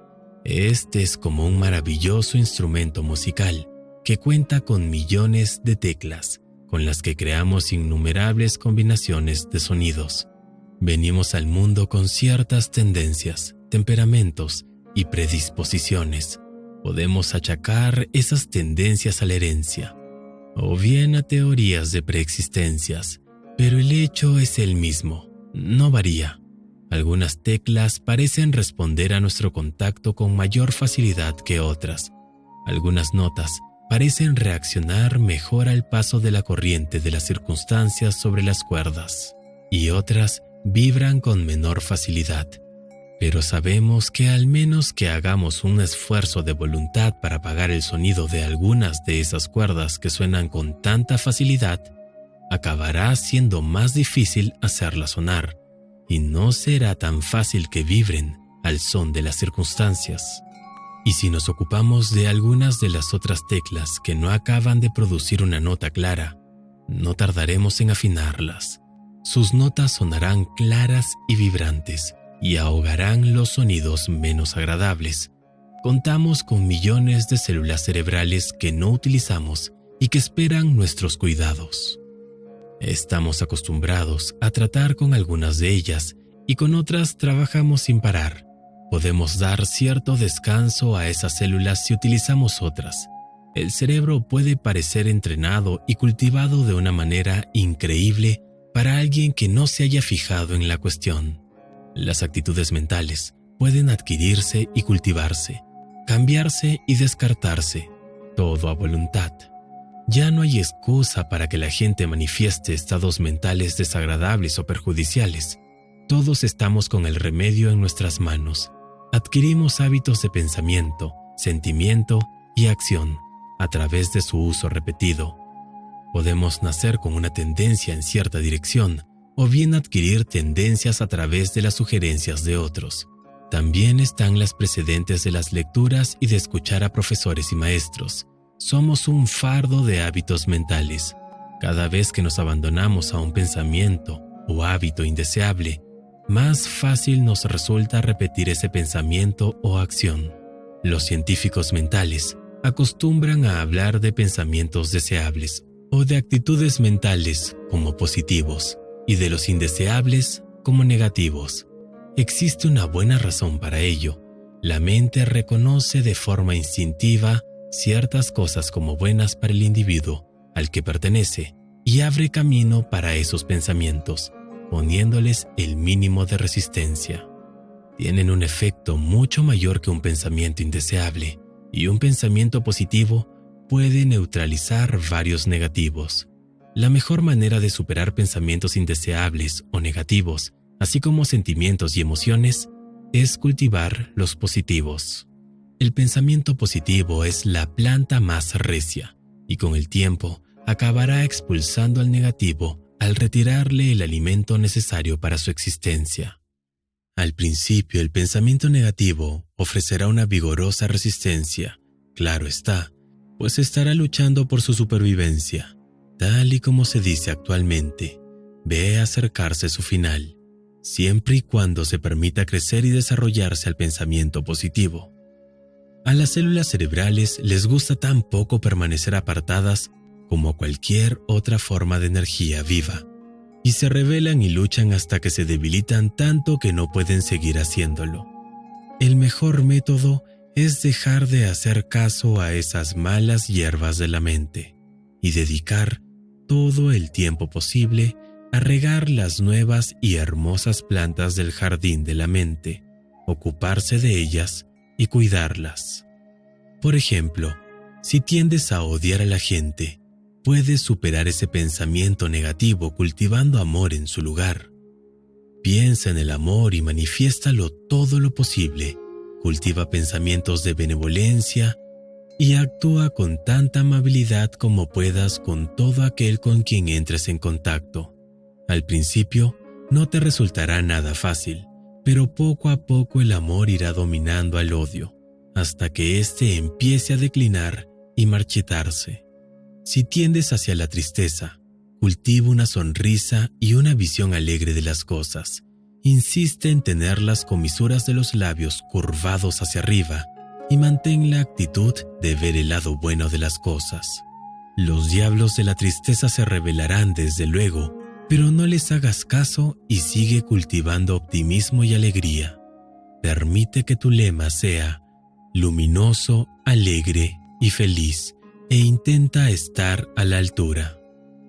Este es como un maravilloso instrumento musical que cuenta con millones de teclas, con las que creamos innumerables combinaciones de sonidos. Venimos al mundo con ciertas tendencias, temperamentos y predisposiciones. Podemos achacar esas tendencias a la herencia, o bien a teorías de preexistencias, pero el hecho es el mismo, no varía. Algunas teclas parecen responder a nuestro contacto con mayor facilidad que otras. Algunas notas parecen reaccionar mejor al paso de la corriente de las circunstancias sobre las cuerdas, y otras vibran con menor facilidad. Pero sabemos que al menos que hagamos un esfuerzo de voluntad para apagar el sonido de algunas de esas cuerdas que suenan con tanta facilidad, acabará siendo más difícil hacerlas sonar, y no será tan fácil que vibren al son de las circunstancias. Y si nos ocupamos de algunas de las otras teclas que no acaban de producir una nota clara, no tardaremos en afinarlas. Sus notas sonarán claras y vibrantes y ahogarán los sonidos menos agradables. Contamos con millones de células cerebrales que no utilizamos y que esperan nuestros cuidados. Estamos acostumbrados a tratar con algunas de ellas y con otras trabajamos sin parar. Podemos dar cierto descanso a esas células si utilizamos otras. El cerebro puede parecer entrenado y cultivado de una manera increíble para alguien que no se haya fijado en la cuestión. Las actitudes mentales pueden adquirirse y cultivarse, cambiarse y descartarse, todo a voluntad. Ya no hay excusa para que la gente manifieste estados mentales desagradables o perjudiciales. Todos estamos con el remedio en nuestras manos. Adquirimos hábitos de pensamiento, sentimiento y acción a través de su uso repetido. Podemos nacer con una tendencia en cierta dirección o bien adquirir tendencias a través de las sugerencias de otros. También están las precedentes de las lecturas y de escuchar a profesores y maestros. Somos un fardo de hábitos mentales. Cada vez que nos abandonamos a un pensamiento o hábito indeseable, más fácil nos resulta repetir ese pensamiento o acción. Los científicos mentales acostumbran a hablar de pensamientos deseables o de actitudes mentales como positivos y de los indeseables como negativos. Existe una buena razón para ello. La mente reconoce de forma instintiva ciertas cosas como buenas para el individuo al que pertenece y abre camino para esos pensamientos, poniéndoles el mínimo de resistencia. Tienen un efecto mucho mayor que un pensamiento indeseable, y un pensamiento positivo puede neutralizar varios negativos. La mejor manera de superar pensamientos indeseables o negativos, así como sentimientos y emociones, es cultivar los positivos. El pensamiento positivo es la planta más recia, y con el tiempo acabará expulsando al negativo al retirarle el alimento necesario para su existencia. Al principio, el pensamiento negativo ofrecerá una vigorosa resistencia, claro está, pues estará luchando por su supervivencia. Tal y como se dice actualmente, ve a acercarse su final, siempre y cuando se permita crecer y desarrollarse al pensamiento positivo. A las células cerebrales les gusta tan poco permanecer apartadas como cualquier otra forma de energía viva, y se rebelan y luchan hasta que se debilitan tanto que no pueden seguir haciéndolo. El mejor método es dejar de hacer caso a esas malas hierbas de la mente y dedicar todo el tiempo posible a regar las nuevas y hermosas plantas del jardín de la mente, ocuparse de ellas y cuidarlas. Por ejemplo, si tiendes a odiar a la gente, puedes superar ese pensamiento negativo cultivando amor en su lugar. Piensa en el amor y manifiéstalo todo lo posible. Cultiva pensamientos de benevolencia y actúa con tanta amabilidad como puedas con todo aquel con quien entres en contacto. Al principio, no te resultará nada fácil, pero poco a poco el amor irá dominando al odio, hasta que éste empiece a declinar y marchitarse. Si tiendes hacia la tristeza, cultiva una sonrisa y una visión alegre de las cosas. Insiste en tener las comisuras de los labios curvados hacia arriba y mantén la actitud de ver el lado bueno de las cosas. Los diablos de la tristeza se rebelarán desde luego, pero no les hagas caso y sigue cultivando optimismo y alegría. Permite que tu lema sea luminoso, alegre y feliz, e intenta estar a la altura.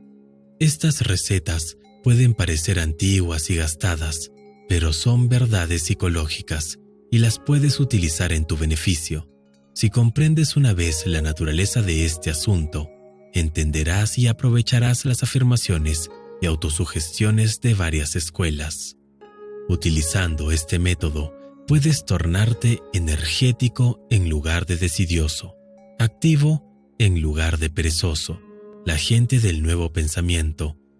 Estas recetas pueden parecer antiguas y gastadas, pero son verdades psicológicas y las puedes utilizar en tu beneficio. Si comprendes una vez la naturaleza de este asunto, entenderás y aprovecharás las afirmaciones y autosugestiones de varias escuelas. Utilizando este método, puedes tornarte energético en lugar de decidioso, activo en lugar de perezoso. La gente del nuevo pensamiento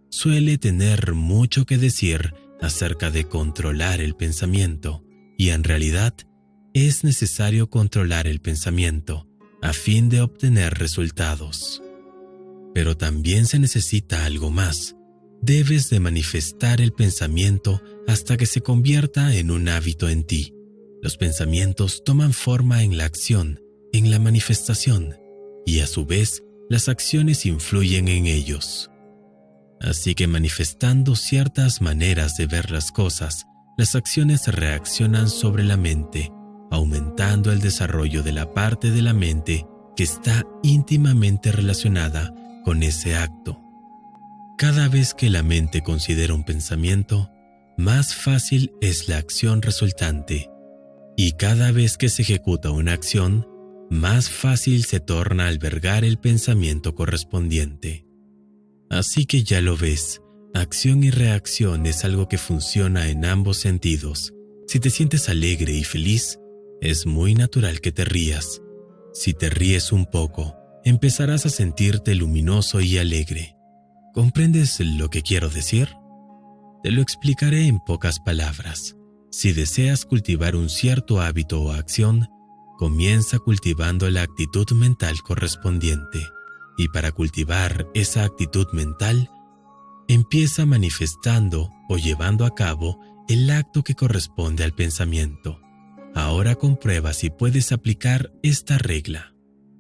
suele tener mucho que decir acerca de controlar el pensamiento, y en realidad es necesario controlar el pensamiento a fin de obtener resultados. Pero también se necesita algo más. Debes de manifestar el pensamiento hasta que se convierta en un hábito en ti. Los pensamientos toman forma en la acción, en la manifestación, y a su vez las acciones influyen en ellos. Así que manifestando ciertas maneras de ver las cosas, las acciones reaccionan sobre la mente, aumentando el desarrollo de la parte de la mente que está íntimamente relacionada con ese acto. Cada vez que la mente considera un pensamiento, más fácil es la acción resultante, y cada vez que se ejecuta una acción, más fácil se torna albergar el pensamiento correspondiente. Así que ya lo ves, acción y reacción es algo que funciona en ambos sentidos. Si te sientes alegre y feliz, es muy natural que te rías. Si te ríes un poco, empezarás a sentirte luminoso y alegre. ¿Comprendes lo que quiero decir? Te lo explicaré en pocas palabras. Si deseas cultivar un cierto hábito o acción, comienza cultivando la actitud mental correspondiente. Y para cultivar esa actitud mental, empieza manifestando o llevando a cabo el acto que corresponde al pensamiento. Ahora comprueba si puedes aplicar esta regla.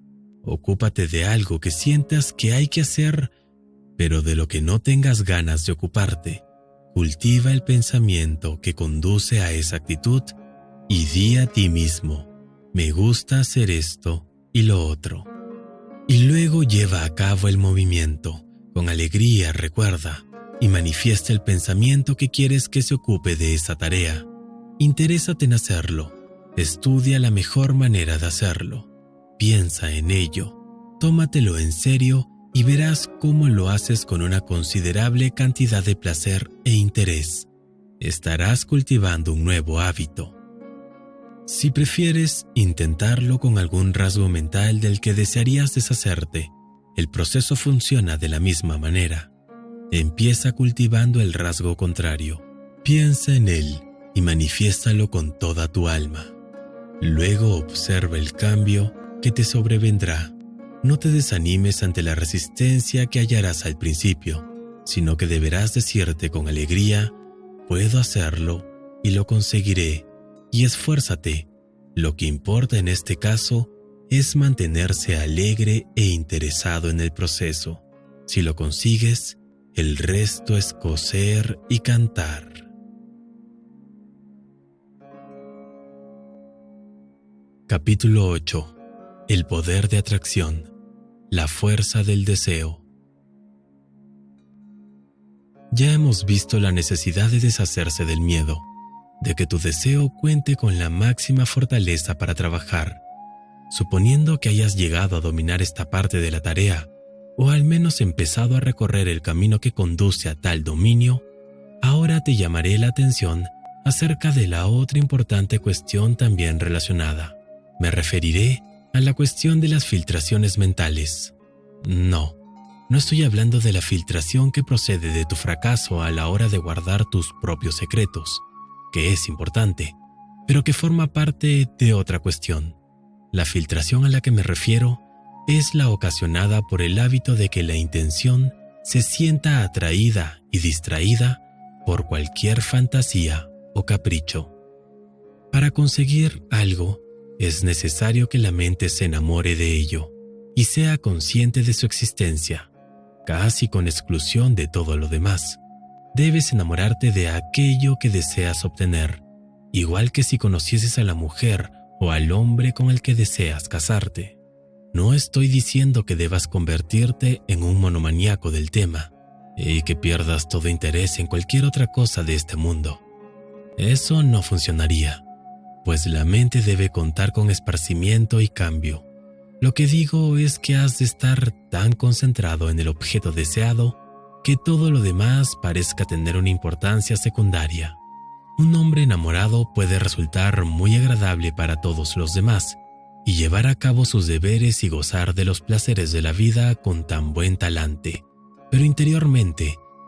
Ocúpate de algo que sientas que hay que hacer, pero de lo que no tengas ganas de ocuparte. Cultiva el pensamiento que conduce a esa actitud y di a ti mismo, me gusta hacer esto y lo otro. Y luego lleva a cabo el movimiento, con alegría, recuerda, y manifiesta el pensamiento que quieres que se ocupe de esa tarea. Interésate en hacerlo, estudia la mejor manera de hacerlo, piensa en ello, tómatelo en serio y verás cómo lo haces con una considerable cantidad de placer e interés. Estarás cultivando un nuevo hábito. Si prefieres intentarlo con algún rasgo mental del que desearías deshacerte, el proceso funciona de la misma manera. Empieza cultivando el rasgo contrario. Piensa en él y manifiéstalo con toda tu alma. Luego observa el cambio que te sobrevendrá. No te desanimes ante la resistencia que hallarás al principio, sino que deberás decirte con alegría, puedo hacerlo y lo conseguiré. Y esfuérzate. Lo que importa en este caso es mantenerse alegre e interesado en el proceso. Si lo consigues, el resto es coser y cantar. Capítulo 8. El poder de atracción. La fuerza del deseo. Ya hemos visto la necesidad de deshacerse del miedo, de que tu deseo cuente con la máxima fortaleza para trabajar. Suponiendo que hayas llegado a dominar esta parte de la tarea, o al menos empezado a recorrer el camino que conduce a tal dominio, ahora te llamaré la atención acerca de la otra importante cuestión también relacionada. Me referiré a la cuestión de las filtraciones mentales. No estoy hablando de la filtración que procede de tu fracaso a la hora de guardar tus propios secretos, que es importante, pero que forma parte de otra cuestión. La filtración a la que me refiero es la ocasionada por el hábito de que la intención se sienta atraída y distraída por cualquier fantasía o capricho. Para conseguir algo, es necesario que la mente se enamore de ello y sea consciente de su existencia, casi con exclusión de todo lo demás. Debes enamorarte de aquello que deseas obtener, igual que si conocieses a la mujer o al hombre con el que deseas casarte. No estoy diciendo que debas convertirte en un monomaníaco del tema y que pierdas todo interés en cualquier otra cosa de este mundo. Eso no funcionaría, pues la mente debe contar con esparcimiento y cambio. Lo que digo es que has de estar tan concentrado en el objeto deseado que todo lo demás parezca tener una importancia secundaria. Un hombre enamorado puede resultar muy agradable para todos los demás y llevar a cabo sus deberes y gozar de los placeres de la vida con tan buen talante, pero interiormente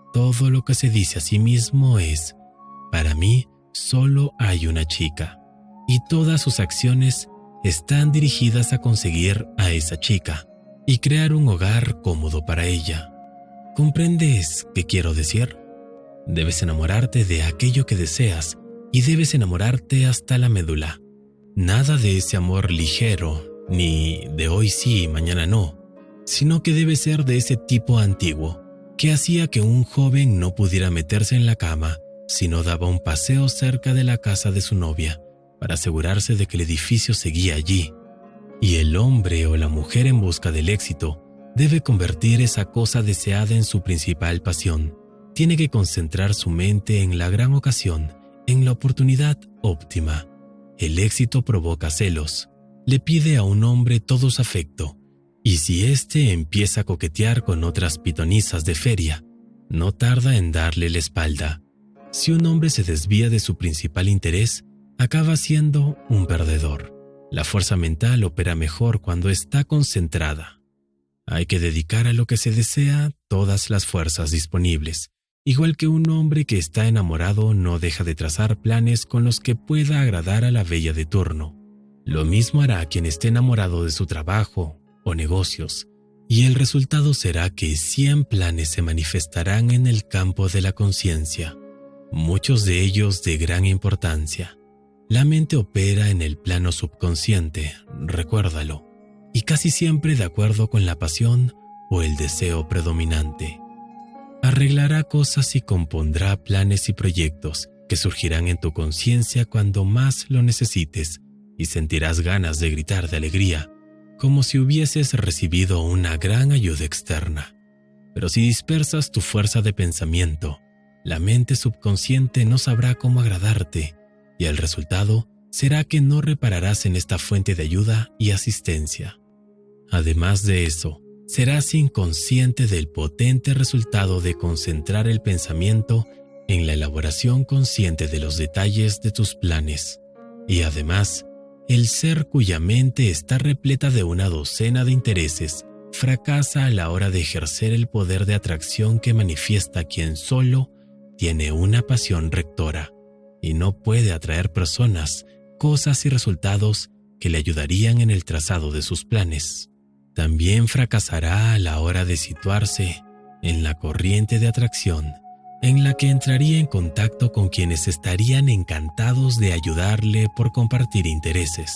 todo lo que se dice a sí mismo es: para mí solo hay una chica, y todas sus acciones están dirigidas a conseguir a esa chica y crear un hogar cómodo para ella. ¿Comprendes qué quiero decir? Debes enamorarte de aquello que deseas y debes enamorarte hasta la médula. Nada de ese amor ligero, ni de hoy sí, mañana no, sino que debe ser de ese tipo antiguo, que hacía que un joven no pudiera meterse en la cama si no daba un paseo cerca de la casa de su novia, para asegurarse de que el edificio seguía allí. Y el hombre o la mujer en busca del éxito debe convertir esa cosa deseada en su principal pasión. Tiene que concentrar su mente en la gran ocasión, en la oportunidad óptima. El éxito provoca celos. Le pide a un hombre todo su afecto. Y si éste empieza a coquetear con otras pitonisas de feria, no tarda en darle la espalda. Si un hombre se desvía de su principal interés, acaba siendo un perdedor. La fuerza mental opera mejor cuando está concentrada. Hay que dedicar a lo que se desea todas las fuerzas disponibles. Igual que un hombre que está enamorado no deja de trazar planes con los que pueda agradar a la bella de turno. Lo mismo hará quien esté enamorado de su trabajo o negocios, y el resultado será que 100 planes se manifestarán en el campo de la conciencia, muchos de ellos de gran importancia. La mente opera en el plano subconsciente, recuérdalo, y casi siempre de acuerdo con la pasión o el deseo predominante. Arreglará cosas y compondrá planes y proyectos que surgirán en tu conciencia cuando más lo necesites, y sentirás ganas de gritar de alegría, como si hubieses recibido una gran ayuda externa. Pero si dispersas tu fuerza de pensamiento, la mente subconsciente no sabrá cómo agradarte, y el resultado será que no repararás en esta fuente de ayuda y asistencia. Además de eso, serás inconsciente del potente resultado de concentrar el pensamiento en la elaboración consciente de los detalles de tus planes. Y además, el ser cuya mente está repleta de una docena de intereses fracasa a la hora de ejercer el poder de atracción que manifiesta quien solo tiene una pasión rectora y no puede atraer personas, cosas y resultados que le ayudarían en el trazado de sus planes. También fracasará a la hora de situarse en la corriente de atracción en la que entraría en contacto con quienes estarían encantados de ayudarle por compartir intereses.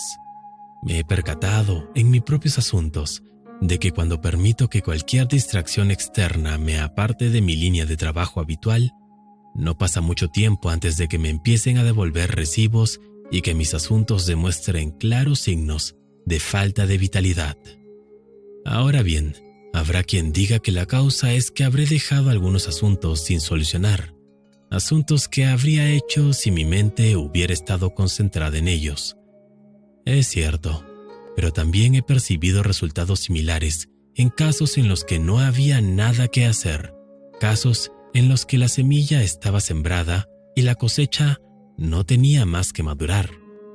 Me he percatado en mis propios asuntos de que cuando permito que cualquier distracción externa me aparte de mi línea de trabajo habitual, no pasa mucho tiempo antes de que me empiecen a devolver recibos y que mis asuntos demuestren claros signos de falta de vitalidad. Ahora bien, habrá quien diga que la causa es que habré dejado algunos asuntos sin solucionar, asuntos que habría hecho si mi mente hubiera estado concentrada en ellos. Es cierto, pero también he percibido resultados similares en casos en los que no había nada que hacer, casos en los que la semilla estaba sembrada y la cosecha no tenía más que madurar.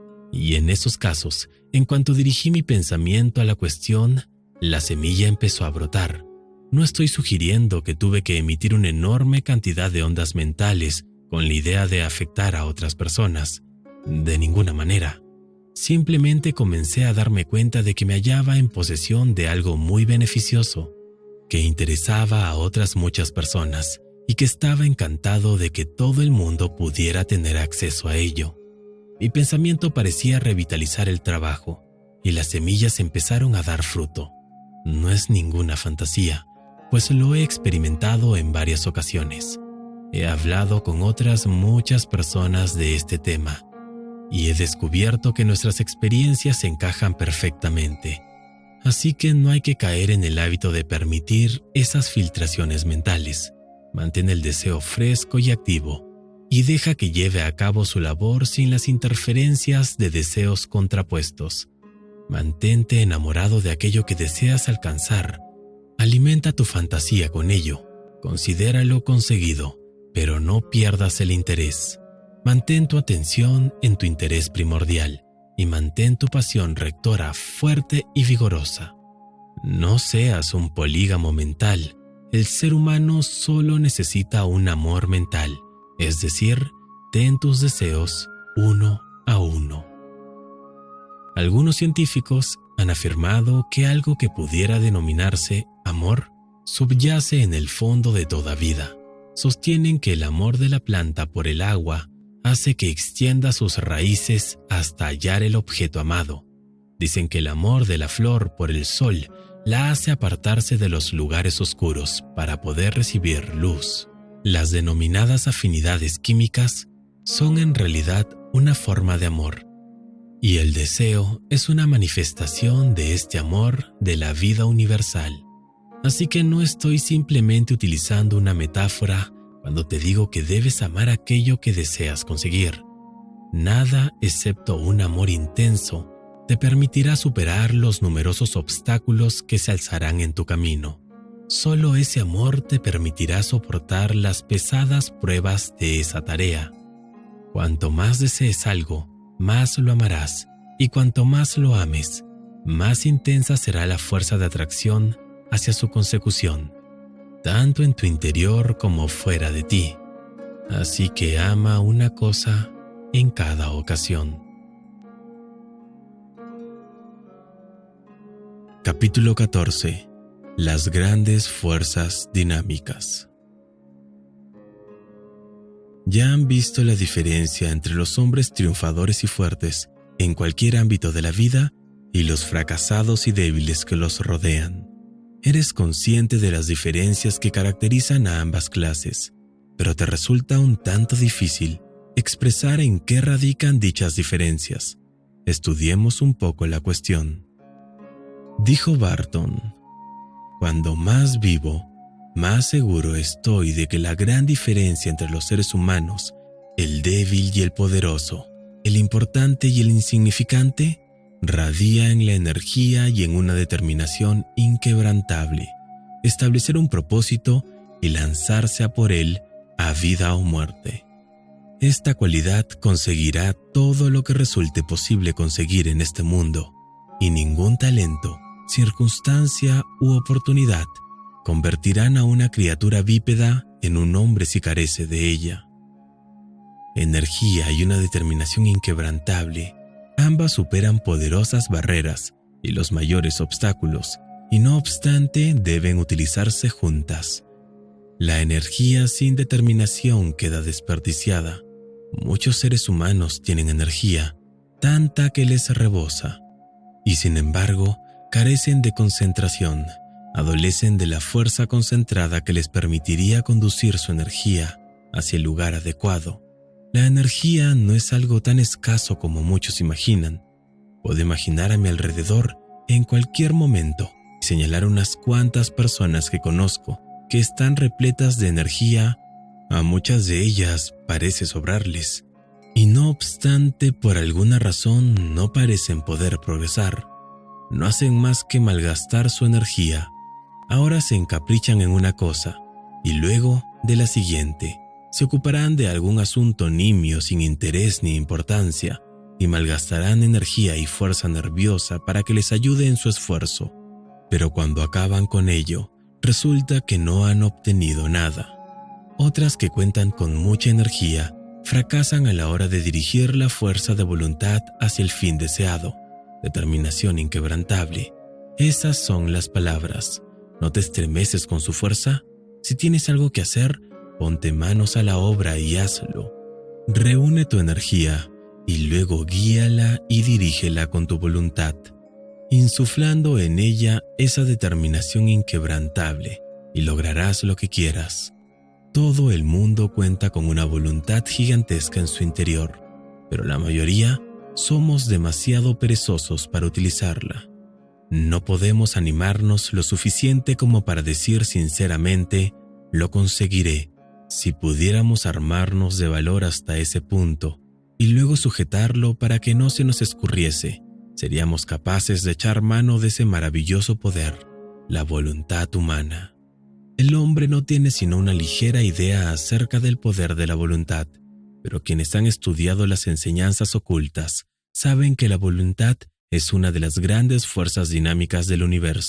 Y en esos casos, en cuanto dirigí mi pensamiento a la cuestión, la semilla empezó a brotar. No estoy sugiriendo que tuve que emitir una enorme cantidad de ondas mentales con la idea de afectar a otras personas. De ninguna manera. Simplemente comencé a darme cuenta de que me hallaba en posesión de algo muy beneficioso, que interesaba a otras muchas personas y que estaba encantado de que todo el mundo pudiera tener acceso a ello. Mi pensamiento parecía revitalizar el trabajo y las semillas empezaron a dar fruto. No es ninguna fantasía, pues lo he experimentado en varias ocasiones. He hablado con otras muchas personas de este tema y he descubierto que nuestras experiencias se encajan perfectamente. Así que no hay que caer en el hábito de permitir esas filtraciones mentales. Mantén el deseo fresco y activo y deja que lleve a cabo su labor sin las interferencias de deseos contrapuestos. Mantente enamorado de aquello que deseas alcanzar. Alimenta tu fantasía con ello. Considéralo conseguido, pero no pierdas el interés. Mantén tu atención en tu interés primordial y mantén tu pasión rectora fuerte y vigorosa. No seas un polígamo mental el ser humano solo necesita un amor mental, es decir, ten tus deseos uno a uno. Algunos científicos han afirmado que algo que pudiera denominarse amor subyace en el fondo de toda vida. Sostienen que el amor de la planta por el agua hace que extienda sus raíces hasta hallar el objeto amado. Dicen que el amor de la flor por el sol la hace apartarse de los lugares oscuros para poder recibir luz. Las denominadas afinidades químicas son en realidad una forma de amor, y el deseo es una manifestación de este amor de la vida universal. Así que no estoy simplemente utilizando una metáfora cuando te digo que debes amar aquello que deseas conseguir. Nada excepto un amor intenso te permitirá superar los numerosos obstáculos que se alzarán en tu camino. Solo ese amor te permitirá soportar las pesadas pruebas de esa tarea. Cuanto más desees algo, más lo amarás, y cuanto más lo ames, más intensa será la fuerza de atracción hacia su consecución, tanto en tu interior como fuera de ti. Así que ama una cosa en cada ocasión. Capítulo 14. Las grandes fuerzas dinámicas. Ya han visto la diferencia entre los hombres triunfadores y fuertes en cualquier ámbito de la vida y los fracasados y débiles que los rodean. Eres consciente de las diferencias que caracterizan a ambas clases, pero te resulta un tanto difícil expresar en qué radican dichas diferencias. Estudiemos un poco la cuestión. Dijo Barton: cuando más vivo, más seguro estoy de que la gran diferencia entre los seres humanos, el débil y el poderoso, el importante y el insignificante, radía en la energía y en una determinación inquebrantable, establecer un propósito y lanzarse a por él a vida o muerte. Esta cualidad conseguirá todo lo que resulte posible conseguir en este mundo, y ningún talento, circunstancia u oportunidad convertirán a una criatura bípeda en un hombre si carece de ella. Energía y una determinación inquebrantable, ambas superan poderosas barreras y los mayores obstáculos, y no obstante deben utilizarse juntas. La energía sin determinación queda desperdiciada. Muchos seres humanos tienen energía, tanta que les rebosa, y sin embargo carecen de concentración, adolecen de la fuerza concentrada que les permitiría conducir su energía hacia el lugar adecuado. La energía no es algo tan escaso como muchos imaginan. Puedo imaginar a mi alrededor en cualquier momento y señalar unas cuantas personas que conozco que están repletas de energía. A muchas de ellas parece sobrarles, y no obstante por alguna razón no parecen poder progresar. No hacen más que malgastar su energía. Ahora se encaprichan en una cosa, y luego de la siguiente. Se ocuparán de algún asunto nimio sin interés ni importancia, y malgastarán energía y fuerza nerviosa para que les ayude en su esfuerzo. Pero cuando acaban con ello, resulta que no han obtenido nada. Otras que cuentan con mucha energía fracasan a la hora de dirigir la fuerza de voluntad hacia el fin deseado. Determinación inquebrantable. Esas son las palabras. ¿No te estremeces con su fuerza? Si tienes algo que hacer, ponte manos a la obra y hazlo. Reúne tu energía y luego guíala y dirígela con tu voluntad, insuflando en ella esa determinación inquebrantable, y lograrás lo que quieras. Todo el mundo cuenta con una voluntad gigantesca en su interior, pero la mayoría somos demasiado perezosos para utilizarla. No podemos animarnos lo suficiente como para decir sinceramente: lo conseguiré. Si pudiéramos armarnos de valor hasta ese punto y luego sujetarlo para que no se nos escurriese, seríamos capaces de echar mano de ese maravilloso poder, la voluntad humana. El hombre no tiene sino una ligera idea acerca del poder de la voluntad, pero quienes han estudiado las enseñanzas ocultas saben que la voluntad es una de las grandes fuerzas dinámicas del universo,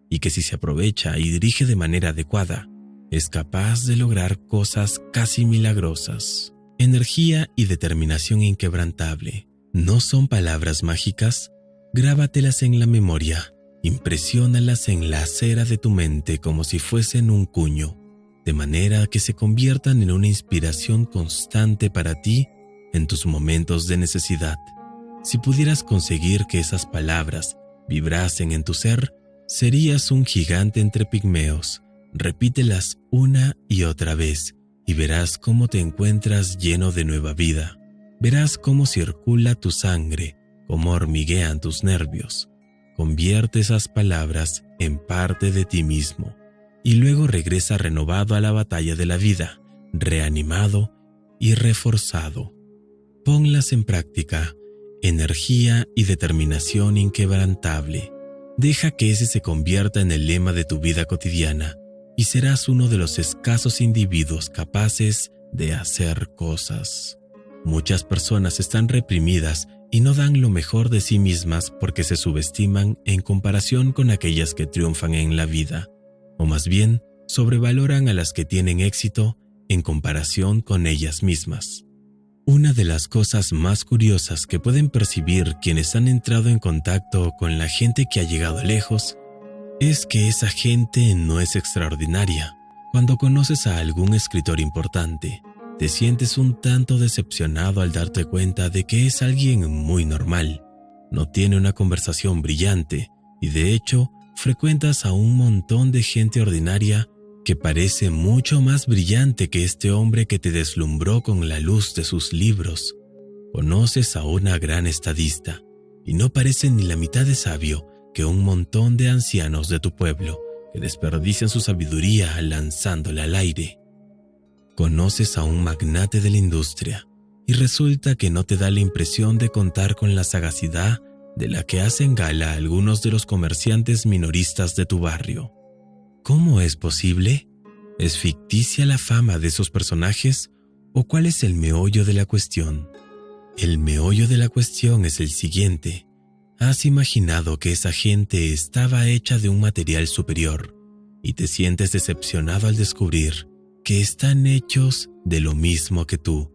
y que si se aprovecha y dirige de manera adecuada, es capaz de lograr cosas casi milagrosas. Energía y determinación inquebrantable. ¿No son palabras mágicas? Grábatelas en la memoria, impresiónalas en la acera de tu mente como si fuesen un cuño, de manera que se conviertan en una inspiración constante para ti en tus momentos de necesidad. Si pudieras conseguir que esas palabras vibrasen en tu ser, serías un gigante entre pigmeos. Repítelas una y otra vez y verás cómo te encuentras lleno de nueva vida. Verás cómo circula tu sangre, cómo hormiguean tus nervios. Convierte esas palabras en parte de ti mismo y luego regresa renovado a la batalla de la vida, reanimado y reforzado. Ponlas en práctica. Energía y determinación inquebrantable. Deja que ese se convierta en el lema de tu vida cotidiana y serás uno de los escasos individuos capaces de hacer cosas. Muchas personas están reprimidas y no dan lo mejor de sí mismas porque se subestiman en comparación con aquellas que triunfan en la vida, o más bien sobrevaloran a las que tienen éxito en comparación con ellas mismas. Una de las cosas más curiosas que pueden percibir quienes han entrado en contacto con la gente que ha llegado lejos es que esa gente no es extraordinaria. Cuando conoces a algún escritor importante, te sientes un tanto decepcionado al darte cuenta de que es alguien muy normal. No tiene una conversación brillante y de hecho frecuentas a un montón de gente ordinaria que parece mucho más brillante que este hombre que te deslumbró con la luz de sus libros. Conoces a una gran estadista y no parece ni la mitad de sabio que un montón de ancianos de tu pueblo que desperdician su sabiduría lanzándola al aire. Conoces a un magnate de la industria y resulta que no te da la impresión de contar con la sagacidad de la que hacen gala algunos de los comerciantes minoristas de tu barrio. ¿Cómo es posible? ¿Es ficticia la fama de esos personajes o cuál es el meollo de la cuestión? El meollo de la cuestión es el siguiente. Has imaginado que esa gente estaba hecha de un material superior y te sientes decepcionado al descubrir que están hechos de lo mismo que tú.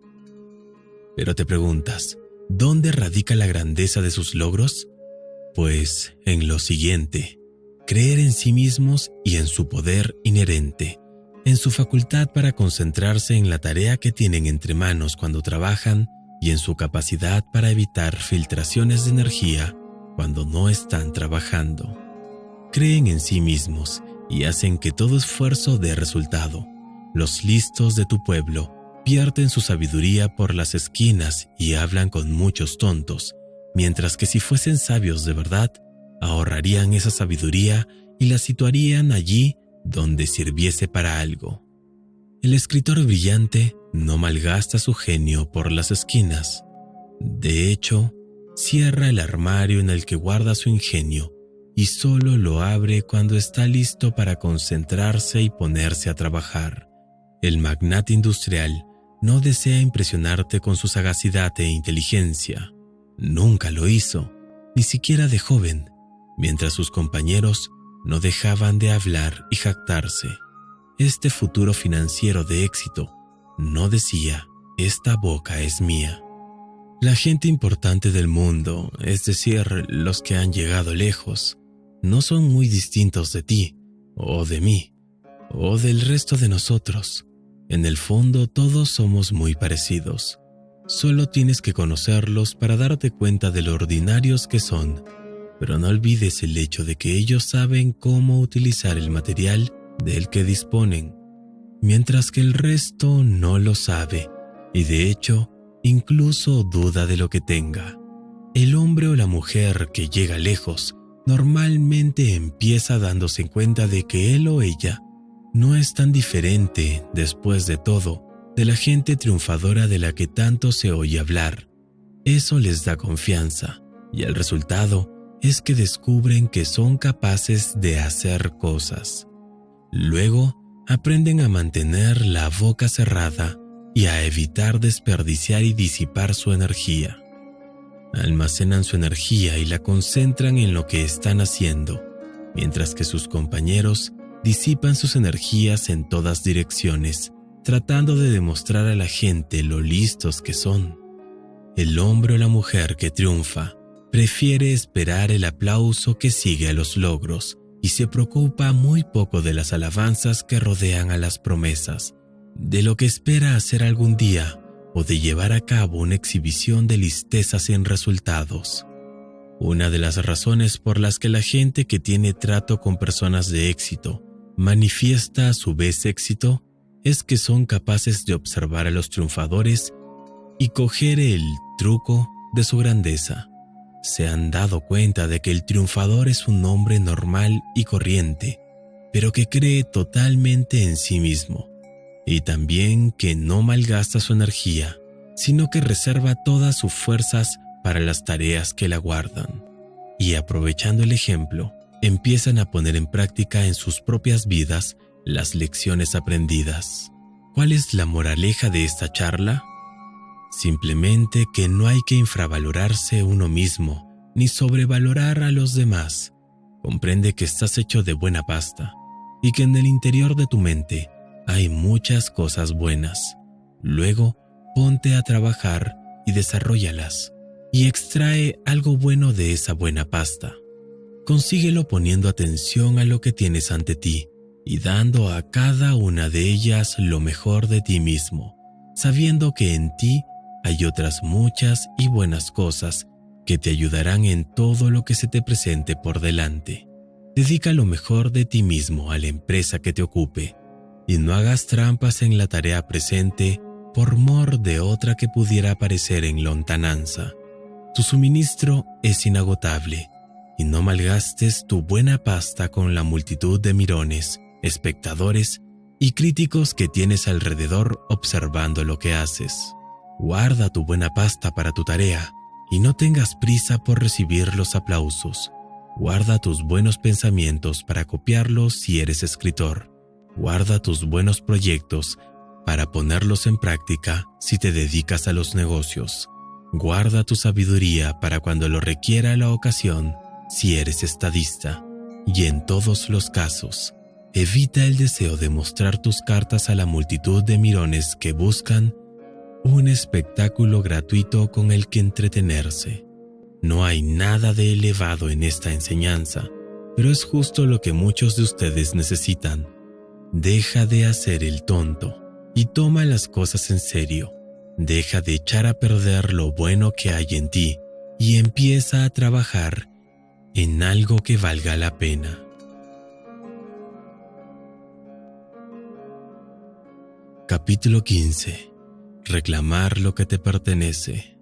Pero te preguntas, ¿dónde radica la grandeza de sus logros? Pues en lo siguiente: creer en sí mismos y en su poder inherente, en su facultad para concentrarse en la tarea que tienen entre manos cuando trabajan y en su capacidad para evitar filtraciones de energía cuando no están trabajando. Creen en sí mismos y hacen que todo esfuerzo dé resultado. Los listos de tu pueblo vierten su sabiduría por las esquinas y hablan con muchos tontos, mientras que si fuesen sabios de verdad, ahorrarían esa sabiduría y la situarían allí donde sirviese para algo. El escritor brillante no malgasta su genio por las esquinas. De hecho, cierra el armario en el que guarda su ingenio y solo lo abre cuando está listo para concentrarse y ponerse a trabajar. El magnate industrial no desea impresionarte con su sagacidad e inteligencia. Nunca lo hizo, ni siquiera de joven, mientras sus compañeros no dejaban de hablar y jactarse. Este futuro financiero de éxito no decía: «Esta boca es mía». La gente importante del mundo, es decir, los que han llegado lejos, no son muy distintos de ti, o de mí, o del resto de nosotros. En el fondo todos somos muy parecidos. Solo tienes que conocerlos para darte cuenta de lo ordinarios que son, pero no olvides el hecho de que ellos saben cómo utilizar el material del que disponen, mientras que el resto no lo sabe y de hecho incluso duda de lo que tenga. El hombre o la mujer que llega lejos normalmente empieza dándose cuenta de que él o ella no es tan diferente, después de todo, de la gente triunfadora de la que tanto se oye hablar. Eso les da confianza y el resultado es que descubren que son capaces de hacer cosas. Luego, aprenden a mantener la boca cerrada y a evitar desperdiciar y disipar su energía. Almacenan su energía y la concentran en lo que están haciendo. mientras que sus compañeros disipan sus energías en todas direcciones, tratando de demostrar a la gente lo listos que son. El hombre o la mujer que triunfa prefiere esperar el aplauso que sigue a los logros y se preocupa muy poco de las alabanzas que rodean a las promesas, de lo que espera hacer algún día o de llevar a cabo una exhibición de listeza sin resultados. Una de las razones por las que la gente que tiene trato con personas de éxito manifiesta a su vez éxito es que son capaces de observar a los triunfadores y coger el truco de su grandeza. Se han dado cuenta de que el triunfador es un hombre normal y corriente, pero que cree totalmente en sí mismo, y también que no malgasta su energía, sino que reserva todas sus fuerzas para las tareas que la guardan. Y aprovechando el ejemplo, empiezan a poner en práctica en sus propias vidas las lecciones aprendidas. ¿Cuál es la moraleja de esta charla? Simplemente que no hay que infravalorarse uno mismo, ni sobrevalorar a los demás. Comprende que estás hecho de buena pasta, y que en el interior de tu mente hay muchas cosas buenas. Luego, ponte a trabajar y desarróllalas, y extrae algo bueno de esa buena pasta. Consíguelo poniendo atención a lo que tienes ante ti y dando a cada una de ellas lo mejor de ti mismo, sabiendo que en ti hay otras muchas y buenas cosas que te ayudarán en todo lo que se te presente por delante. Dedica lo mejor de ti mismo a la empresa que te ocupe y no hagas trampas en la tarea presente por mor de otra que pudiera aparecer en lontananza. Tu suministro es inagotable y no malgastes tu buena pasta con la multitud de mirones, espectadores y críticos que tienes alrededor observando lo que haces. Guarda tu buena pasta para tu tarea y no tengas prisa por recibir los aplausos. Guarda tus buenos pensamientos para copiarlos si eres escritor. Guarda tus buenos proyectos para ponerlos en práctica si te dedicas a los negocios. Guarda tu sabiduría para cuando lo requiera la ocasión si eres estadista. Y en todos los casos, evita el deseo de mostrar tus cartas a la multitud de mirones que buscan un espectáculo gratuito con el que entretenerse. No hay nada de elevado en esta enseñanza, pero es justo lo que muchos de ustedes necesitan. Deja de hacer el tonto y toma las cosas en serio. Deja de echar a perder lo bueno que hay en ti y empieza a trabajar en algo que valga la pena. Capítulo 15. Reclamar lo que te pertenece.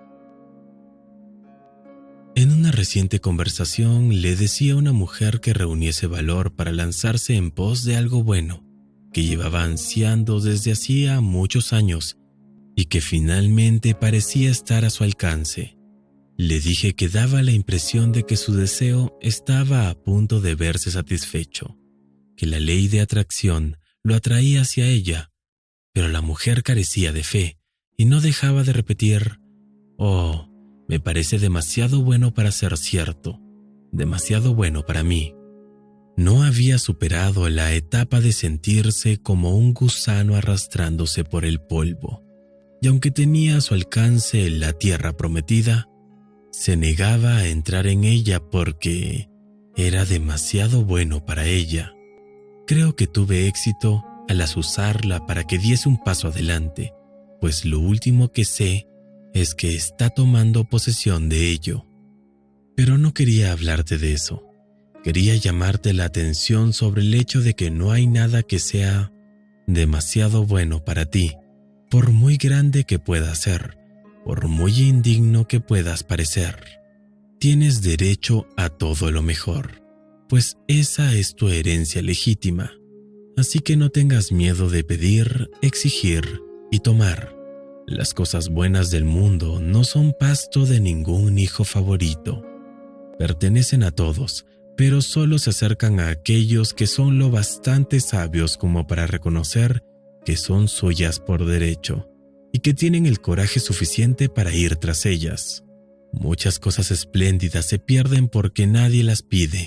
En una reciente conversación le decía a una mujer que reuniese valor para lanzarse en pos de algo bueno, que llevaba ansiando desde hacía muchos años y que finalmente parecía estar a su alcance. Le dije que daba la impresión de que su deseo estaba a punto de verse satisfecho, que la ley de atracción lo atraía hacia ella, pero la mujer carecía de fe y no dejaba de repetir: «Oh, me parece demasiado bueno para ser cierto, demasiado bueno para mí». No había superado la etapa de sentirse como un gusano arrastrándose por el polvo, y aunque tenía a su alcance la tierra prometida, se negaba a entrar en ella porque era demasiado bueno para ella. Creo que tuve éxito al azuzarla para que diese un paso adelante, pues lo último que sé es que está tomando posesión de ello. Pero no quería hablarte de eso. Quería llamarte la atención sobre el hecho de que no hay nada que sea demasiado bueno para ti, por muy grande que pueda ser, por muy indigno que puedas parecer. Tienes derecho a todo lo mejor, pues esa es tu herencia legítima. Así que no tengas miedo de pedir, exigir y tomar. Las cosas buenas del mundo no son pasto de ningún hijo favorito. Pertenecen a todos, pero solo se acercan a aquellos que son lo bastante sabios como para reconocer que son suyas por derecho y que tienen el coraje suficiente para ir tras ellas. Muchas cosas espléndidas se pierden porque nadie las pide,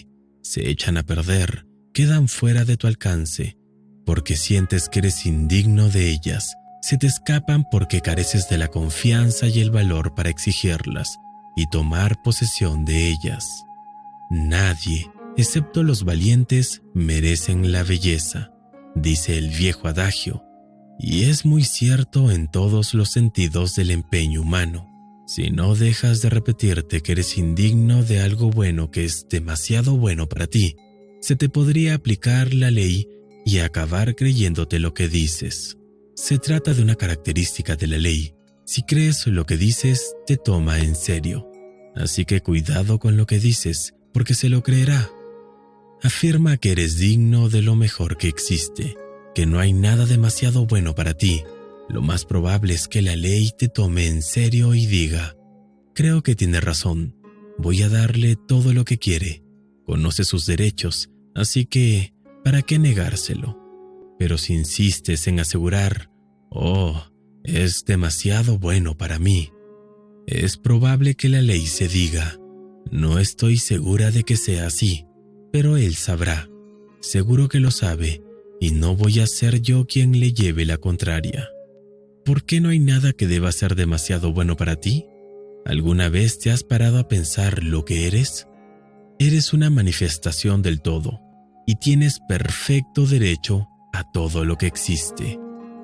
se echan a perder, quedan fuera de tu alcance, porque sientes que eres indigno de ellas, se te escapan porque careces de la confianza y el valor para exigirlas y tomar posesión de ellas. Nadie, excepto los valientes, merecen la belleza, dice el viejo adagio, y es muy cierto en todos los sentidos del empeño humano. Si no dejas de repetirte que eres indigno de algo bueno que es demasiado bueno para ti, se te podría aplicar la ley y acabar creyéndote lo que dices. Se trata de una característica de la ley. Si crees lo que dices, te toma en serio. Así que cuidado con lo que dices, porque se lo creerá. Afirma que eres digno de lo mejor que existe, que no hay nada demasiado bueno para ti. Lo más probable es que la ley te tome en serio y diga: creo que tiene razón, voy a darle todo lo que quiere. Conoce sus derechos, así que, ¿para qué negárselo? Pero si insistes en asegurar: oh, es demasiado bueno para mí, es probable que la ley se diga: no estoy segura de que sea así, pero él sabrá, seguro que lo sabe, y no voy a ser yo quien le lleve la contraria. ¿Por qué no hay nada que deba ser demasiado bueno para ti? ¿Alguna vez te has parado a pensar lo que eres? Eres una manifestación del todo, y tienes perfecto derecho a todo lo que existe.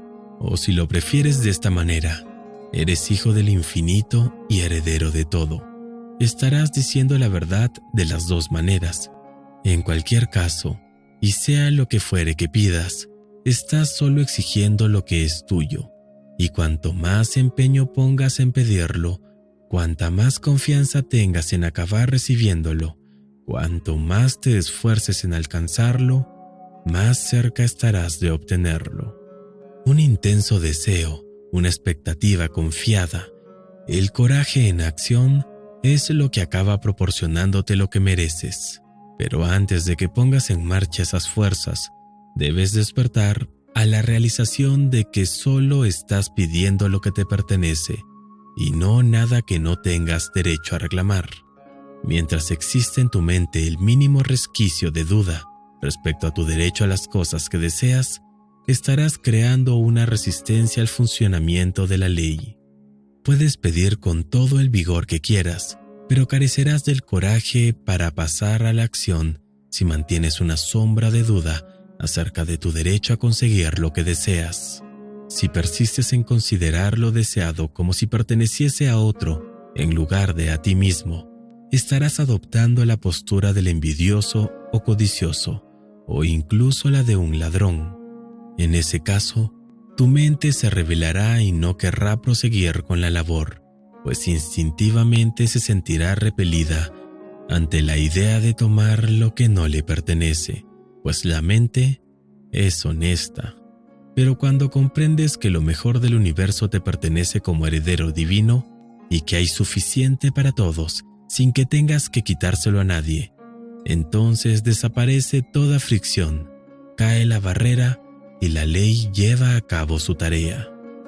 O si lo prefieres de esta manera, eres hijo del infinito y heredero de todo. Estarás diciendo la verdad de las dos maneras. En cualquier caso, y sea lo que fuere que pidas, estás solo exigiendo lo que es tuyo. Y cuanto más empeño pongas en pedirlo, cuanta más confianza tengas en acabar recibiéndolo, cuanto más te esfuerces en alcanzarlo, más cerca estarás de obtenerlo. Un intenso deseo, una expectativa confiada, el coraje en acción es lo que acaba proporcionándote lo que mereces. Pero antes de que pongas en marcha esas fuerzas, debes despertar a la realización de que solo estás pidiendo lo que te pertenece y no nada que no tengas derecho a reclamar. Mientras existe en tu mente el mínimo resquicio de duda respecto a tu derecho a las cosas que deseas, estarás creando una resistencia al funcionamiento de la ley. Puedes pedir con todo el vigor que quieras, pero carecerás del coraje para pasar a la acción si mantienes una sombra de duda acerca de tu derecho a conseguir lo que deseas. Si persistes en considerar lo deseado como si perteneciese a otro en lugar de a ti mismo, estarás adoptando la postura del envidioso o codicioso, o incluso la de un ladrón. En ese caso, tu mente se rebelará y no querrá proseguir con la labor, pues instintivamente se sentirá repelida ante la idea de tomar lo que no le pertenece, pues la mente es honesta. Pero cuando comprendes que lo mejor del universo te pertenece como heredero divino y que hay suficiente para todos sin que tengas que quitárselo a nadie, entonces desaparece toda fricción, cae la barrera y la ley lleva a cabo su tarea.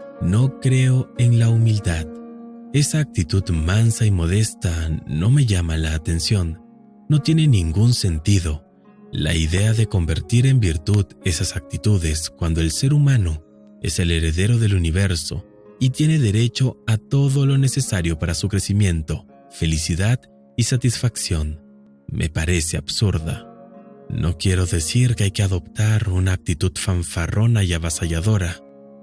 No creo en la humildad. Esa actitud mansa y modesta no me llama la atención. No tiene ningún sentido. La idea de convertir en virtud esas actitudes cuando el ser humano es el heredero del universo y tiene derecho a todo lo necesario para su crecimiento, felicidad y satisfacción, me parece absurda. No quiero decir que hay que adoptar una actitud fanfarrona y avasalladora.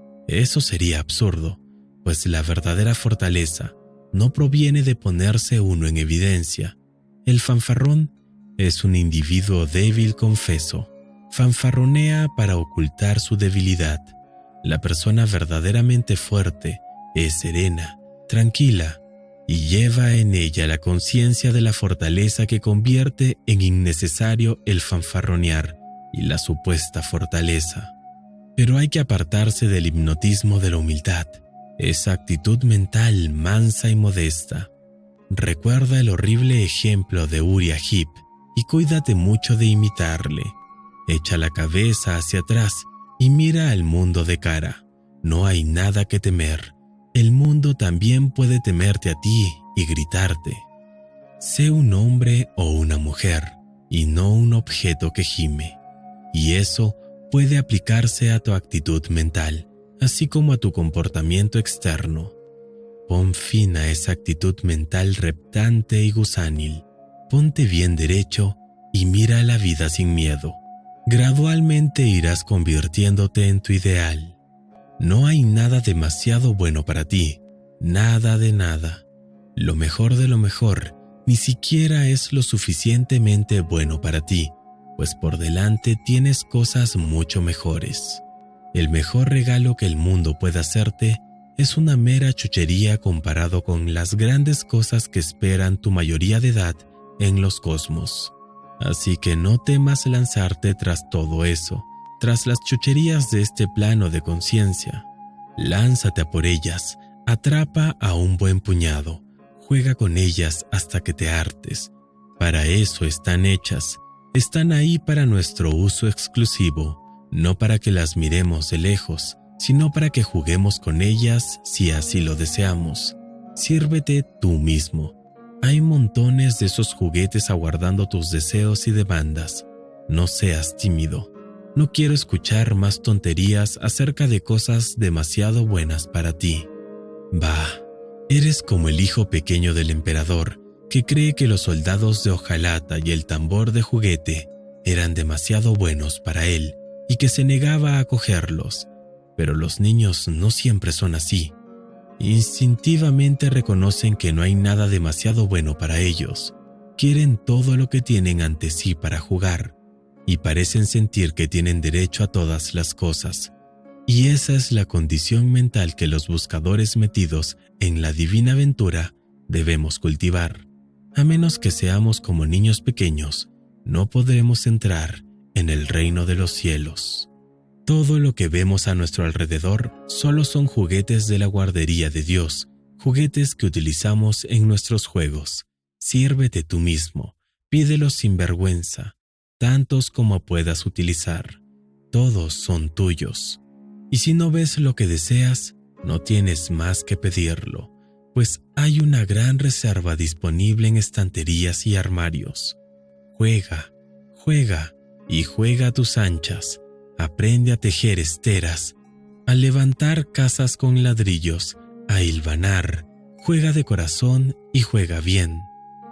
Eso sería absurdo, pues la verdadera fortaleza no proviene de ponerse uno en evidencia. El fanfarrón es un individuo débil confeso. Fanfarronea para ocultar su debilidad. La persona verdaderamente fuerte es serena, tranquila, y lleva en ella la conciencia de la fortaleza que convierte en innecesario el fanfarronear y la supuesta fortaleza. Pero hay que apartarse del hipnotismo de la humildad, esa actitud mental mansa y modesta. Recuerda el horrible ejemplo de Uriah Heep y cuídate mucho de imitarle. Echa la cabeza hacia atrás y mira al mundo de cara. No hay nada que temer. El mundo también puede temerte a ti y gritarte. Sé un hombre o una mujer. y no un objeto que gime. Y eso puede aplicarse a tu actitud mental, así como a tu comportamiento externo. Pon fin a esa actitud mental reptante y gusanil. Ponte bien derecho y mira la vida sin miedo. Gradualmente irás convirtiéndote en tu ideal. No hay nada demasiado bueno para ti, nada de nada. Lo mejor de lo mejor ni siquiera es lo suficientemente bueno para ti, pues por delante tienes cosas mucho mejores. El mejor regalo que el mundo puede hacerte es una mera chuchería comparado con las grandes cosas que esperan tu mayoría de edad en los cosmos. Así que no temas lanzarte tras todo eso, tras las chucherías de este plano de conciencia. Lánzate a por ellas, atrapa a un buen puñado, juega con ellas hasta que te hartes. Para eso están hechas, están ahí para nuestro uso exclusivo, no para que las miremos de lejos, sino para que juguemos con ellas si así lo deseamos. Sírvete tú mismo. Hay montones de esos juguetes aguardando tus deseos y demandas. No seas tímido. No quiero escuchar más tonterías acerca de cosas demasiado buenas para ti. Bah, eres como el hijo pequeño del emperador, que cree que los soldados de hojalata y el tambor de juguete eran demasiado buenos para él y que se negaba a cogerlos. Pero los niños no siempre son así. Instintivamente reconocen que no hay nada demasiado bueno para ellos. Quieren todo lo que tienen ante sí para jugar y parecen sentir que tienen derecho a todas las cosas. Y esa es la condición mental que los buscadores metidos en la divina aventura debemos cultivar. A menos que seamos como niños pequeños, no podremos entrar en el reino de los cielos. Todo lo que vemos a nuestro alrededor solo son juguetes de la guardería de Dios, juguetes que utilizamos en nuestros juegos. Sírvete tú mismo, pídelos sin vergüenza, tantos como puedas utilizar. Todos son tuyos. Y si no ves lo que deseas, no tienes más que pedirlo, pues hay una gran reserva disponible en estanterías y armarios. Juega, juega y juega a tus anchas. Aprende a tejer esteras, a levantar casas con ladrillos, a hilvanar, juega de corazón y juega bien.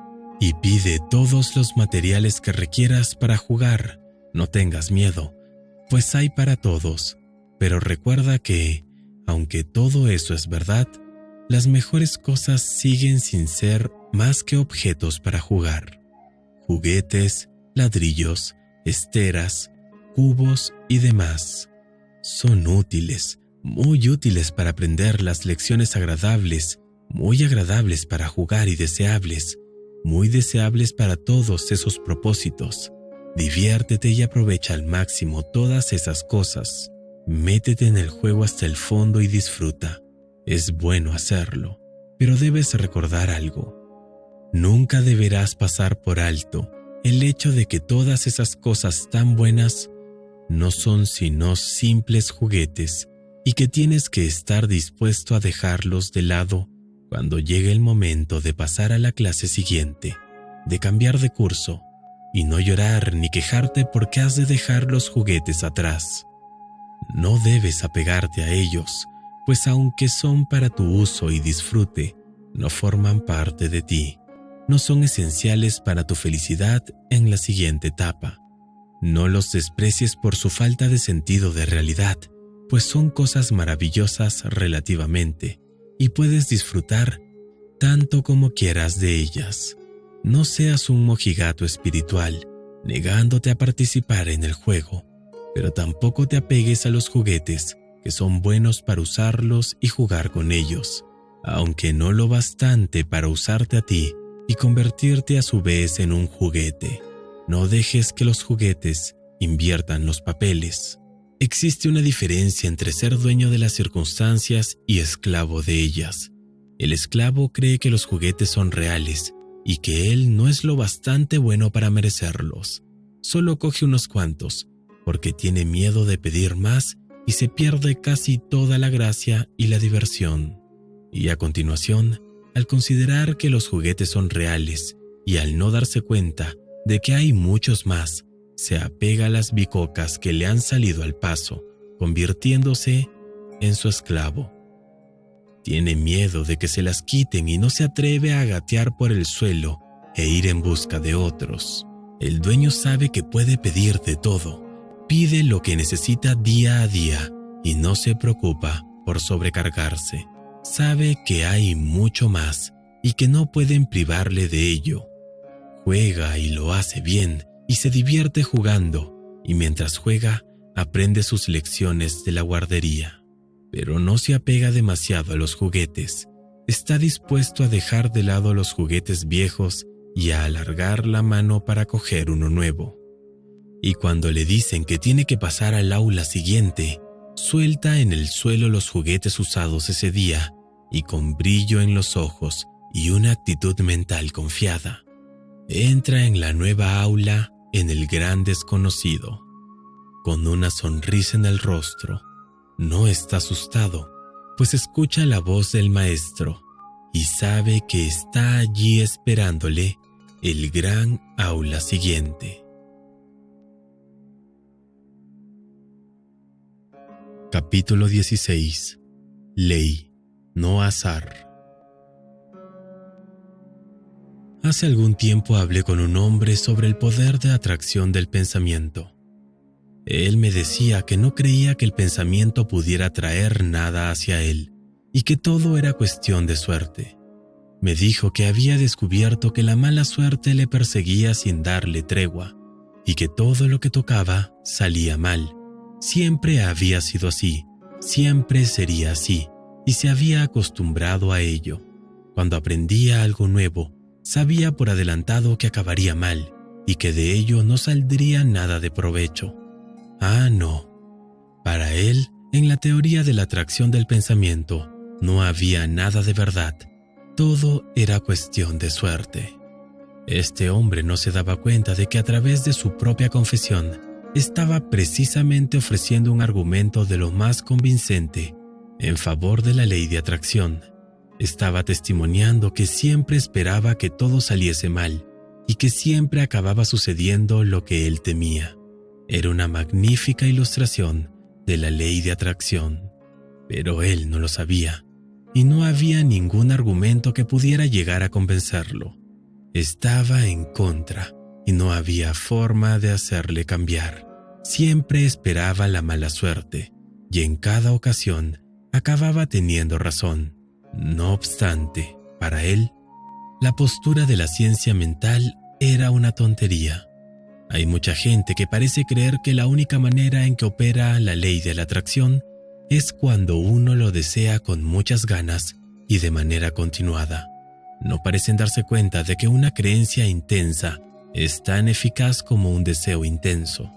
Y pide todos los materiales que requieras para jugar. No tengas miedo, pues hay para todos. Pero recuerda que, aunque todo eso es verdad, las mejores cosas siguen sin ser más que objetos para jugar. Juguetes, ladrillos, esteras, cubos y demás. Son útiles, muy útiles para aprender las lecciones agradables, muy agradables para jugar y deseables, muy deseables para todos esos propósitos. Diviértete y aprovecha al máximo todas esas cosas. Métete en el juego hasta el fondo y disfruta. Es bueno hacerlo, pero debes recordar algo. Nunca deberás pasar por alto el hecho de que todas esas cosas tan buenas no son sino simples juguetes y que tienes que estar dispuesto a dejarlos de lado cuando llegue el momento de pasar a la clase siguiente, de cambiar de curso y no llorar ni quejarte porque has de dejar los juguetes atrás. No debes apegarte a ellos, pues aunque son para tu uso y disfrute, no forman parte de ti, no son esenciales para tu felicidad en la siguiente etapa. No los desprecies por su falta de sentido de realidad, pues son cosas maravillosas relativamente, y puedes disfrutar tanto como quieras de ellas. No seas un mojigato espiritual, negándote a participar en el juego, pero tampoco te apegues a los juguetes, que son buenos para usarlos y jugar con ellos, aunque no lo bastante para usarte a ti y convertirte a su vez en un juguete. No dejes que los juguetes inviertan los papeles. Existe una diferencia entre ser dueño de las circunstancias y esclavo de ellas. El esclavo cree que los juguetes son reales y que él no es lo bastante bueno para merecerlos. Solo coge unos cuantos, porque tiene miedo de pedir más y se pierde casi toda la gracia y la diversión. Y a continuación, al considerar que los juguetes son reales y al no darse cuenta de que hay muchos más, se apega a las bicocas que le han salido al paso, convirtiéndose en su esclavo. Tiene miedo de que se las quiten y no se atreve a gatear por el suelo e ir en busca de otros. El dueño sabe que puede pedir de todo, pide lo que necesita día a día y no se preocupa por sobrecargarse. Sabe que hay mucho más y que no pueden privarle de ello. Juega y lo hace bien y se divierte jugando, y mientras juega aprende sus lecciones de la guardería. Pero no se apega demasiado a los juguetes. Está dispuesto a dejar de lado los juguetes viejos y a alargar la mano para coger uno nuevo. Y cuando le dicen que tiene que pasar al aula siguiente, suelta en el suelo los juguetes usados ese día y con brillo en los ojos y una actitud mental confiada, entra en la nueva aula en el gran desconocido. Con una sonrisa en el rostro, no está asustado, pues escucha la voz del maestro y sabe que está allí esperándole el gran aula siguiente. Capítulo 16. Ley, no azar. Hace algún tiempo hablé con un hombre sobre el poder de atracción del pensamiento. Él me decía que no creía que el pensamiento pudiera traer nada hacia él y que todo era cuestión de suerte. Me dijo que había descubierto que la mala suerte le perseguía sin darle tregua y que todo lo que tocaba salía mal. Siempre había sido así, siempre sería así, y se había acostumbrado a ello. Cuando aprendía algo nuevo, sabía por adelantado que acabaría mal y que de ello no saldría nada de provecho. Ah, no. Para él, en la teoría de la atracción del pensamiento, no había nada de verdad. Todo era cuestión de suerte. Este hombre no se daba cuenta de que a través de su propia confesión estaba precisamente ofreciendo un argumento de lo más convincente en favor de la ley de atracción. Estaba testimoniando que siempre esperaba que todo saliese mal y que siempre acababa sucediendo lo que él temía. Era una magnífica ilustración de la ley de atracción, pero él no lo sabía y no había ningún argumento que pudiera llegar a convencerlo. Estaba en contra y no había forma de hacerle cambiar. Siempre esperaba la mala suerte y en cada ocasión acababa teniendo razón. No obstante, para él, la postura de la ciencia mental era una tontería. Hay mucha gente que parece creer que la única manera en que opera la ley de la atracción es cuando uno lo desea con muchas ganas y de manera continuada. No parecen darse cuenta de que una creencia intensa es tan eficaz como un deseo intenso.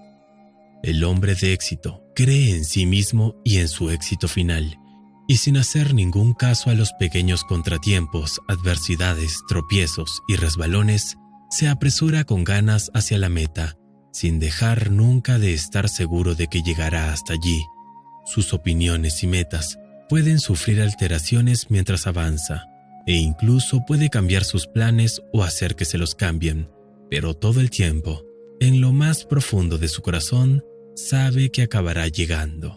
El hombre de éxito cree en sí mismo y en su éxito final, y sin hacer ningún caso a los pequeños contratiempos, adversidades, tropiezos y resbalones, se apresura con ganas hacia la meta, sin dejar nunca de estar seguro de que llegará hasta allí. Sus opiniones y metas pueden sufrir alteraciones mientras avanza, e incluso puede cambiar sus planes o hacer que se los cambien, pero todo el tiempo, en lo más profundo de su corazón, sabe que acabará llegando.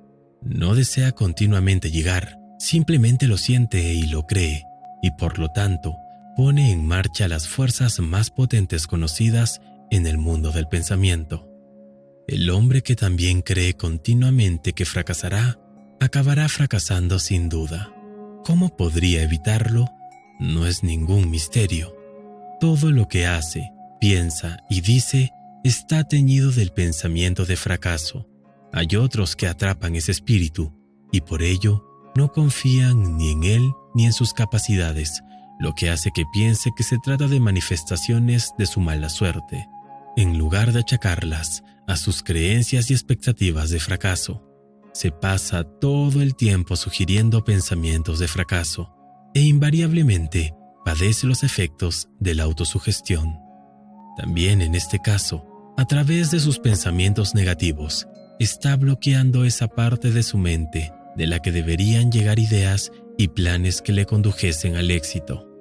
No desea continuamente llegar, simplemente lo siente y lo cree, y por lo tanto, pone en marcha las fuerzas más potentes conocidas en el mundo del pensamiento. El hombre que también cree continuamente que fracasará, acabará fracasando sin duda. ¿Cómo podría evitarlo? No es ningún misterio. Todo lo que hace, piensa y dice está teñido del pensamiento de fracaso. Hay otros que atrapan ese espíritu y por ello no confían ni en él ni en sus capacidades, lo que hace que piense que se trata de manifestaciones de su mala suerte, en lugar de achacarlas a sus creencias y expectativas de fracaso. Se pasa todo el tiempo sugiriendo pensamientos de fracaso e invariablemente padece los efectos de la autosugestión. También en este caso, a través de sus pensamientos negativos, está bloqueando esa parte de su mente de la que deberían llegar ideas y planes que le condujesen al éxito.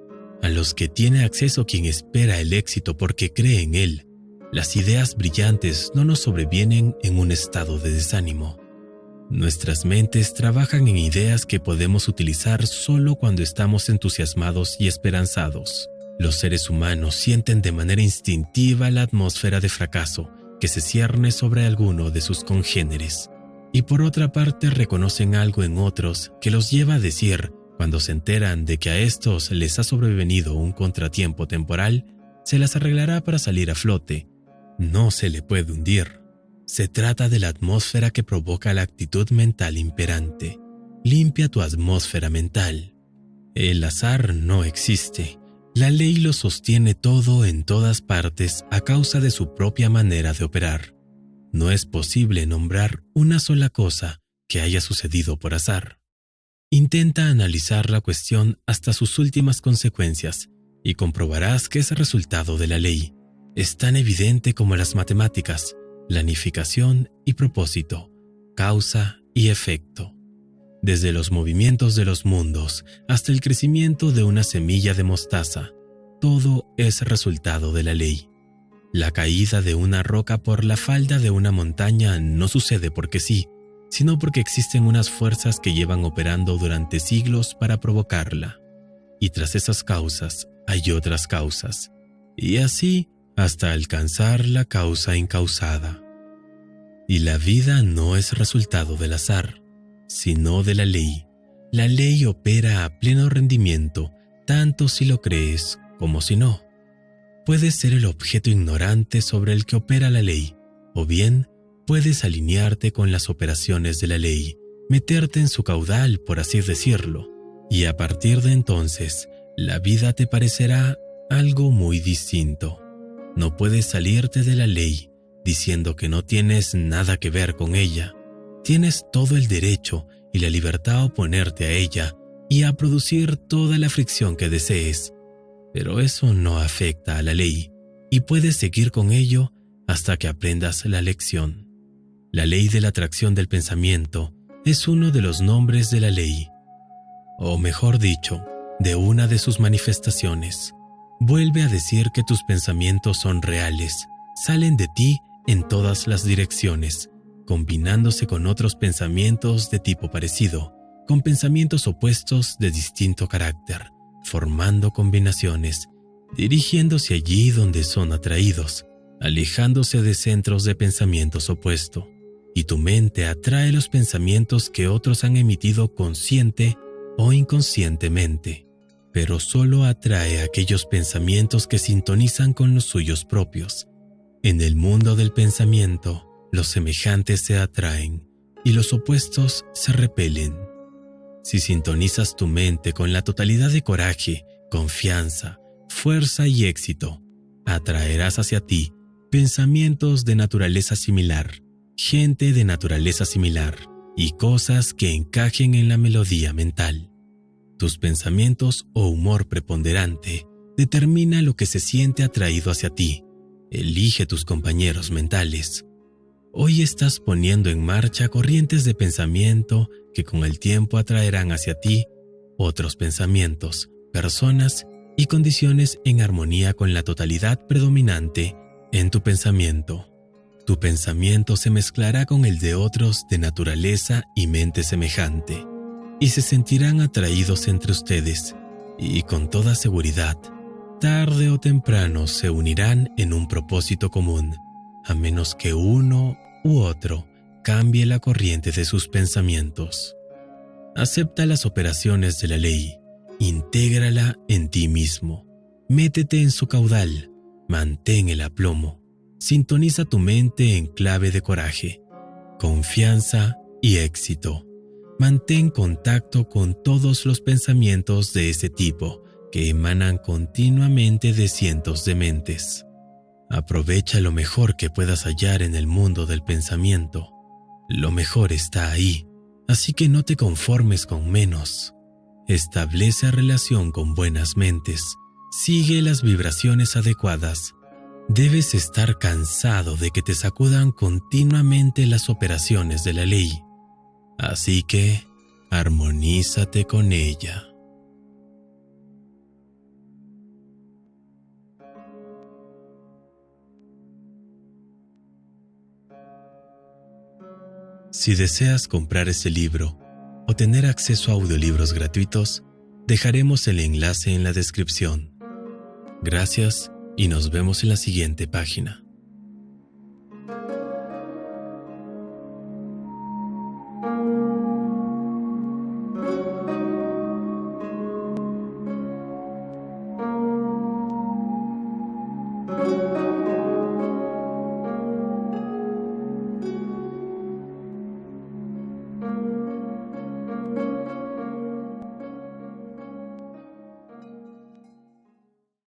a los que tiene acceso quien espera el éxito porque cree en él. Las ideas brillantes no nos sobrevienen en un estado de desánimo. Nuestras mentes trabajan en ideas que podemos utilizar solo cuando estamos entusiasmados y esperanzados. Los seres humanos sienten de manera instintiva la atmósfera de fracaso que se cierne sobre alguno de sus congéneres, y por otra parte reconocen algo en otros que los lleva a decir, cuando se enteran de que a estos les ha sobrevenido un contratiempo temporal, se las arreglará para salir a flote. No se le puede hundir. Se trata de la atmósfera que provoca la actitud mental imperante. Limpia tu atmósfera mental. El azar no existe. La ley lo sostiene todo en todas partes a causa de su propia manera de operar. No es posible nombrar una sola cosa que haya sucedido por azar. Intenta analizar la cuestión hasta sus últimas consecuencias y comprobarás que es resultado de la ley. Es tan evidente como las matemáticas, planificación y propósito, causa y efecto. Desde los movimientos de los mundos hasta el crecimiento de una semilla de mostaza, todo es resultado de la ley. La caída de una roca por la falda de una montaña no sucede porque sí, sino porque existen unas fuerzas que llevan operando durante siglos para provocarla. Y tras esas causas hay otras causas, y así hasta alcanzar la causa incausada. Y la vida no es resultado del azar, sino de la ley. La ley opera a pleno rendimiento, tanto si lo crees como si no. Puedes ser el objeto ignorante sobre el que opera la ley, o bien puedes alinearte con las operaciones de la ley, meterte en su caudal, por así decirlo, y a partir de entonces, la vida te parecerá algo muy distinto. No puedes salirte de la ley diciendo que no tienes nada que ver con ella. Tienes todo el derecho y la libertad a oponerte a ella y a producir toda la fricción que desees. Pero eso no afecta a la ley y puedes seguir con ello hasta que aprendas la lección. La ley de la atracción del pensamiento es uno de los nombres de la ley, o mejor dicho, de una de sus manifestaciones. Vuelve a decir que tus pensamientos son reales, salen de ti en todas las direcciones, combinándose con otros pensamientos de tipo parecido, con pensamientos opuestos de distinto carácter, formando combinaciones, dirigiéndose allí donde son atraídos, alejándose de centros de pensamientos opuestos. Y tu mente atrae los pensamientos que otros han emitido consciente o inconscientemente, pero solo atrae aquellos pensamientos que sintonizan con los suyos propios. En el mundo del pensamiento, los semejantes se atraen y los opuestos se repelen. Si sintonizas tu mente con la totalidad de coraje, confianza, fuerza y éxito, atraerás hacia ti pensamientos de naturaleza similar, gente de naturaleza similar y cosas que encajen en la melodía mental. Tus pensamientos o humor preponderante determina lo que se siente atraído hacia ti. Elige tus compañeros mentales. Hoy estás poniendo en marcha corrientes de pensamiento que con el tiempo atraerán hacia ti otros pensamientos, personas y condiciones en armonía con la totalidad predominante en tu pensamiento. Tu pensamiento se mezclará con el de otros de naturaleza y mente semejante, y se sentirán atraídos entre ustedes, y con toda seguridad, tarde o temprano se unirán en un propósito común, a menos que uno u otro cambie la corriente de sus pensamientos. Acepta las operaciones de la ley, intégrala en ti mismo, métete en su caudal, mantén el aplomo. Sintoniza tu mente en clave de coraje, confianza y éxito. Mantén contacto con todos los pensamientos de ese tipo que emanan continuamente de cientos de mentes. Aprovecha lo mejor que puedas hallar en el mundo del pensamiento. Lo mejor está ahí, así que no te conformes con menos. Establece relación con buenas mentes. Sigue las vibraciones adecuadas. Debes estar cansado de que te sacudan continuamente las operaciones de la ley. Así que, armonízate con ella. Si deseas comprar ese libro o tener acceso a audiolibros gratuitos, dejaremos el enlace en la descripción. Gracias y nos vemos en la siguiente página.